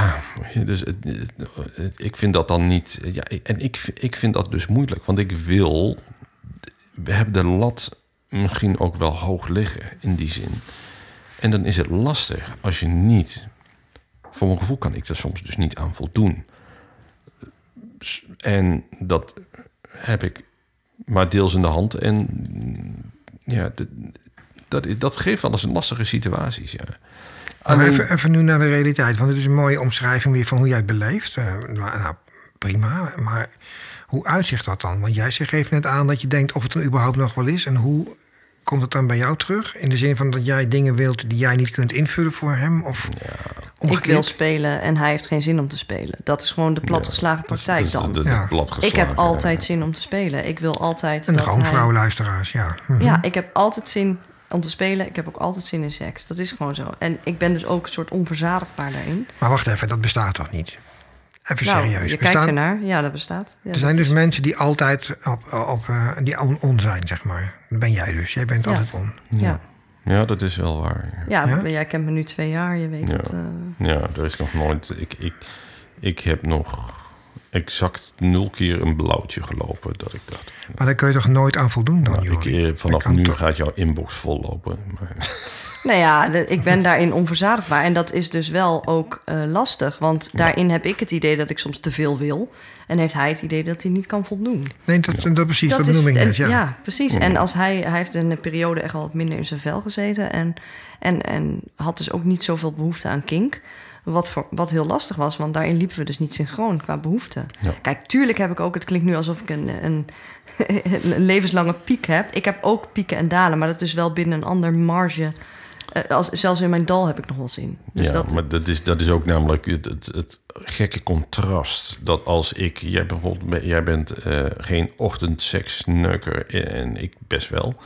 ik vind dat dan niet... Ja, en ik vind dat dus moeilijk, want we hebben de lat misschien ook wel hoog liggen in die zin. En dan is het lastig als je niet... Voor mijn gevoel kan ik er soms dus niet aan voldoen. En dat heb ik maar deels in de hand. En ja, dat geeft wel eens een lastige situaties, ja. Maar even nu naar de realiteit. Want het is een mooie omschrijving weer van hoe jij het beleeft. Nou, prima. Maar hoe uitzicht dat dan? Want jij geeft net aan dat je denkt of het dan überhaupt nog wel is. En hoe komt het dan bij jou terug? In de zin van dat jij dingen wilt die jij niet kunt invullen voor hem? Of ik wil spelen en hij heeft geen zin om te spelen. Dat is gewoon de platgeslagen praktijk dan. Ik heb altijd zin om te spelen. Ik wil altijd... En gewoon vrouwenluisteraars, ja. Ja, ik heb altijd zin om te spelen. Ik heb ook altijd zin in seks. Dat is gewoon zo. En ik ben dus ook een soort onverzadigbaar daarin. Maar wacht even, dat bestaat toch niet? Even serieus. Je kijkt ernaar. Ja, dat bestaat. Ja, er zijn dus mensen die altijd die on zijn, zeg maar. Dat ben jij dus. Jij bent altijd on. Ja, dat is wel waar. Ja, jij kent me nu 2 jaar. Je weet het. Ja, er is nog nooit... Ik heb nog exact 0 keer een blauwtje gelopen dat ik dacht... Maar daar kun je toch nooit aan voldoen dan, Jorie? Vanaf nu gaat jouw inbox vollopen. Nou ja, ik ben daarin onverzadigbaar. En dat is dus wel ook lastig. Want daarin heb ik het idee dat ik soms te veel wil. En heeft hij het idee dat hij niet kan voldoen. Nee, dat precies, dat benoem ik net. Ja, precies. En als hij heeft in een periode echt wel wat minder in zijn vel gezeten. En had dus ook niet zoveel behoefte aan kink. Wat heel lastig was, want daarin liepen we dus niet synchroon qua behoeften. Ja. Kijk, tuurlijk heb ik ook... Het klinkt nu alsof ik een levenslange piek heb. Ik heb ook pieken en dalen, maar dat is wel binnen een ander marge. Zelfs in mijn dal heb ik nog wel zin. Dus maar dat is ook namelijk het gekke contrast. Dat als jij bent geen ochtendseksneuker en ik best wel.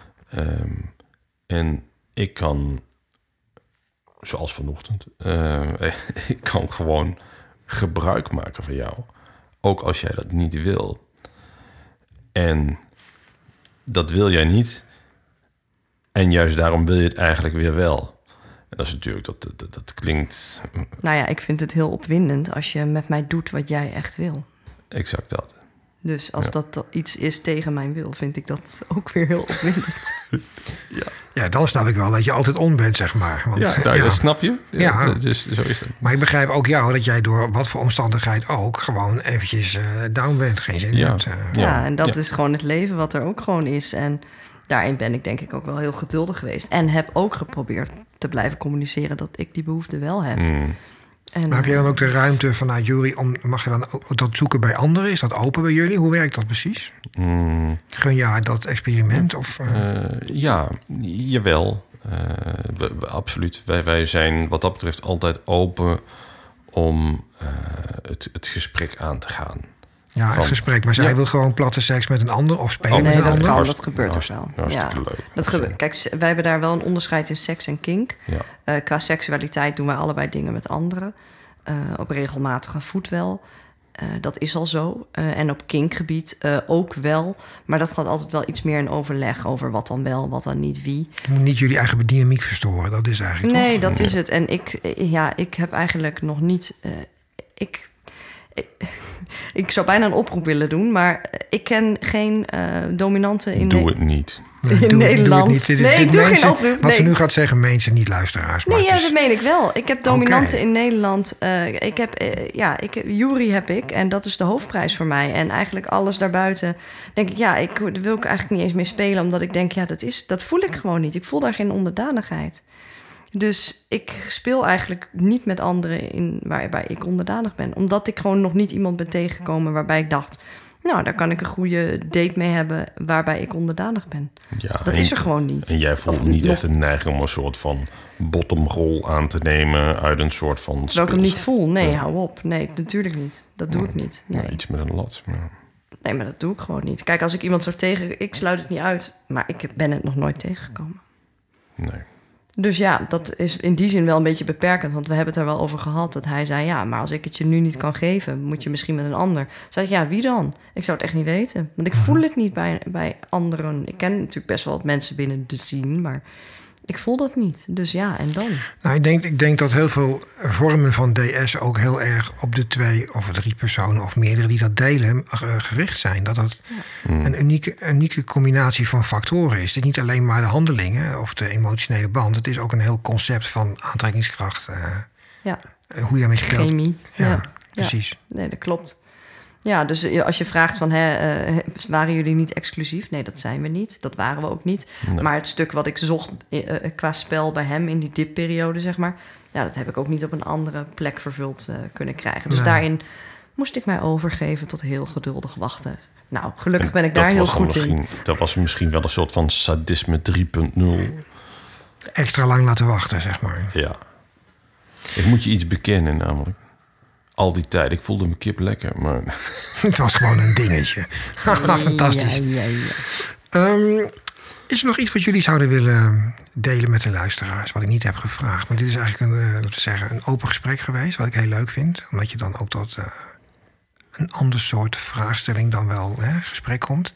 En ik kan, zoals vanochtend, ik kan gewoon gebruik maken van jou. Ook als jij dat niet wil. En dat wil jij niet. En juist daarom wil je het eigenlijk weer wel. En dat is natuurlijk, dat klinkt... Nou ja, ik vind het heel opwindend als je met mij doet wat jij echt wil. Exact dat. Dus als dat iets is tegen mijn wil, vind ik dat ook weer heel opwindend. Ja, dan snap ik wel dat je altijd on bent, zeg maar. Want, dat snap je. Ja. Dus zo is het. Maar ik begrijp ook jou dat jij door wat voor omstandigheid ook gewoon eventjes down bent. Geen zin hebt. En dat is gewoon het leven wat er ook gewoon is. En daarin ben ik denk ik ook wel heel geduldig geweest. En heb ook geprobeerd te blijven communiceren dat ik die behoefte wel heb. En, maar heb je dan ook de ruimte vanuit Jury mag je dan ook dat zoeken bij anderen? Is dat open bij jullie? Hoe werkt dat precies? Gun je haar dat experiment? Of, Ja, jawel. Absoluut. Wij zijn wat dat betreft altijd open om het gesprek aan te gaan. Ja, een gesprek. Maar zij wil gewoon platte seks met een ander of spelen met een dat ander? kan. Dat gebeurt ook wel. Hartstikke leuk. Dat gebeurt. Kijk, wij hebben daar wel een onderscheid in seks en kink. Ja. Qua seksualiteit doen wij allebei dingen met anderen. Op regelmatige voet wel. Dat is al zo. En op kinkgebied ook wel. Maar dat gaat altijd wel iets meer in overleg over wat dan wel, wat dan niet, wie. Je moet niet jullie eigen dynamiek verstoren. Dat is eigenlijk Nee, toch? dat is het. En ik heb eigenlijk nog niet... Ik zou bijna een oproep willen doen, maar ik ken geen dominante in Doe het niet. in Nederland. Doe het niet. Nee, ik doe geen oproep. Wat ze nu gaat zeggen, meent ze niet luisteraars. Nee, maar ja, dat meen ik wel. Ik heb dominanten Oké. in Nederland. Jury heb ik en dat is de hoofdprijs voor mij. En eigenlijk alles daarbuiten denk ik, daar wil ik eigenlijk niet eens mee spelen, omdat ik denk, dat voel ik gewoon niet. Ik voel daar geen onderdanigheid. Dus ik speel eigenlijk niet met anderen in waarbij ik onderdanig ben. Omdat ik gewoon nog niet iemand ben tegengekomen waarbij ik dacht, nou, daar kan ik een goede date mee hebben waarbij ik onderdanig ben. Ja, dat is er gewoon niet. En jij voelt niet echt een neiging om een soort van bottomrol aan te nemen uit een soort van... Terwijl ik hem niet voel. Nee, hou op. Nee, natuurlijk niet. Dat doe ik niet. Nee. Ja, iets met een lat. Ja. Nee, maar dat doe ik gewoon niet. Kijk, als ik iemand zou ik sluit het niet uit. Maar ik ben het nog nooit tegengekomen. Nee. Dus ja, dat is in die zin wel een beetje beperkend. Want we hebben het er wel over gehad. Dat hij zei, ja, maar als ik het je nu niet kan geven, moet je misschien met een ander. Zei ik, ja, wie dan? Ik zou het echt niet weten. Want ik voel het niet bij anderen. Ik ken natuurlijk best wel wat mensen binnen de scene, maar ik voel dat niet. Dus ja, en dan? Nou, ik denk dat heel veel vormen van DS ook heel erg op de 2 of 3 personen of meerdere die dat delen gericht zijn. Dat het een unieke combinatie van factoren is. Het is niet alleen maar de handelingen of de emotionele band. Het is ook een heel concept van aantrekkingskracht. Hoe je daarmee speelt. Chemie. Ja, precies. Nee, dat klopt. Ja, dus als je vraagt van, waren jullie niet exclusief? Nee, dat zijn we niet. Dat waren we ook niet. Nee. Maar het stuk wat ik zocht qua spel bij hem in die dipperiode, zeg maar, ja, dat heb ik ook niet op een andere plek vervuld kunnen krijgen. Dus daarin moest ik mij overgeven tot heel geduldig wachten. Nou, gelukkig ben ik daar heel goed in. Dat was misschien wel een soort van sadisme 3.0. Extra lang laten wachten, zeg maar. Ja. Ik moet je iets bekennen, namelijk. Al die tijd. Ik voelde me kip lekker, maar... Het was gewoon een dingetje. Fantastisch. Is er nog iets wat jullie zouden willen delen met de luisteraars? Wat ik niet heb gevraagd. Want dit is eigenlijk een open gesprek geweest. Wat ik heel leuk vind. Omdat je dan ook tot een ander soort vraagstelling dan wel gesprek komt.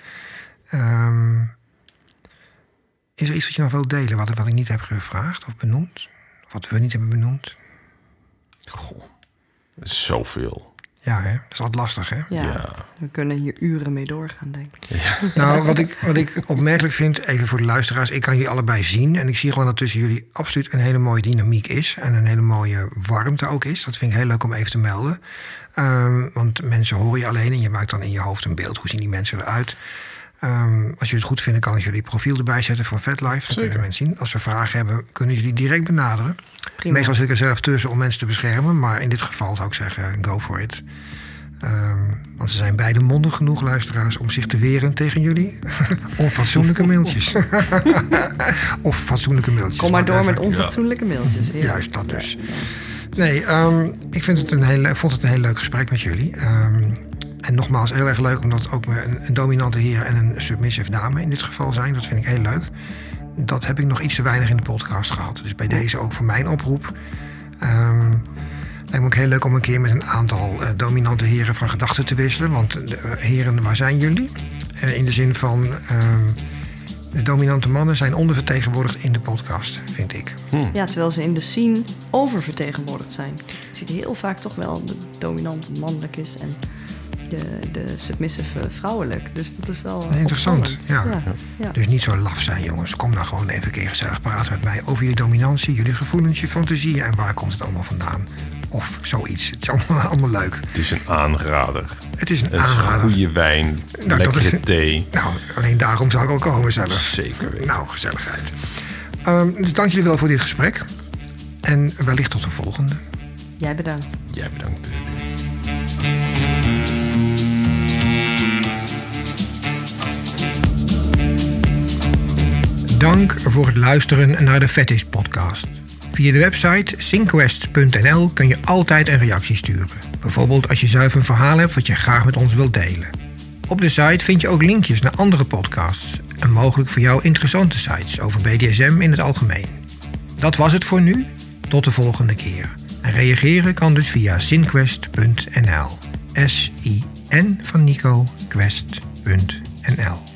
Is er iets wat je nog wilt delen? Wat ik niet heb gevraagd of benoemd? Wat we niet hebben benoemd? Goh. Zoveel. Ja, hè? Dat is altijd lastig, hè? Ja, we kunnen hier uren mee doorgaan, denk ik. Ja. Nou, wat ik opmerkelijk vind, even voor de luisteraars, ik kan jullie allebei zien. En ik zie gewoon dat tussen jullie absoluut een hele mooie dynamiek is. En een hele mooie warmte ook is. Dat vind ik heel leuk om even te melden. Want mensen horen je alleen en je maakt dan in je hoofd een beeld. Hoe zien die mensen eruit? Als jullie het goed vinden, kan ik jullie profiel erbij zetten voor VetLife. Dan kunnen mensen zien. Als ze vragen hebben, kunnen ze die direct benaderen. Prima. Meestal zit ik er zelf tussen om mensen te beschermen. Maar in dit geval zou ik zeggen, go for it. Want ze zijn beide mondig genoeg, luisteraars, om zich te weren tegen jullie. Onfatsoenlijke mailtjes. Of fatsoenlijke mailtjes. Kom maar door met onfatsoenlijke mailtjes. Heerlijk. Juist, dat dus. Nee, ik vond het een heel leuk gesprek met jullie. En nogmaals, heel erg leuk omdat ook een dominante heer en een submissive dame in dit geval zijn. Dat vind ik heel leuk. Dat heb ik nog iets te weinig in de podcast gehad. Dus bij deze ook voor mijn oproep. Lijkt me ook heel leuk om een keer met een aantal dominante heren van gedachten te wisselen. Want heren, waar zijn jullie? In de zin van, de dominante mannen zijn ondervertegenwoordigd in de podcast, vind ik. Ja, terwijl ze in de scene oververtegenwoordigd zijn. Je ziet heel vaak toch wel de dominante mannelijk is en de submissive vrouwelijk. Dus dat is wel interessant. Ja. Ja. Dus niet zo laf zijn, jongens. Kom dan gewoon even een keer gezellig praten met mij over jullie dominantie, jullie gevoelens, je fantasieën en waar komt het allemaal vandaan. Of zoiets. Het is allemaal leuk. Het is een aanrader. Het is een aanrader. Goede wijn, lekkere thee. Nou, alleen daarom zou ik al komen zelf. Zeker weten. Nou, gezelligheid. Dus dank jullie wel voor dit gesprek. En wellicht tot een volgende. Jij bedankt. Jij bedankt. Dank voor het luisteren naar de Fetish Podcast. Via de website synquest.nl kun je altijd een reactie sturen. Bijvoorbeeld als je zelf een verhaal hebt wat je graag met ons wilt delen. Op de site vind je ook linkjes naar andere podcasts en mogelijk voor jou interessante sites over BDSM in het algemeen. Dat was het voor nu. Tot de volgende keer. En reageren kan dus via synquest.nl. SIN van Nico, quest.nl.